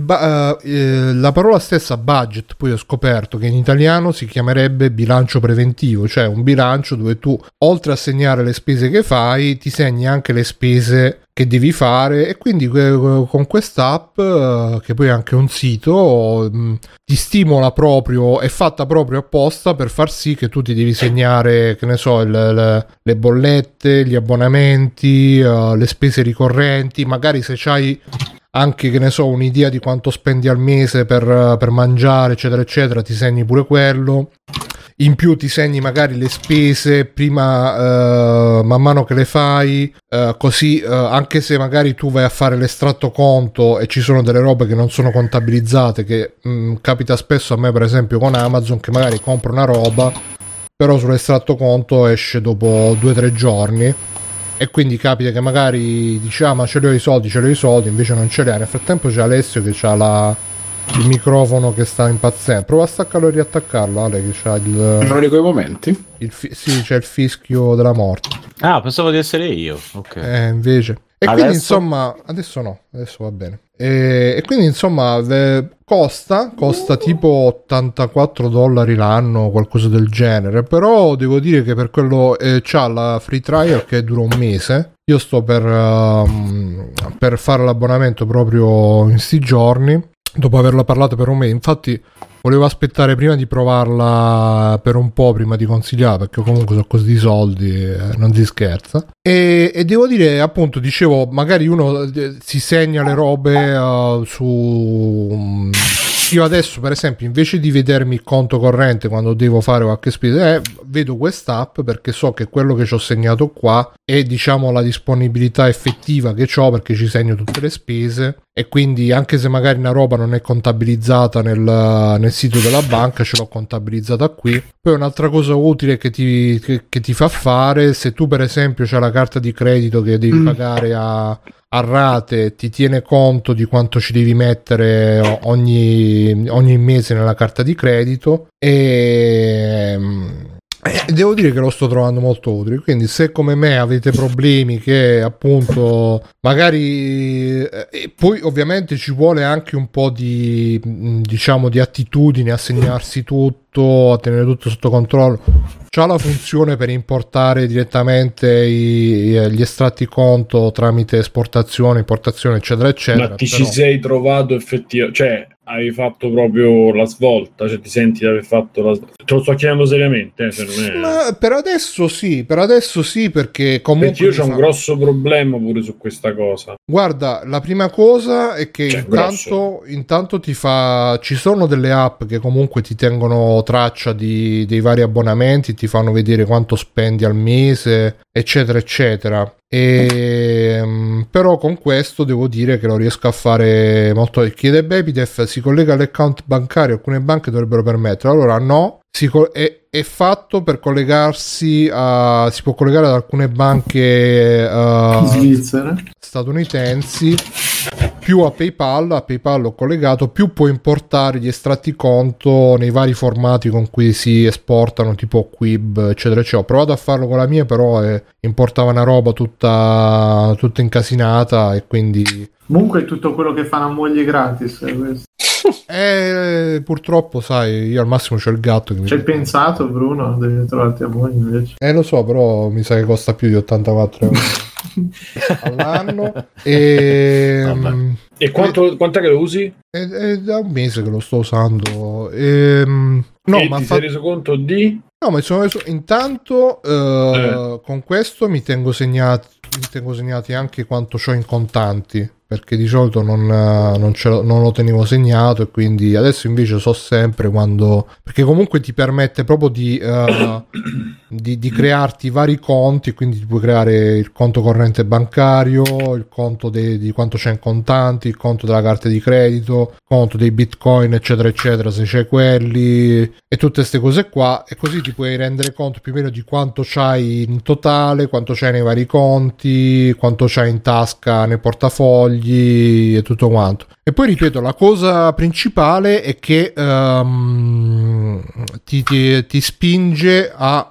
la parola stessa budget, poi ho scoperto che in italiano si chiamerebbe bilancio preventivo, cioè un bilancio dove tu, oltre a segnare le spese che fai, ti segni anche le spese che devi fare. E quindi con quest'app, che poi è anche un sito, ti stimola proprio, è fatta proprio apposta per far sì che tu ti devi segnare, che ne so, le bollette, gli abbonamenti, le spese ricorrenti, magari se c'hai anche, che ne so, un'idea di quanto spendi al mese per mangiare, eccetera eccetera, ti segni pure quello. In più ti segni magari le spese prima, man mano che le fai, così anche se magari tu vai a fare l'estratto conto e ci sono delle robe che non sono contabilizzate, che capita spesso a me per esempio con Amazon, che magari compro una roba però sull'estratto conto esce dopo 2-3 giorni, e quindi capita che magari dici ma ce li ho i soldi, invece non ce li ha. Nel frattempo c'è Alessio che c'ha il microfono che sta impazzendo. Prova a staccarlo e riattaccarlo, Ale, che c'ha uno di quei momenti. Sì, c'è il fischio della morte. Pensavo di essere io. Ok. Invece. E adesso? Quindi insomma, adesso no, adesso va bene. E quindi insomma costa tipo $84 l'anno, qualcosa del genere. Però devo dire che per quello c'ha la free trial che dura un mese. Io sto per fare l'abbonamento proprio in sti giorni, dopo averla parlato per un mese. Infatti volevo aspettare prima di provarla per un po' prima di consigliare, perché comunque sono così di soldi, non si scherza. E devo dire, appunto, dicevo, magari uno si segna le robe su... Io adesso per esempio, invece di vedermi il conto corrente quando devo fare qualche spesa, vedo quest'app, perché so che quello che ci ho segnato qua è, diciamo, la disponibilità effettiva che ho, perché ci segno tutte le spese. E quindi anche se magari una roba non è contabilizzata nel sito della banca, ce l'ho contabilizzata qui. Poi un'altra cosa utile che ti fa fare, se tu per esempio c'hai la carta di credito che devi pagare a rate, ti tiene conto di quanto ci devi mettere ogni mese nella carta di credito, e Devo dire che lo sto trovando molto utile, quindi se come me avete problemi che appunto magari poi ovviamente ci vuole anche un po' di diciamo di attitudine a segnarsi tutto, a tenere tutto sotto controllo. C'ha la funzione per importare direttamente gli estratti conto tramite esportazione, importazione, eccetera eccetera. Ma ci sei trovato effettivamente, cioè hai fatto proprio la svolta, cioè ti senti di aver fatto la svolta? Te lo sto chiedendo seriamente, se non è... Ma per adesso sì, perché comunque perché io c'ho un grosso problema pure su questa cosa. Guarda, la prima cosa è che intanto ci sono delle app che comunque ti tengono traccia dei vari abbonamenti, ti fanno vedere quanto spendi al mese, eccetera eccetera. Però con questo devo dire che lo riesco a fare molto. Chiede Bepidef, si collega all'account bancario, alcune banche dovrebbero permettere. Allora no, è fatto per collegarsi si può collegare ad alcune banche svizzere, statunitensi, più a PayPal l'ho collegato, più può importare gli estratti conto nei vari formati con cui si esportano, tipo Quib, eccetera eccetera. Ho provato a farlo con la mia, però importava una roba tutta incasinata, e quindi comunque è tutto quello che fa una moglie gratis, questo. Purtroppo sai, io al massimo c'ho il gatto che c'hai pensato, Bruno, devi trovarti a moglie invece. Lo so, però mi sa che costa più di 84 euro all'anno. E quant'è che lo usi? È da un mese che lo sto usando. Ti sei reso conto di? No, ma intanto con questo mi tengo segnati anche quanto c'ho in contanti, perché di solito non lo tenevo segnato, e quindi adesso invece so sempre quando, perché comunque ti permette proprio di crearti vari conti, quindi ti puoi creare il conto corrente bancario, il conto di quanto c'è in contanti, il conto della carta di credito, il conto dei bitcoin, eccetera eccetera, se c'è quelli e tutte queste cose qua, e così ti puoi rendere conto più o meno di quanto c'hai in totale, quanto c'hai nei vari conti, quanto c'hai in tasca nei portafogli e tutto quanto. E poi ripeto, la cosa principale è che ti spinge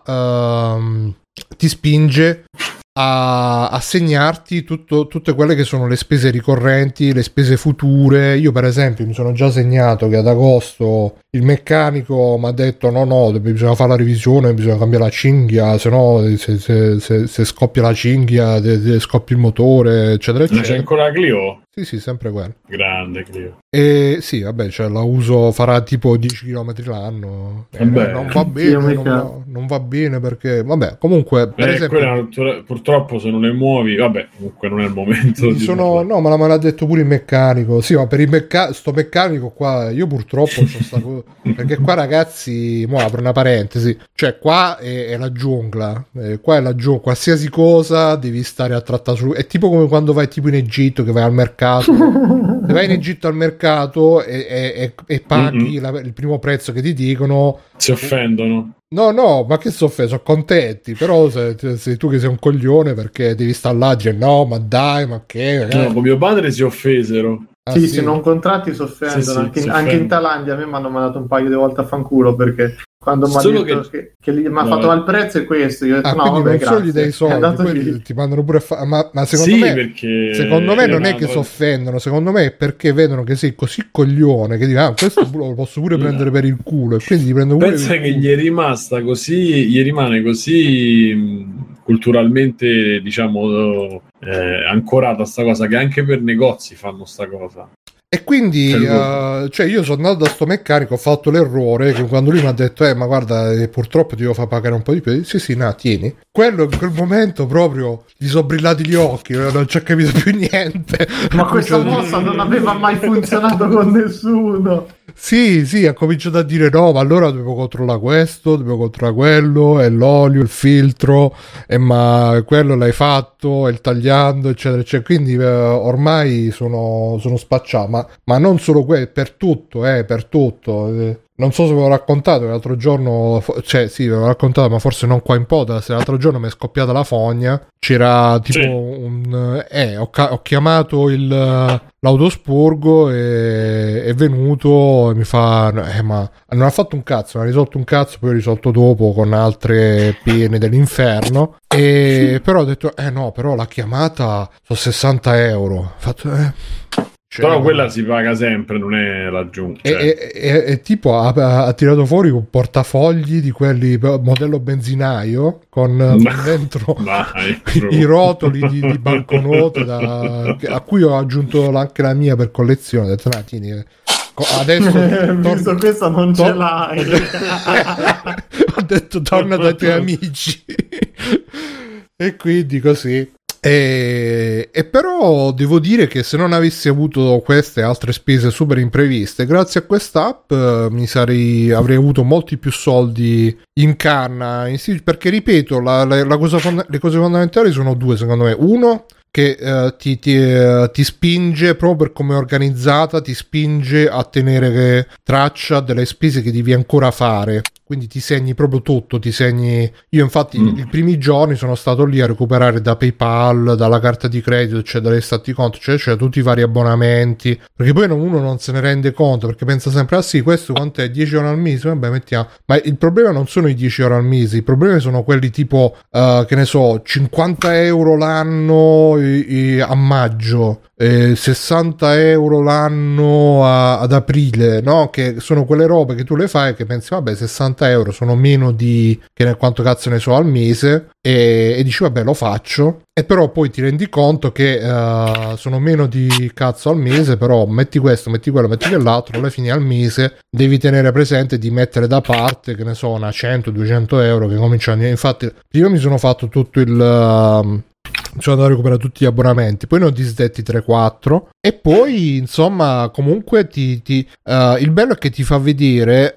a segnarti tutte quelle che sono le spese ricorrenti, le spese future. Io per esempio mi sono già segnato che ad agosto il meccanico mi ha detto no, bisogna fare la revisione, bisogna cambiare la cinghia, se no se scoppia la cinghia scoppia il motore, eccetera eccetera. C'è ancora la Clio? Sì, sempre quello. Grande Clio. E sì, vabbè, cioè la uso, farà tipo 10 km l'anno. Non va bene, non va bene perché, vabbè, comunque per esempio, purtroppo se non le muovi, vabbè, comunque non è il momento no, ma me l'ha detto pure il meccanico. Sì, ma per sto meccanico qua io purtroppo c'ho sta cosa, perché qua ragazzi, mo apro una parentesi, cioè qua è la giungla, qua è la giungla, qualsiasi cosa devi stare a trattare su, è tipo come quando vai tipo in Egitto, che vai al mercato. Se vai in Egitto al mercato e paghi il primo prezzo che ti dicono, si offendono. No, ma che sono contenti, però sei tu che sei un coglione perché devi stare là a dire no, ma dai, ma che... No, con mio padre si offesero. Sì, se non contratti si offendono. Anche in Thailandia a me mi hanno mandato un paio di volte a fanculo, perché quando mi ha detto che mi ha fatto il prezzo è questo, io ho detto no, vabbè, non solo gli dai soldi, poi ti mandano pure ma secondo me non è che si offendono, secondo me è perché vedono che sei così coglione che dicono questo lo posso pure prendere per il culo, e quindi ti prendo pure. Pensa che gli rimane così culturalmente, diciamo, ancorata sta cosa, che anche per negozi fanno sta cosa. E quindi cioè io sono andato da sto meccanico, ho fatto l'errore che quando lui mi ha detto ma guarda, purtroppo ti devo far pagare un po' di più, sì, tieni. Quello in quel momento proprio gli sono brillati gli occhi, non ci ha capito più niente. Ma questa mossa non aveva mai funzionato con nessuno. Sì, ha cominciato a dire no, ma allora devo controllare questo, devo controllare quello, e l'olio, il filtro, ma quello l'hai fatto, e il tagliando, eccetera eccetera. Quindi ormai sono spacciato, ma non solo per tutto, per tutto. non so se ve l'ho raccontato l'altro giorno, cioè sì, ve l'ho raccontato, ma forse non qua in podcast. L'altro giorno mi è scoppiata la fogna, c'era tipo ho chiamato l'autospurgo e è venuto e mi fa ma non ha fatto un cazzo, non ha risolto un cazzo, poi ho risolto dopo con altre pene dell'inferno, e però ho detto no, però la chiamata sono 60 euro. Ho fatto però quella si paga sempre, non è l'aggiunta. E tipo ha tirato fuori un portafogli di quelli modello benzinaio con dentro i rotoli di banconote a cui ho aggiunto anche la mia per collezione. Ho detto adesso visto questa non ce l'hai. Ho detto torna dai tuoi amici. E quindi così. E però devo dire che se non avessi avuto queste altre spese super impreviste, grazie a quest'app avrei avuto molti più soldi in canna, perché ripeto, le cose fondamentali sono due secondo me. Uno, che ti spinge, proprio per come è organizzata, ti spinge a tenere traccia delle spese che devi ancora fare, quindi ti segni proprio tutto, io infatti i primi giorni sono stato lì a recuperare da PayPal, dalla carta di credito, cioè dagli stati conto, cioè tutti i vari abbonamenti, perché poi uno non se ne rende conto, perché pensa sempre sì, questo quant'è, 10 euro al mese, vabbè mettiamo, ma il problema non sono i 10 euro al mese, i problemi sono quelli tipo che ne so, 50 euro l'anno a maggio, 60 euro l'anno ad aprile, no? Che sono quelle robe che tu le fai che pensi vabbè 60 euro sono meno di quanto cazzo ne so al mese, e dici vabbè lo faccio, e però poi ti rendi conto che sono meno di cazzo al mese, però metti questo, metti quello, metti quell'altro, alla fine al mese devi tenere presente di mettere da parte, che ne so, una 100-200 euro che cominciano. Infatti io mi sono fatto tutto sono andato a recuperare tutti gli abbonamenti, poi ne ho disdetti 3-4, e poi insomma comunque il bello è che ti fa vedere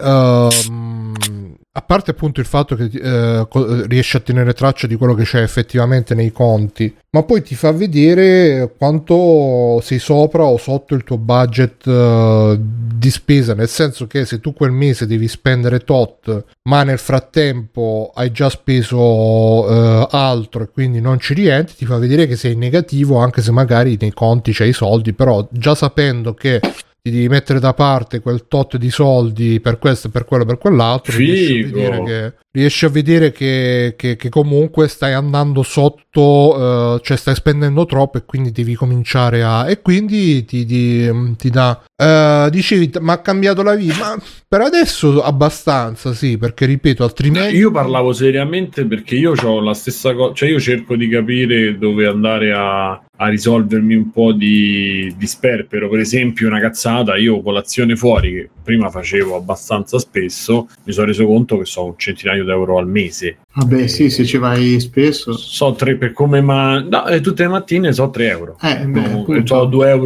a parte appunto il fatto che riesci a tenere traccia di quello che c'è effettivamente nei conti, ma poi ti fa vedere quanto sei sopra o sotto il tuo budget di spesa, nel senso che se tu quel mese devi spendere tot, ma nel frattempo hai già speso altro e quindi non ci rientri, ti fa vedere che sei in negativo, anche se magari nei conti c'hai i soldi, però già sapendo che ti devi mettere da parte quel tot di soldi per questo, per quello, per quell'altro, riesci a vedere che comunque stai andando sotto, cioè stai spendendo troppo, e quindi devi cominciare e quindi ti dà dicevi ma ha cambiato la vita, ma per adesso abbastanza, sì, perché ripeto, altrimenti io parlavo seriamente, perché io ho la stessa cosa, cioè io cerco di capire dove andare a risolvermi un po' di sperpero. Per esempio una cazzata, io colazione fuori che prima facevo abbastanza spesso, mi sono reso conto che so un centinaio d'euro al mese. Vabbè sì, se ci vai spesso so 3 per come tutte le mattine so 3 euro, so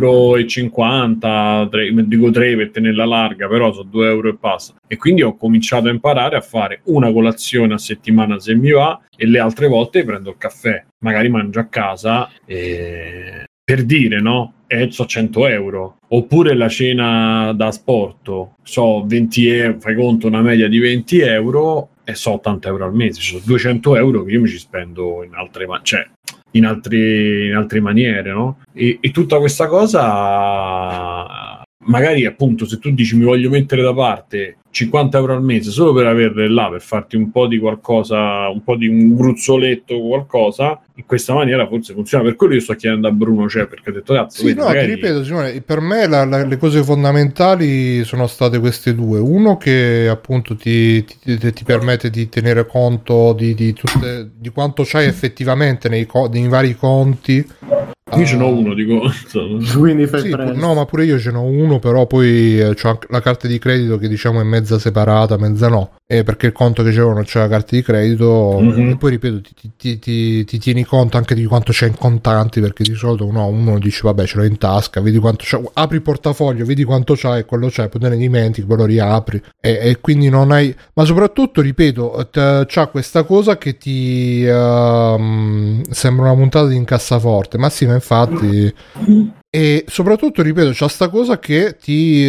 2,50 euro, dico 3 per tenerla larga, però so 2 euro e passa, e quindi ho cominciato a imparare a fare una colazione a settimana se mi va, e le altre volte prendo il caffè, magari mangio a casa, per dire, no? So 100 euro, oppure la cena da sport, so 20 euro, fai conto una media di 20 euro, e so 80 euro al mese, cioè 200 euro che io mi ci spendo in altre maniere, no? E tutta questa cosa, magari appunto se tu dici mi voglio mettere da parte 50 euro al mese solo per averle là, per farti un po' di qualcosa, un po' di un gruzzoletto o qualcosa, in questa maniera forse funziona. Per quello io sto chiedendo a Bruno, perché ho detto cazzo, sì, vedi, no, magari... ti ripeto Simone, per me le cose fondamentali sono state queste due: uno che appunto ti permette di tenere conto di quanto c'hai effettivamente nei vari conti. Io ce n'ho uno, dico. Quindi fai no, ma pure io ce n'ho uno, però poi c'ho anche la carta di credito che diciamo è mezza separata, mezza no, perché il conto che c'avevo non c'è la carta di credito, e poi ripeto ti tieni conto anche di quanto c'è in contanti, perché di solito uno dice vabbè ce l'ho in tasca, vedi quanto c'è, apri il portafoglio, vedi quanto c'hai e quello c'hai, poi te ne dimentichi, poi lo riapri, e quindi non hai, ma soprattutto ripeto c'ha questa cosa che ti sembra una puntata di incassaforte, ma sì, ma infatti E soprattutto, ripeto, c'ha sta cosa che ti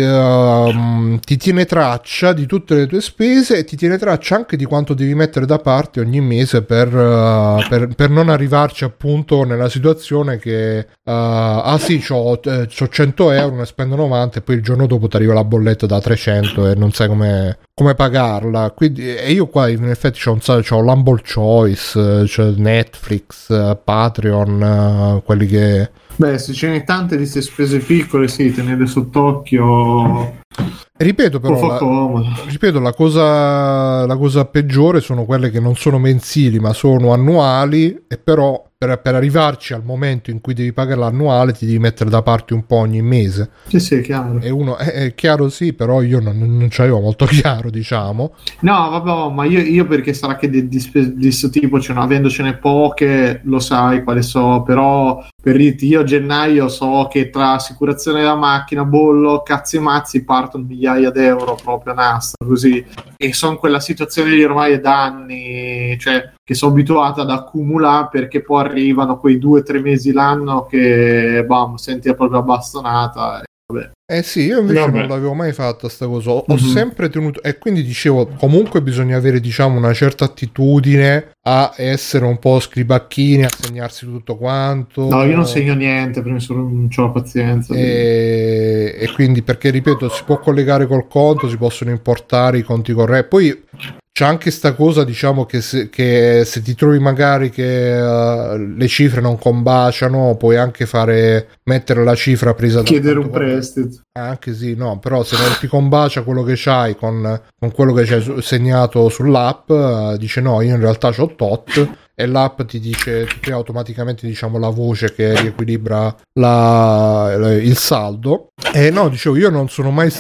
tiene traccia di tutte le tue spese e ti tiene traccia anche di quanto devi mettere da parte ogni mese per non arrivarci appunto nella situazione che sì, c'ho 100 euro, ne spendo 90 e poi il giorno dopo ti arriva la bolletta da 300 e non sai come pagarla. Quindi, e io qua in effetti c'ho l'Humble Choice, c'è Netflix, Patreon, quelli che... Beh, se ce n'è tante di queste spese piccole, sì, tenere sott'occhio. Ripeto, però, la cosa peggiore sono quelle che non sono mensili ma sono annuali, e però per arrivarci al momento in cui devi pagare l'annuale ti devi mettere da parte un po' ogni mese. Sì, è chiaro. E uno è chiaro, sì, però io non ce l'avevo molto chiaro, diciamo. No, vabbè, ma io perché sarà che di questo tipo, cioè, avendocene poche, lo sai quale so, però per dirti, io a gennaio so che tra assicurazione della macchina, bollo, cazzi e mazzi partono migliaia d'euro proprio a nastro, così, e sono in quella situazione lì ormai da anni, cioè che sono abituato ad accumulare, perché poi arrivano quei 2-3 mesi l'anno che bam, senti proprio la bastonata. Vabbè. Sì, io invece non l'avevo mai fatta sta cosa, ho sempre tenuto, e quindi dicevo, comunque bisogna avere, diciamo, una certa attitudine a essere un po' scribacchini, a segnarsi tutto quanto. No, io non segno niente, perché non ho la pazienza. E quindi, perché ripeto, si può collegare col conto, si possono importare i conti corretti, poi c'è anche sta cosa, diciamo, che se ti trovi magari che le cifre non combaciano, puoi anche mettere la cifra presa da chiedere un prestito. Anche sì, no, però se non ti combacia quello che c'hai con quello che c'hai segnato sull'app, dice no, io in realtà c'ho tot, e l'app ti crea automaticamente, diciamo, la voce che riequilibra il saldo. E no, dicevo, io non sono mai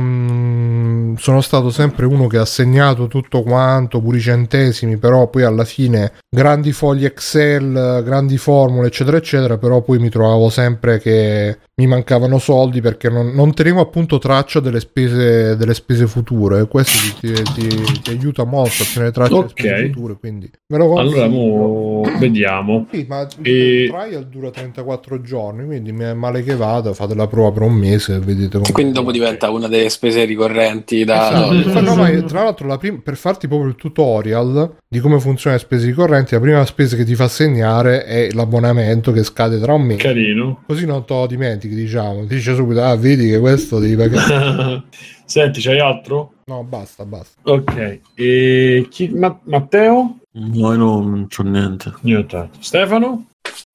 sono stato sempre uno che ha segnato tutto quanto, pure i centesimi, però poi alla fine grandi fogli Excel, grandi formule, eccetera eccetera, però poi mi trovavo sempre che mi mancavano soldi perché non tenevo appunto traccia delle spese future, e questo ti aiuta molto a tenere traccia delle spese future, quindi me lo consiglio. Allora vediamo. Sì, ma il trial dura 34 giorni, quindi male che vada, fate la prova per un mese e vedete come. Quindi dopo diventa una delle spese ricorrenti da... Esatto. No, ma tra l'altro per farti proprio il tutorial di come funzionano le spese ricorrenti, la prima spesa che ti fa segnare è l'abbonamento che scade tra un mese. Carino. Così non te lo dimentichi, diciamo. Ti dice subito, vedi che questo devi pagare. Senti, c'hai altro? No, basta. Ok. E Matteo? No, io non c'ho niente. Stefano?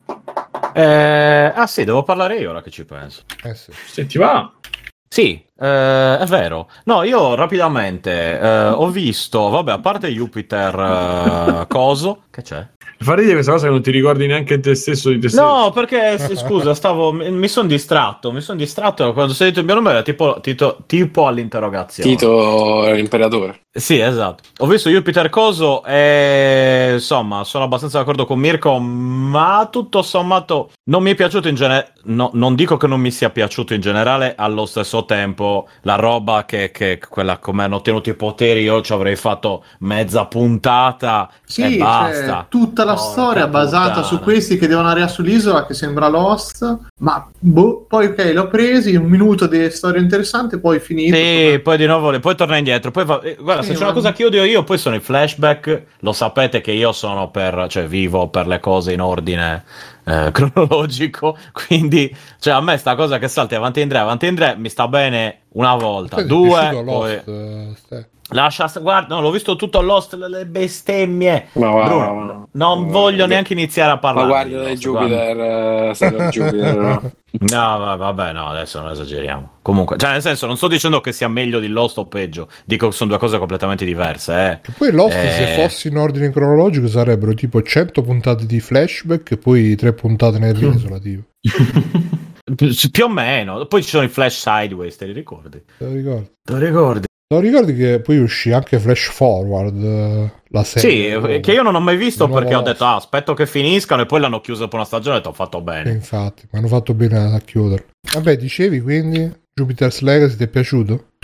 Sì, devo parlare io ora che ci penso. Sì. Se ti va. Sì, è vero. No, io rapidamente ho visto, vabbè, a parte Jupiter coso, che c'è? Fa ridere questa cosa che non ti ricordi neanche te stesso di te stesso. No, perché scusa, mi sono distratto quando sei detto il mio nome era tipo all'interrogazione. Tito l'imperatore. Sì, esatto. Ho visto Jupiter coso e insomma sono abbastanza d'accordo con Mirko, ma tutto sommato non mi è piaciuto in generale. No, non dico che non mi sia piaciuto in generale, allo stesso tempo la roba che quella come hanno ottenuto i poteri, io ci avrei fatto mezza puntata e basta. Cioè, tutta la storia basata su questi che devono arrivare sull'isola, che sembra Lost, ma poi ok, l'ho presi, un minuto di storia interessante, poi finito. Sì, poi di nuovo poi torna indietro, poi guarda, se c'è una cosa che odio io, poi sono i flashback. Lo sapete che io sono vivo per le cose in ordine cronologico, quindi cioè a me sta cosa che salti avanti e indietro mi sta bene una volta, due, poi guarda, no, l'ho visto tutto Lost, le bestemmie. Bruno, non voglio neanche iniziare a parlare. Ma guarda del Jupiter, Jupiter. No, vabbè, no, adesso non esageriamo. Comunque, cioè, nel senso, non sto dicendo che sia meglio di Lost o peggio, dico che sono due cose completamente diverse. Che poi Lost, se fossi in ordine cronologico, sarebbero tipo 100 puntate di flashback e poi 3 puntate nel riesolativo. Più o meno. Poi ci sono i flash sideways, te li ricordi? Te lo ricordi? Te lo ricordi? Lo ricordi che poi uscì anche Flash Forward, la serie? Sì, che io non ho mai visto perché ho detto aspetto che finiscano, e poi l'hanno chiuso per una stagione e ho detto ho fatto bene. Infatti, mi hanno fatto bene a chiuderlo. Vabbè, dicevi quindi Jupiter's Legacy ti è piaciuto?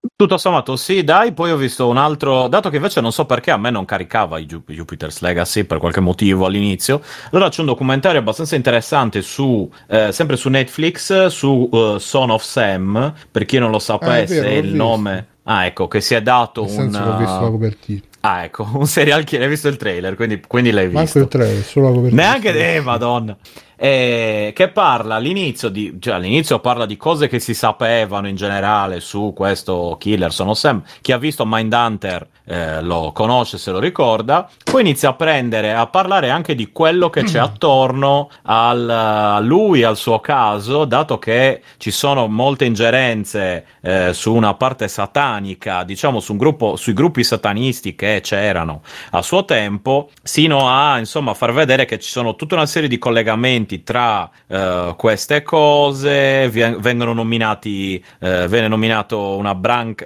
Tutto sommato sì, dai, poi ho visto un altro, dato che invece non so perché a me non caricava i Jupiter's Legacy per qualche motivo all'inizio, allora c'è un documentario abbastanza interessante sempre su Netflix, su Son of Sam, per chi non lo sapesse, vero, è il nome... Ah, ecco, che si è dato nel senso che ho visto la copertina. Ah, ecco, un serial killer, hai visto il trailer, quindi l'hai visto. Manco il trailer, solo la copertina. Neanche, madonna. Che parla all'inizio parla di cose che si sapevano in generale su questo killer Son of Sam. Chi ha visto Mindhunter lo conosce, se lo ricorda. Poi inizia a parlare anche di quello che c'è attorno a lui, al suo caso, dato che ci sono molte ingerenze su una parte satanica, diciamo sui gruppi satanisti che c'erano a suo tempo, sino a insomma far vedere che ci sono tutta una serie di collegamenti tra queste cose. Viene nominato una branca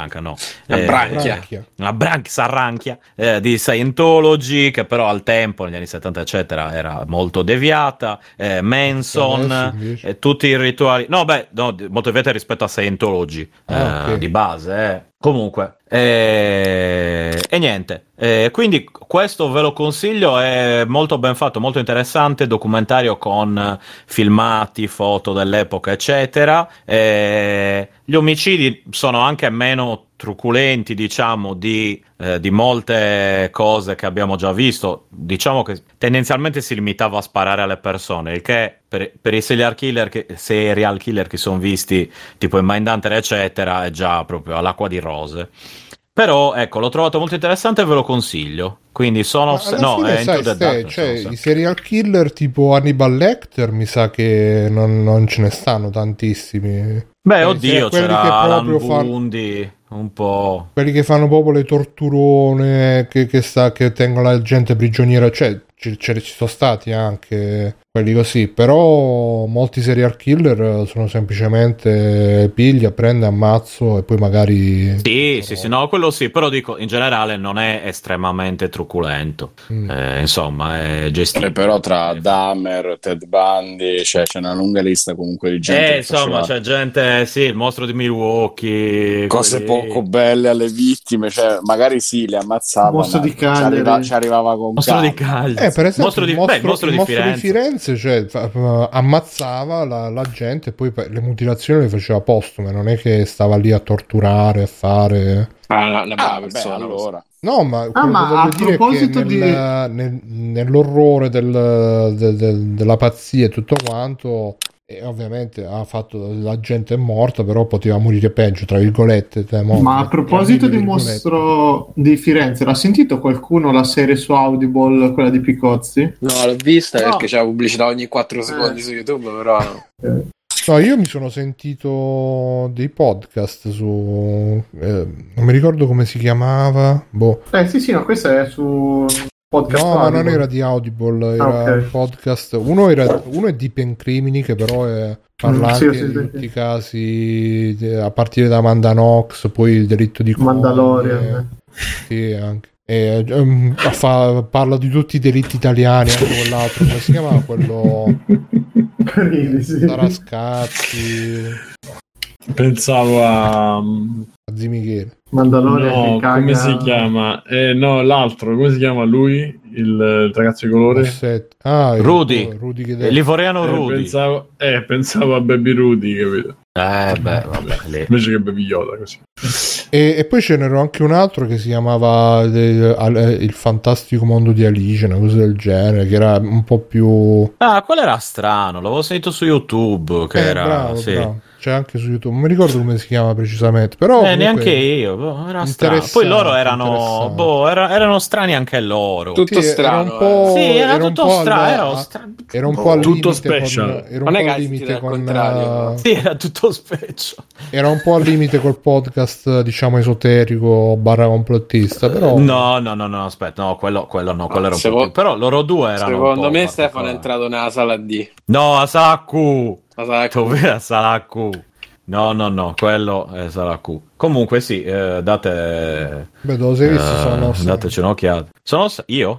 sarranchia di Scientology, che però al tempo negli anni 70 eccetera era molto deviata, Manson, tutti i rituali molto deviata rispetto a Scientology okay. Di base comunque e niente, quindi questo ve lo consiglio, è molto ben fatto, molto interessante, documentario con filmati, foto dell'epoca eccetera. Gli omicidi sono anche meno truculenti, diciamo, di molte cose che abbiamo già visto. Diciamo che tendenzialmente si limitava a sparare alle persone, il che per i serial killer che sono visti tipo in Mindhunter eccetera è già proprio all'acqua di rose. Però ecco, l'ho trovato molto interessante e ve lo consiglio. Quindi i serial killer tipo Hannibal Lecter mi sa che non ce ne stanno tantissimi. Beh, oddio, c'era Alan Bundy, un po'. Quelli che fanno proprio le torturone, che tengono la gente prigioniera, cioè ci sono stati anche quelli così, però molti serial killer sono semplicemente piglia, prende, ammazzo e poi magari... Sì, no, quello sì, però dico, in generale non è estremamente truculento, insomma, è gestito. Però tra Dahmer, Ted Bundy, c'è una lunga lista comunque di gente. Insomma, c'è gente, sì, il mostro di Milwaukee. Cose poco belle alle vittime, cioè magari sì, le ammazzava, mostro di Cagliari. ci arrivava con mostro di Cagliari. Per esempio, il mostro di Firenze. Firenze, cioè, ammazzava la gente e poi le mutilazioni le faceva postume, non è che stava lì a torturare, a fare... una brava persona, allora. No, ma a proposito nell'orrore della pazzia e tutto quanto, e ovviamente ha fatto, la gente è morta, però poteva morire peggio, tra virgolette. Ma a proposito di mostro di Firenze, l'ha sentito qualcuno la serie su Audible, quella di Picozzi? No, l'ho vista perché c'è pubblicità ogni 4 secondi su YouTube, però... No, io mi sono sentito dei podcast su... non mi ricordo come si chiamava. Sì, no, questo è su... podcast. No, ma non era di Audible, era un podcast. Uno è Deep in Crimini, che però parla anche di tutti i casi, a partire da Amanda Knox, poi il delitto di Mandalorian. Sì, anche. Parla di tutti i delitti italiani, anche quell'altro, come si chiamava quello? Sarascatti. Pensavo a Zì Michele. Mandalorian, no, come si chiama? No, l'altro, come si chiama lui? Il ragazzo di colore? Rudy Livoriano Rudy. Pensavo a Baby Rudy, capito? Vabbè. Invece che Baby Yoda, così. E poi ce n'era anche un altro che si chiamava Il fantastico mondo di Alice, una cosa del genere, che era un po' più... quello era strano, l'avevo sentito su YouTube, che era... Bravo. C'è anche su YouTube, non mi ricordo come si chiama precisamente, però neanche io, era strano. Poi loro erano strani anche loro. Tutto strano. Era tutto strano. Era un po' al tutto limite special. Era un po' al limite con sì, era tutto special. Era un po' al limite col podcast, diciamo, esoterico / complottista, però no, aspetta, no, quello no, quello era un po' più. Però loro due erano secondo me Stefano è entrato nella sala D. No, a sala Q. Dov'era sala Q? No, quello è sala Q. Comunque sì, date... Beh, dove sei visto? Dateci un'occhiata. Io?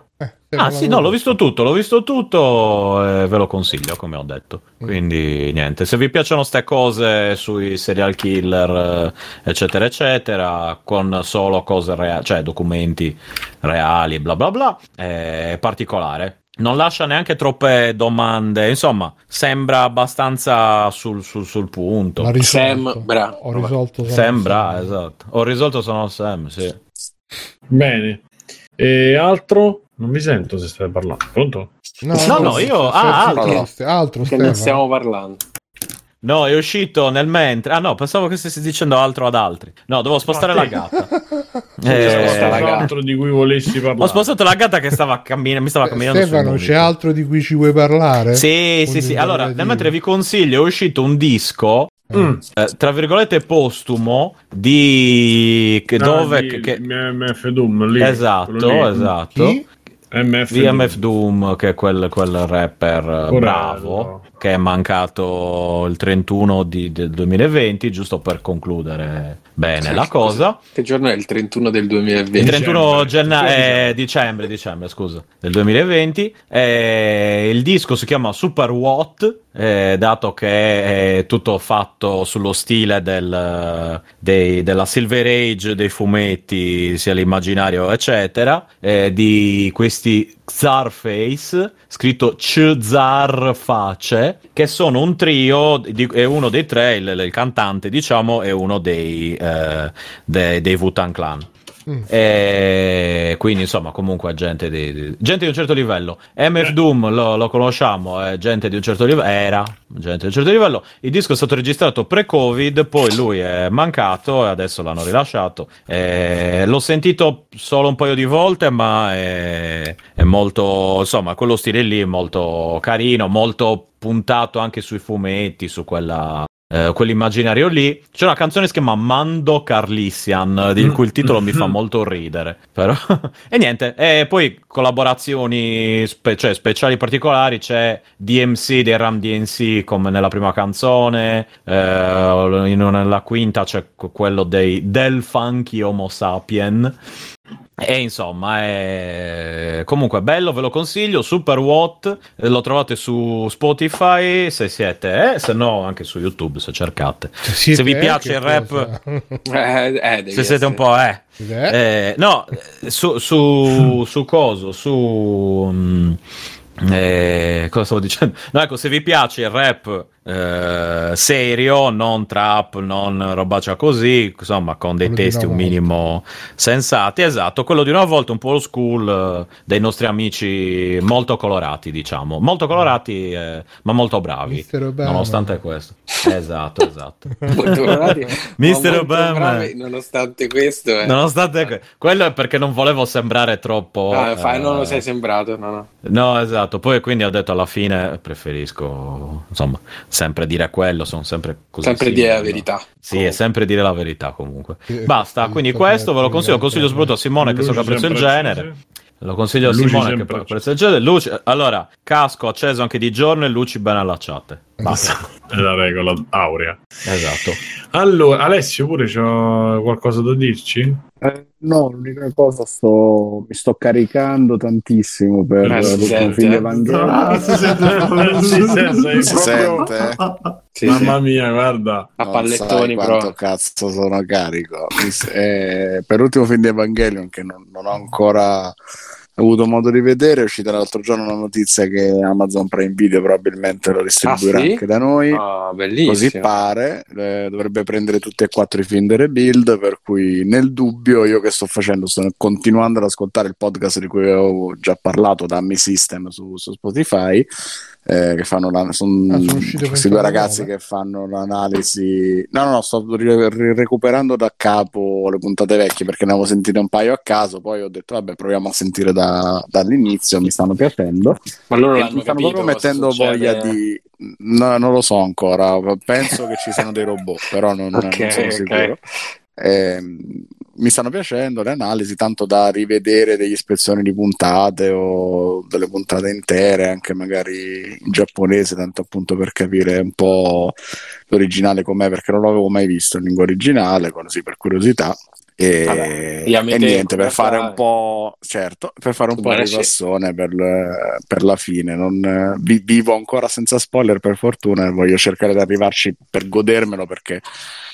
Sì, no, l'ho visto tutto, ve lo consiglio, come ho detto. Quindi niente, se vi piacciono ste cose sui serial killer, eccetera eccetera, con solo cose reali, cioè documenti reali, bla bla bla, è particolare. Non lascia neanche troppe domande, insomma, sembra abbastanza sul punto. Sam, bravo. Ho risolto Sembra, esatto. Ho risolto sono Sam, sì. Bene. E altro? Non mi sento se stai parlando. Pronto? No, io... altro che ne stiamo parlando. No, è uscito nel mentre. Ah no, pensavo che stessi dicendo altro ad altri. No, devo spostare la gatta. Altro di cui volessi parlare. Ho spostato la gatta che mi stava camminando. Stefano, c'è altro di cui ci vuoi parlare? Sì. Allora, nel mentre vi consiglio, è uscito un disco tra virgolette postumo di MF Doom lì. Esatto. Chi? MF Doom, che è quel rapper bravo che è mancato il 31 del 2020, giusto per concludere bene la cosa. Che giorno è il 31 del 2020? Il 31 dicembre, scusa, del 2020. Il disco si chiama Super What, dato che è tutto fatto sullo stile della Silver Age dei fumetti, sia l'immaginario eccetera, di questi Czarface, scritto Czarface, che sono un trio, e uno dei tre, il cantante diciamo, è uno dei Wu-Tang Clan. Quindi insomma comunque gente di un certo livello. MF Doom lo conosciamo, è gente di un certo livello, era gente di un certo livello. Il disco è stato registrato pre-Covid, poi lui è mancato e adesso l'hanno rilasciato. L'ho sentito solo un paio di volte, ma è molto, insomma, quello stile lì molto carino, molto puntato anche sui fumetti, su quell'immaginario lì. C'è una canzone che si chiama Mando Carlissian, di cui il titolo mi fa molto ridere, però e niente, e poi collaborazioni cioè speciali particolari. C'è DMC dei Ram DMC come nella prima canzone, nella quinta c'è quello del funky Homo Sapien. E insomma, comunque bello, ve lo consiglio. Super What, lo trovate su Spotify se siete, se no anche su YouTube se cercate. Se vi piace il rap, se siete un po' no, su coso, cosa stavo dicendo? No, ecco, se vi piace il rap serio, non trap, non robaccia così, insomma, con dei testi un minimo sensati, esatto, quello di una volta, un po' old school, dei nostri amici molto colorati, diciamo, molto colorati, ma molto bravi, nonostante questo. Esatto. Molto bravi, Mr. Obama, bravi, nonostante questo, quello è perché non volevo sembrare troppo non lo sei sembrato, no, esatto. Poi quindi ho detto alla fine preferisco, insomma, sempre dire quello, sono sempre così. Sempre dire la verità. Sì, è sempre dire la verità comunque. Basta, quindi questo ve lo consiglio soprattutto a Simone che so che apprezza il genere. Lo consiglio a Simone che apprezza il genere. Luci, allora, casco acceso anche di giorno e luci ben allacciate. Basta. È la regola aurea. Esatto. Allora, Alessio pure c'ha qualcosa da dirci? No, l'unica cosa, mi sto caricando tantissimo per l'ultimo film di Evangelion. Si sente? Mamma mia, guarda. A pallettoni, quanto cazzo sono carico. Per l'ultimo film di Evangelion che non ho ancora avuto modo di vedere, è uscita l'altro giorno una notizia che Amazon Prime Video probabilmente lo distribuirà anche da noi, così pare, dovrebbe prendere tutti e 4 i film di Rebuild, per cui nel dubbio io che sto continuando ad ascoltare il podcast di cui avevo già parlato, Dummy System su Spotify, che fanno questi due ragazzi che fanno l'analisi. No, sto recuperando da capo le puntate vecchie perché ne avevo sentite un paio a caso, poi ho detto vabbè, proviamo a sentire dall'inizio, mi stanno piacendo, ma loro mi stanno proprio mettendo voglia di no, non lo so ancora, penso che ci siano dei robot, però non sono sicuro. Mi stanno piacendo le analisi, tanto da rivedere degli spezzoni di puntate o delle puntate intere, anche magari in giapponese, tanto appunto per capire un po' l'originale com'è, perché non l'avevo mai visto in lingua originale, così per curiosità. E niente, per fare un po', certo, per fare un po' di ripassone per la fine. Non vivo ancora senza spoiler, per fortuna, e voglio cercare di arrivarci per godermelo, perché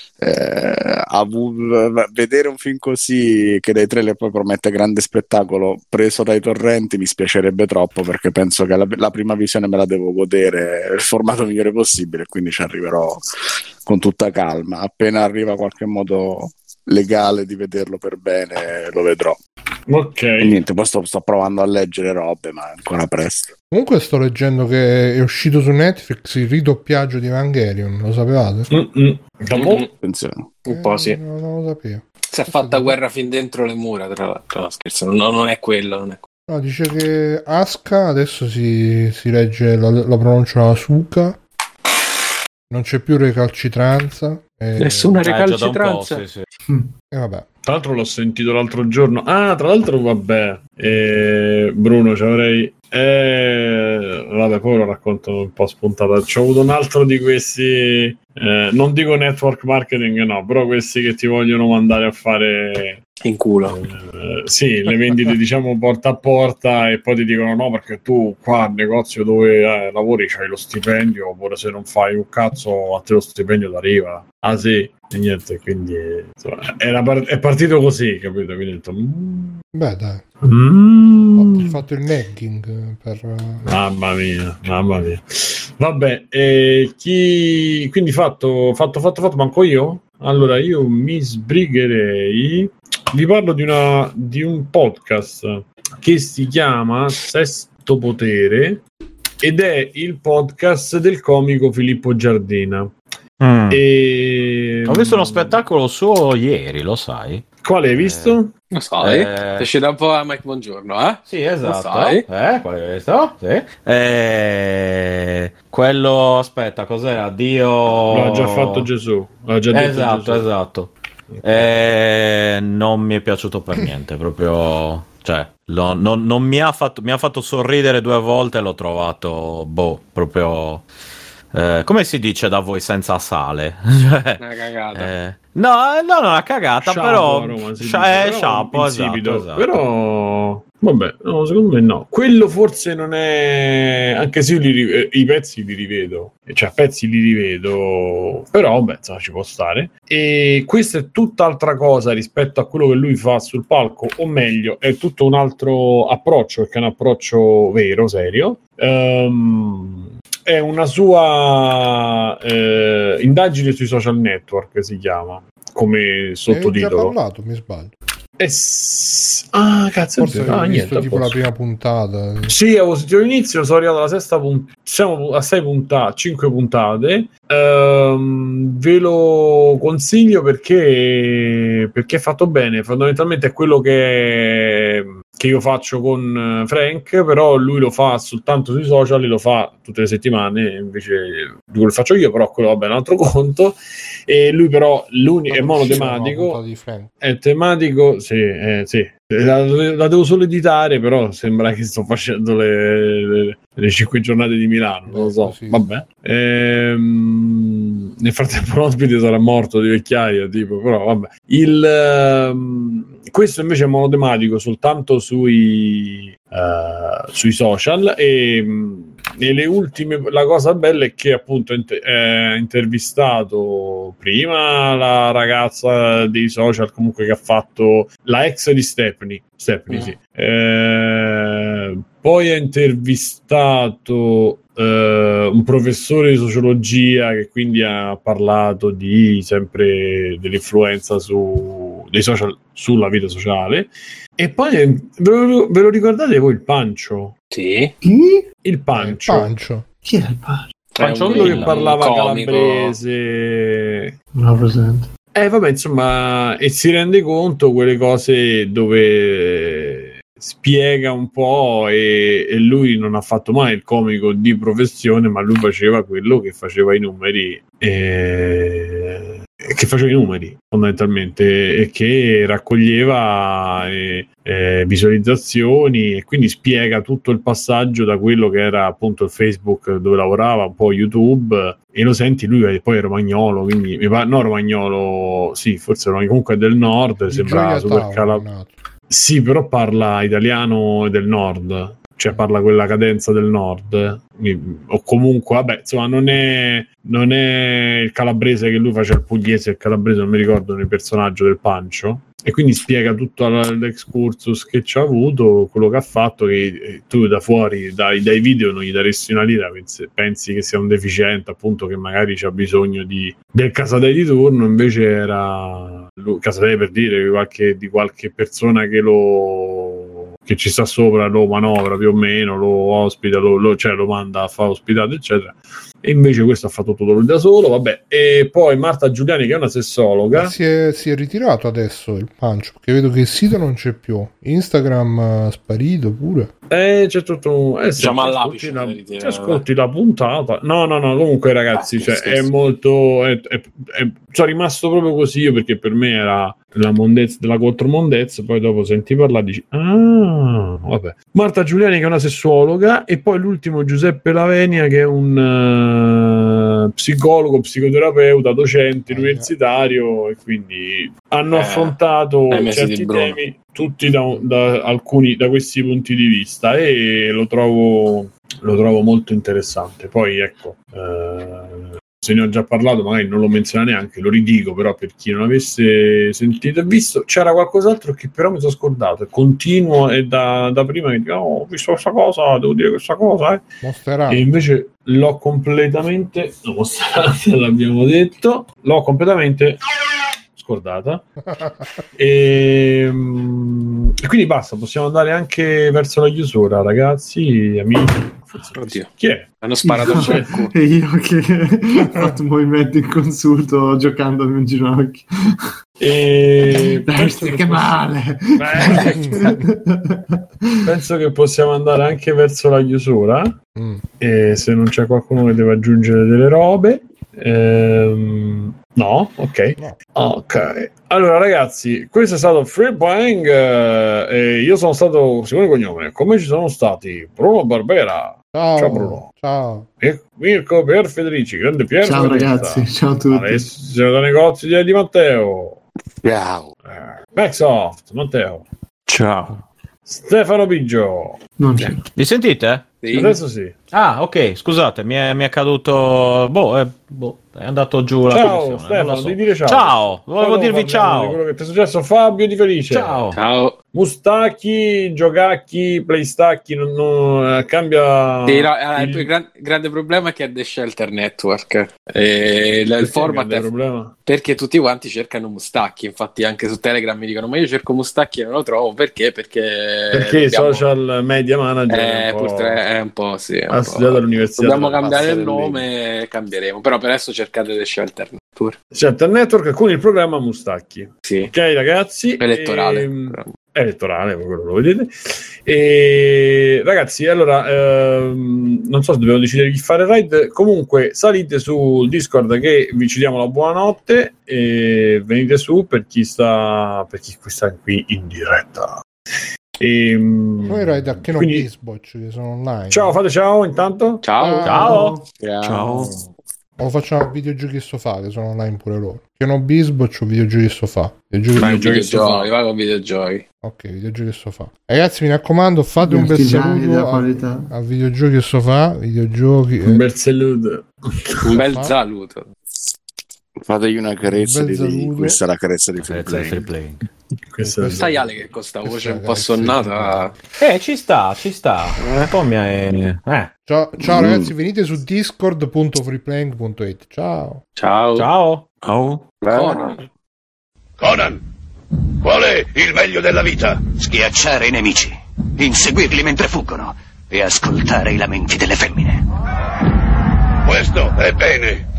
vedere un film così, che dai trailer poi promette grande spettacolo, preso dai torrenti, mi spiacerebbe troppo, perché penso che la prima visione me la devo godere nel formato migliore possibile, quindi ci arriverò con tutta calma. Appena arriva qualche modo legale di vederlo per bene, lo vedrò. Ok. E niente, poi sto provando a leggere robe, ma è ancora presto. Comunque sto leggendo che è uscito su Netflix il ridoppiaggio di Evangelion, lo sapevate? Attenzione. Un po' sì. Non lo sapevo. Si è fatta guerra fin dentro le mura, tra l'altro. No, scherzo, non è quello, non è quello. No, dice che Asuka adesso si legge la pronuncia Asuka, non c'è più recalcitranza. Nessuna recalcitranza. Sì. E vabbè. Tra l'altro l'ho sentito l'altro giorno. Tra l'altro vabbè, Bruno, ci avrei... vabbè, poi lo racconto un po' spuntata. C'ho avuto un altro di questi, non dico network marketing, no, però questi che ti vogliono mandare a fare in culo. Sì, le vendite diciamo porta a porta, e poi ti dicono no, perché tu qua al negozio dove lavori c'hai lo stipendio, oppure se non fai un cazzo a te lo stipendio ti arriva. Ah sì, e niente, quindi insomma, è partito così, capito? Quindi ho detto beh dai, ho fatto il nagging per... mamma mia. Vabbè, quindi fatto, manco io? Allora io mi sbrigherei. Vi parlo di un podcast che si chiama Sesto Potere, ed è il podcast del comico Filippo Giardina. Ho visto uno spettacolo suo ieri, lo sai? Quale hai visto? Lo sai? È uscito un po' a Mike Buongiorno, eh? Sì, esatto. Lo sai? Quale hai visto? Sì. Quello, aspetta, cos'era? Dio... L'ha già fatto Gesù. L'ha già detto Gesù. Esatto. Non mi è piaciuto per niente, proprio... Cioè, non mi ha fatto sorridere 2 volte, l'ho trovato, proprio... come si dice da voi senza sale? Una cagata. No, una cagata, Sciapo, però sciapo, esatto. Però vabbè, no, secondo me no. Quello forse non è, anche se io i pezzi li rivedo, cioè pezzi li rivedo, però vabbè, insomma, ci può stare. E questa è tutt'altra cosa rispetto a quello che lui fa sul palco, o meglio, è tutto un altro approccio, perché è un approccio vero, serio. È una sua indagine sui social network, si chiama, come sottotitolo. Hai già parlato, mi sbaglio. Cazzo, forse ho visto tipo la prima puntata. Sì, avevo sentito l'inizio, sono arrivato alla sesta puntata. Siamo a 6 puntate, 5 puntate. Ve lo consiglio perché è fatto bene. Fondamentalmente è quello che io faccio con Frank, però lui lo fa soltanto sui social, lo fa tutte le settimane, invece di quello che faccio io, però quello vabbè è un altro conto. E lui però è monotematico, è tematico, sì. La devo solo editare, però sembra che sto facendo le 5 giornate di Milano, non lo so, sì. Vabbè. Nel frattempo l'ospite sarà morto di vecchiaia, tipo, però vabbè. Questo invece è monotematico soltanto sui social, e le ultime, la cosa bella è che appunto è intervistato prima la ragazza dei social, comunque, che ha fatto la ex di Stephanie sì. Poi ha intervistato un professore di sociologia, che quindi ha parlato sempre dell'influenza dei social sulla vita sociale. E poi ve lo ricordate voi il Pancio? Sì. Il Pancio. Chi era il Pancio? Pancio, quello che parlava calabrese. Non lo presente. Vabbè, insomma, e si rende conto quelle cose dove spiega un po', e lui non ha fatto mai il comico di professione, ma lui faceva quello che faceva i numeri, e che faceva i numeri fondamentalmente e che raccoglieva visualizzazioni e quindi spiega tutto il passaggio da quello che era appunto il Facebook dove lavorava, un po' YouTube, e lo senti, lui poi è romagnolo, quindi no, romagnolo, sì, forse comunque è del nord, sembra super calabrese. Sì, però parla italiano del nord, cioè parla quella cadenza del nord, o comunque, vabbè, insomma, non è il calabrese che lui faceva, il pugliese, il calabrese, non mi ricordo nel personaggio del Pancio, e quindi spiega tutto l'excursus che ci ha avuto, quello che ha fatto, che tu da fuori, dai video, non gli daresti una lira, pensi che sia un deficiente, appunto, che magari c'ha bisogno del Casadei di turno, invece era Casadei, per dire, di qualche persona che ci sta sopra, lo manovra più o meno, lo ospita, cioè lo manda a fare ospitato, eccetera. E invece questo ha fatto tutto lui da solo, vabbè. E poi Marta Giuliani, che è una sessologa, si è ritirato adesso il Pancio, perché vedo che il sito non c'è più, Instagram sparito pure. C'è tutto, ascolti la puntata. No, comunque ragazzi, è molto sono rimasto proprio così io, perché per me era la mondezza della contromondezza, poi dopo senti parlare, dici vabbè. Marta Giuliani, che è una sessuologa, e poi l'ultimo Giuseppe Lavenia, che è un psicologo, psicoterapeuta, docente universitario, e quindi hanno affrontato certi temi tutti da questi punti di vista, e lo trovo molto interessante. Poi ecco, se ne ho già parlato, magari non lo menziona neanche, lo ridico, però per chi non avesse sentito e visto, c'era qualcos'altro che però mi sono scordato, e continuo, e da prima che dico, ho visto questa cosa, devo dire questa cosa, e invece l'ho completamente l'abbiamo detto, l'ho completamente scordata. E quindi basta, possiamo andare anche verso la chiusura, ragazzi, amici. Oddio. Chi è? Hanno sparato al cecco. E io che ho fatto un movimento inconsulto giocandomi un ginocchio. Penso che male. Penso che possiamo andare anche verso la chiusura. E se non c'è qualcuno che deve aggiungere delle robe, no, ok. Ok. Allora, ragazzi, questo è stato Free Playing. E io sono stato, secondo il cognome, come ci sono stati Bruno Barbera. Ciao Bruno. Ciao. E Mirko Pier Federici, grande Pier. Ciao ragazzi, ciao a tutti. Alessio da Negozi di Matteo. Ciao. Backsoft, Matteo. Ciao. Stefano Biggio. Non c'è. Mi sentite? Sì. Adesso sì. Ah, ok, scusate, mi è caduto. È andato giù la ciao connessione, Stefano, non lo so. Devi dire ciao. Ciao, volevo dirvi ciao. Di quello che ti è successo, Fabio Di Felice. Ciao. Mustacchi, Giogacchi, Playstacchi, non cambia. Sì, no, il grande problema è che è The Shelter Network. Il format è problema? Perché tutti quanti cercano Mustacchi. Infatti, anche su Telegram mi dicono: ma io cerco Mustacchi e non lo trovo. Perché? Perché social media manager purtroppo è un po' sì. Ha studiato all'università. Dobbiamo cambiare il nome e cambieremo. Però per adesso cercate The Shelter Network. Shelter Network con il programma Mustacchi. Sì. Ok, ragazzi. Elettorale, quello lo vedete. E ragazzi, allora non so se dobbiamo decidere chi fare raid. Comunque salite sul Discord, che vi ci diamo la buonanotte, e venite su per chi sta qui in diretta. Noi raid a Keno Bisbocch, che sono online. Ciao, fate ciao intanto. Ciao. O facciamo videogiochi e sofà, che sono online pure loro. Keno Bisbocch o videogiochi e sofà. Vai con videogiochi. Ok, videogiochi e sofà. Ragazzi, mi raccomando, fate un bel saluto a videogiochi e sofà. Un bel saluto. Un bel saluto. Fategli una carezza di questa è la carezza di Free Playing. Sai Ale che con sta voce un po' sonnata. Ci sta. Un po' mi hai. Ciao ragazzi, venite su discord.freeplaying.it. Ciao. Conan, qual è il meglio della vita? Schiacciare i nemici, inseguirli mentre fuggono e ascoltare i lamenti delle femmine. Questo è bene.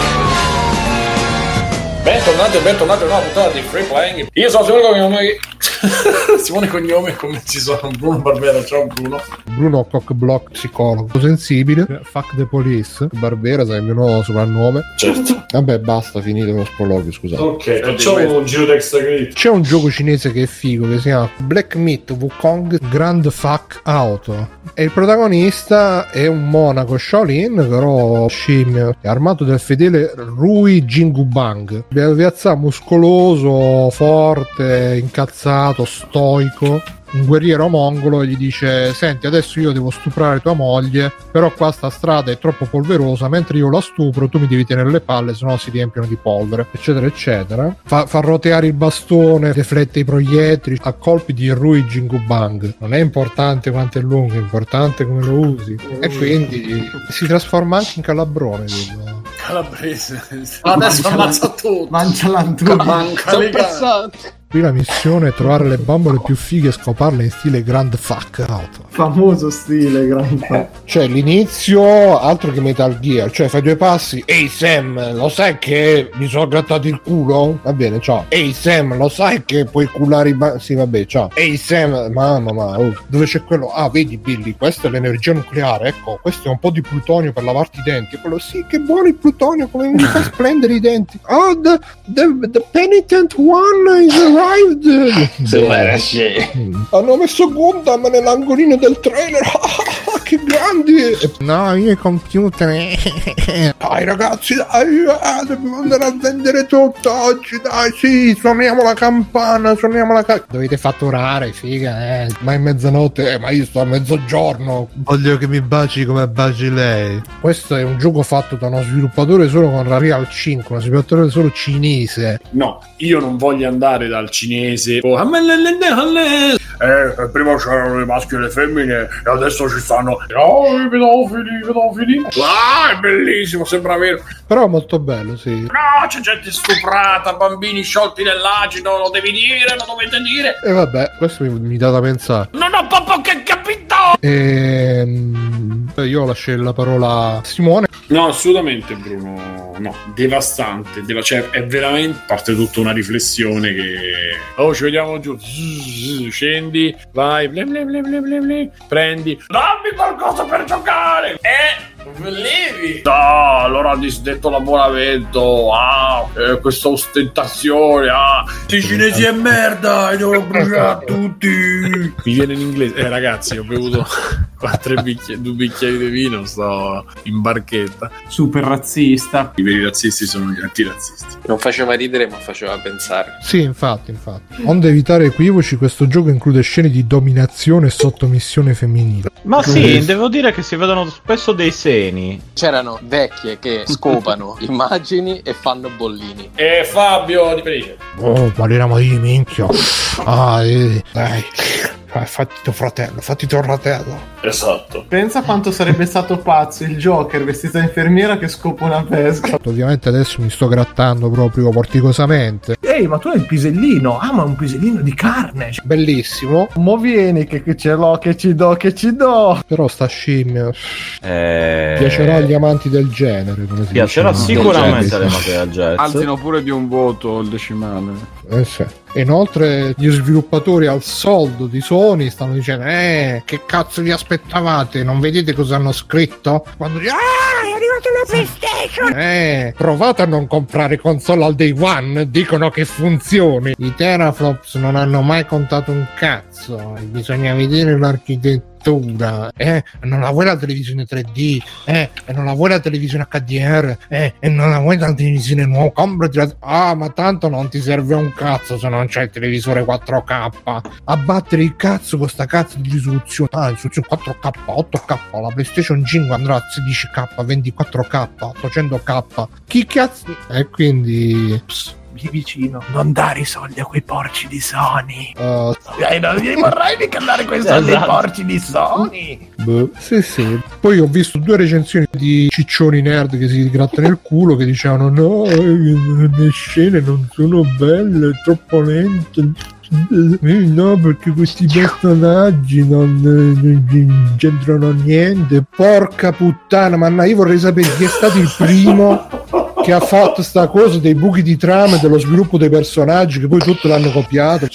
Bentornati a una nuova puntata di Free Playing. Io sono sicuro che Simone cognome come ci sono Bruno Barbera. Ciao Bruno Cockblock psicologo sensibile. Fuck the police. Barbera sai il mio nuovo soprannome. Certo. Vabbè, basta, finito lo sproloquio, scusate. Ok, facciamo un giro d'extra credit. C'è un gioco cinese che è figo che si chiama Black Myth Wukong Grand Fuck Auto e il protagonista è un monaco Shaolin, però scimmio, è armato del fedele Rui Jingubang, piazza muscoloso, forte, incazzato, stoico, un guerriero mongolo, e gli dice: senti, adesso io devo stuprare tua moglie, però qua sta strada è troppo polverosa, mentre io la stupro tu mi devi tenere le palle, sennò si riempiono di polvere, eccetera eccetera. Fa roteare il bastone, deflette i proiettili a colpi di Rui Jingubang. Non è importante quanto è lungo, è importante come lo usi, e quindi si trasforma anche in calabrone, quello. Calabrese. Adesso ammazza tutto. Mangia l'antuca. Qui la missione è trovare le bambole più fighe e scoparle in stile Grand Fuck Auto. Famoso stile Grand Fuck. Cioè l'inizio altro che Metal Gear, cioè fai due passi: ehi Sam, lo sai che mi sono grattato il culo? Va bene, ciao. Ehi Sam, lo sai che puoi cullare sì, vabbè, ciao. Ehi Sam, mamma, dove c'è quello? Ah, vedi Billy, questa è l'energia nucleare, ecco, questo è un po' di plutonio per lavarti i denti. E quello, sì, che buono il plutonio, come mi fa splendere i denti. Oh, the penitent one is arrived. Hanno messo Gundam nell'angolino del trailer. Che grandi. No, io computer. Dai ragazzi, dai, dobbiamo andare a vendere tutto oggi, dai, sì, suoniamo la campana. Dovete fatturare, figa, ma è mezzanotte, ma io sto a mezzogiorno. Voglio che mi baci come baci lei. Questo è un gioco fatto da uno sviluppatore solo con Unreal 5, uno sviluppatore solo cinese. No, io non voglio andare dal cinese. Prima c'erano le maschie e le femmine e adesso ci stanno i pedofili. Ah, è bellissimo, sembra vero. Però è molto bello, sì. No, c'è gente stuprata, bambini sciolti nell'acido, lo devi dire, lo dovete dire. E vabbè, questo mi dà da pensare. Non ho proprio che capito. Io lascio la parola a Simone. No, assolutamente Bruno, no, devastante, cioè è veramente parte tutta una riflessione che ci vediamo giù, scendi, vai, prendi, dammi qualcosa per giocare levi. No, allora disdetto l'abbonamento, questa ostentazione, i cinesi è merda, devo bruciare tutti. Mi viene in inglese, ragazzi, ho bevuto 2 bicchieri di vino, sto in barchetta. Super razzista. I veri razzisti sono gli antirazzisti. Non faceva ridere, ma faceva pensare. Sì, infatti. Onde evitare equivoci, questo gioco include scene di dominazione e sottomissione femminile. Ma sì, devo dire che si vedono spesso dei seni. C'erano vecchie che scopano immagini e fanno bollini. E Fabio di Felice. Oh, parliamo di minchia. Dai. Fatti tuo fratello. Esatto. Pensa quanto sarebbe stato pazzo il Joker vestito da infermiera che scopa una pesca. Ovviamente adesso mi sto grattando proprio porticosamente. Ehi, ma tu hai il pisellino. Ma un pisellino di carne. Bellissimo. Mo vieni che ce l'ho, che ci do. Però sta scimmia piacerà agli amanti del genere, come si piacerà dice, sicuramente agli amanti del jazz. Alzino pure di un voto il decimale. Sì. Inoltre gli sviluppatori al soldo di Sony stanno dicendo che cazzo vi aspettavate, non vedete cosa hanno scritto? Quando dicono è arrivata la PlayStation, provate a non comprare console al day one, dicono che funzioni. I teraflops non hanno mai contato un cazzo, bisogna vedere l'architettura. Non la vuoi la televisione 3D, non la vuoi la televisione HDR, e non la vuoi la televisione nuova, comprati ma tanto non ti serve un cazzo se non c'è il televisore 4K. A battere il cazzo con sta cazzo di risoluzione, risoluzione 4K, 8K, la PlayStation 5 andrà a 16K, 24K, 800K, chi cazzo? E quindi vicino, non dare i soldi a quei porci di Sony. Non vorrei mica dare quei soldi ai porci di Sony. Sì. Poi ho visto 2 recensioni di ciccioni nerd che si grattano il culo, che dicevano no, le scene non sono belle, è troppo lente. No, perché questi personaggi non c'entrano niente. Porca puttana, ma io vorrei sapere chi è stato il primo che ha fatto sta cosa dei buchi di trama e dello sviluppo dei personaggi, che poi tutto l'hanno copiato. Cioè,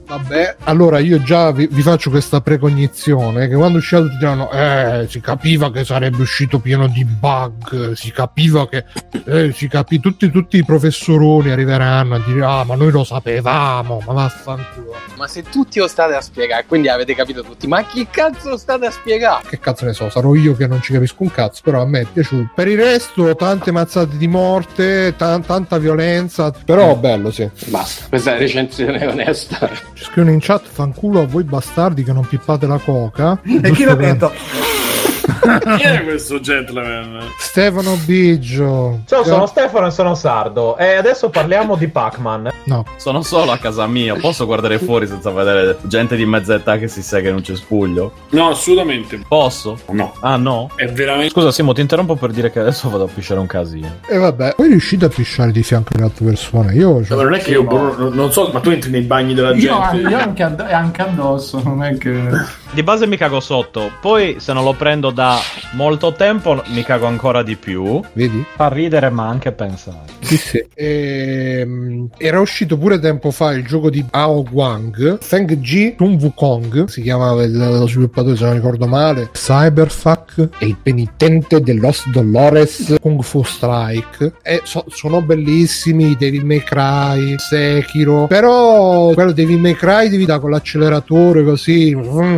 Vabbè, allora io già vi faccio questa precognizione che quando uscirà tutti diranno si capiva che sarebbe uscito pieno di bug, si capiva che tutti i professoroni arriveranno a dire ma noi lo sapevamo, ma vaffanculo. Ma se tutti lo state a spiegare, quindi avete capito tutti, ma chi cazzo lo state a spiegare? Che cazzo ne so, sarò io che non ci capisco un cazzo, però a me è piaciuto. Per il resto tante mazzate di morte, tanta violenza, però bello, sì. Basta, questa è la recensione onesta. Ci scrivono in chat: fanculo a voi bastardi che non pippate la coca. E chi l'ha detto? Chi è questo gentleman? Stefano Biggio. Ciao, sono Stefano e sono sardo. E adesso parliamo di Pac-Man. No. Sono solo a casa mia. Posso guardare fuori senza vedere gente di mezza età che si sega in un cespuglio? No, assolutamente. Posso? No. Ah, no? È veramente... Scusa, Simo, ti interrompo per dire che adesso vado a pisciare un casino. E vabbè, voi riuscite a pisciare di fianco alle altre persone? Io ma non è che io non so, ma tu entri nei bagni della gente? Io anche addosso, non è che... Di base mi cago sotto, poi se non lo prendo da molto tempo mi cago ancora di più. Vedi? Fa ridere ma anche pensare. Sì. Era uscito pure tempo fa il gioco di Ao Guang, Feng Ji Sun Wukong, si chiamava lo sviluppatore, se non ricordo male, Cyberfuck e il penitente de Los Dolores Kung Fu Strike. Sono bellissimi, Devil May Cry, Sekiro, però quello Devil May Cry devi dare con l'acceleratore così,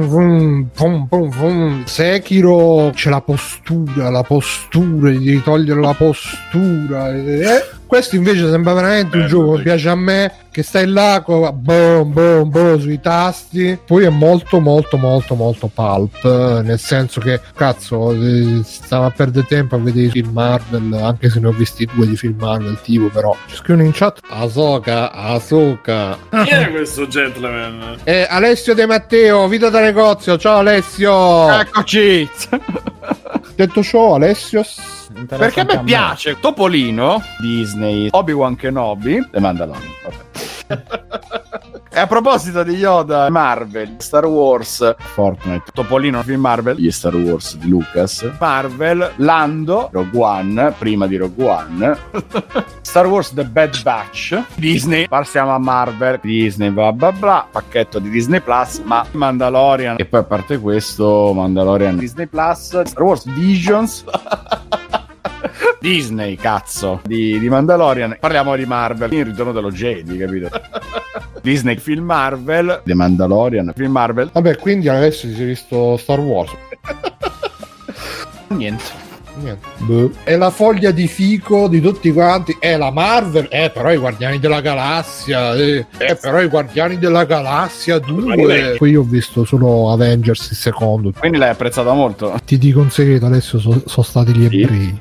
Sekiro c'è la postura, gli devi togliere la postura. Questo invece sembra veramente un gioco che piace a me, che stai là sui tasti. Poi è molto pulp, nel senso che cazzo stava a perdere tempo a vedere i film Marvel, anche se ne ho visti 2 di film Marvel tipo, però ci scrivono in chat Ahsoka. Chi è questo gentleman? Alessio De Matteo, Vita da negozio. Ciao Alessio, Eccoci. Detto ciò, Alessio, perché a me piace Topolino, Disney, Obi-Wan Kenobi e Mandalorian. E a proposito di Yoda, Marvel, Star Wars, Fortnite, Topolino, film Marvel, gli Star Wars di Lucas, Marvel, Lando, Rogue One, prima di Rogue One, Star Wars The Bad Batch, Disney, passiamo a Marvel, Disney, bla bla bla, pacchetto di Disney Plus, ma Mandalorian, e poi a parte questo, Mandalorian, Disney Plus, Star Wars Visions, Disney, cazzo, di Mandalorian. Parliamo di Marvel, il ritorno dello Jedi, capito? Disney, film Marvel, The Mandalorian, film Marvel. Vabbè, quindi adesso si è visto Star Wars. Niente. È la foglia di fico di tutti quanti. È la Marvel, però i Guardiani della Galassia, però i Guardiani della Galassia 2. Poi io ho visto solo Avengers il secondo. Quindi l'hai apprezzata molto. Ti dico un segreto, Alessio, sono stati gli ebrei.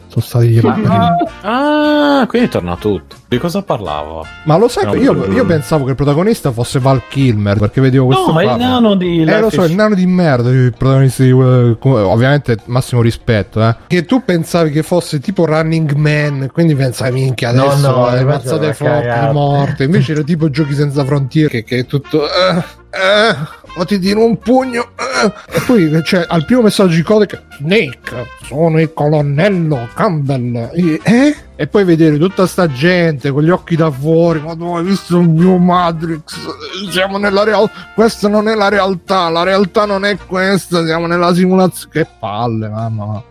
Ah, quindi torna tutto. Di cosa parlava? Ma lo sai, io pensavo che il protagonista fosse Val Kilmer, perché vedevo questo. No, ma il nano di lo so, il nano di merda, il protagonista di ovviamente massimo rispetto, che tu pensavi che fosse tipo Running Man, quindi pensavi minchia adesso le mazzate forti morte, invece era tipo Giochi senza frontiere che è tutto o ti tiro un pugno e poi c'è al primo messaggio di codice Snake, sono il colonnello Campbell e poi vedere tutta sta gente con gli occhi da fuori, ma tu hai visto il mio Matrix, siamo nella realtà, questa non è la realtà non è questa, siamo nella simulazione, che palle, mamma.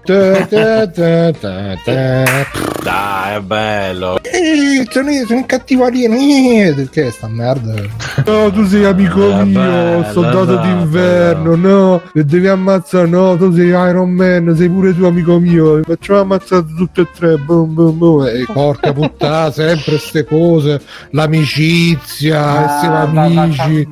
Dai, è bello. Sono in cattiveria, perché sta merda? No, tu sei amico mio, soldato d'inverno, no, e devi ammazzare, no, tu sei Iron Man, sei pure tu amico mio, facciamo ammazzare tutti e tre, boom boom boom. E porca puttana, sempre ste cose, l'amicizia, essere amici.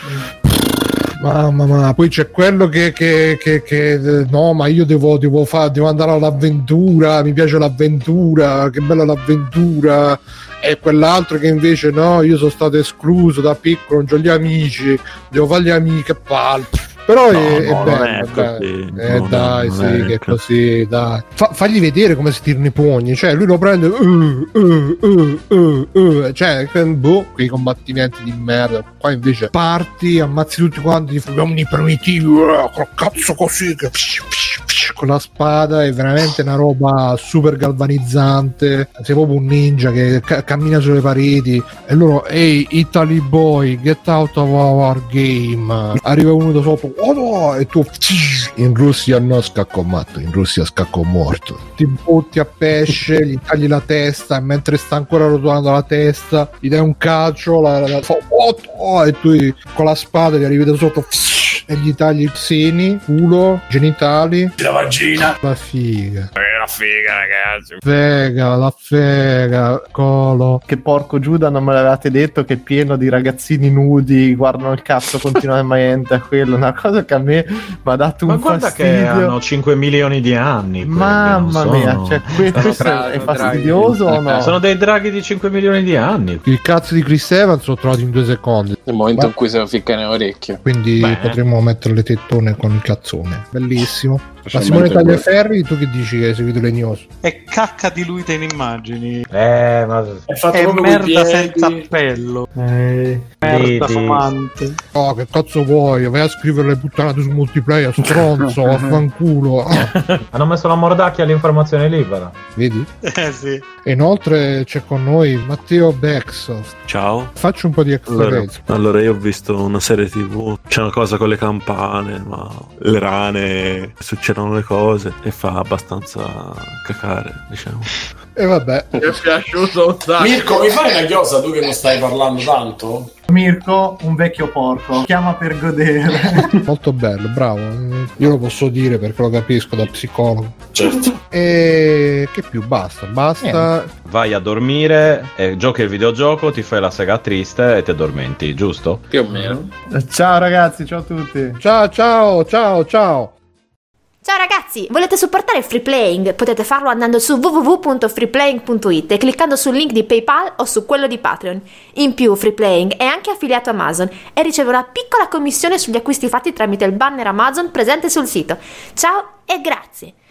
Mamma, poi c'è quello che no, ma io devo andare all'avventura, mi piace l'avventura, che bella l'avventura. E quell'altro che invece no, io sono stato escluso da piccolo, non c'ho gli amici, devo fare gli amici, che palle. Però è bello, dai, sì, che è così, dai. Fagli vedere come si tirano i pugni, cioè lui lo prende, cioè, quei combattimenti di merda. Qua invece parti, ammazzi tutti quanti, gli uomini primitivi, col cazzo così, che con la spada è veramente una roba super galvanizzante, sei proprio un ninja che cammina sulle pareti e loro ehi Italy boy get out of our game, arriva uno da sotto e tu in Russia no scacco matto, in Russia scacco morto, ti butti a pesce, gli tagli la testa e mentre sta ancora rotolando la testa gli dai un calcio, la fa e tu con la spada gli arrivi da sotto e gli tagli i seni, culo, genitali, la vagina, la figa. La figa, ragazzi. Fega, la fega, colo. Che porco Giuda non me l'avevate detto che è pieno di ragazzini nudi, guardano il cazzo continuamente a quello, una cosa che a me mi ha dato un fastidio. Ma guarda che hanno 5 milioni di anni. Mamma mia, cioè, questo è fastidioso o no? Sono dei draghi di 5 milioni di anni. Il cazzo di Chris Evans l'ho trovato in 2 secondi. Nel momento in cui se lo ficca nell'orecchio. Quindi potremmo mettere le tettone con il cazzone. Bellissimo. Ma Simone Tagliaferri, tu che dici che hai seguito le news? È cacca diluita in immagini. Ma è merda senza appello. Merda fumante. Oh, che cazzo vuoi? Vai a scrivere le puttanate su multiplayer, stronzo, vaffanculo. Hanno messo la mordacchia all'informazione libera. Vedi? Sì. E inoltre c'è con noi Matteo Bexoft. Ciao. Faccio un po' di allora io ho visto una serie TV, c'è una cosa con le campane, ma le rane, succedono le cose e fa abbastanza cacare, diciamo. E vabbè. Mi è piaciuto un sacco. Mirko, mi fai una chiosa tu che non stai parlando tanto? Mirko, un vecchio porco, chiama per godere. Molto bello, bravo. Io lo posso dire perché lo capisco da psicologo. Certo. E che più? Basta. Vai a dormire, giochi il videogioco, ti fai la sega triste e ti addormenti, giusto? Più o meno. Ciao ragazzi, ciao a tutti. Ciao. Ciao ragazzi, volete supportare Free Playing? Potete farlo andando su www.freeplaying.it e cliccando sul link di PayPal o su quello di Patreon. In più, Free Playing è anche affiliato a Amazon e riceve una piccola commissione sugli acquisti fatti tramite il banner Amazon presente sul sito. Ciao e grazie!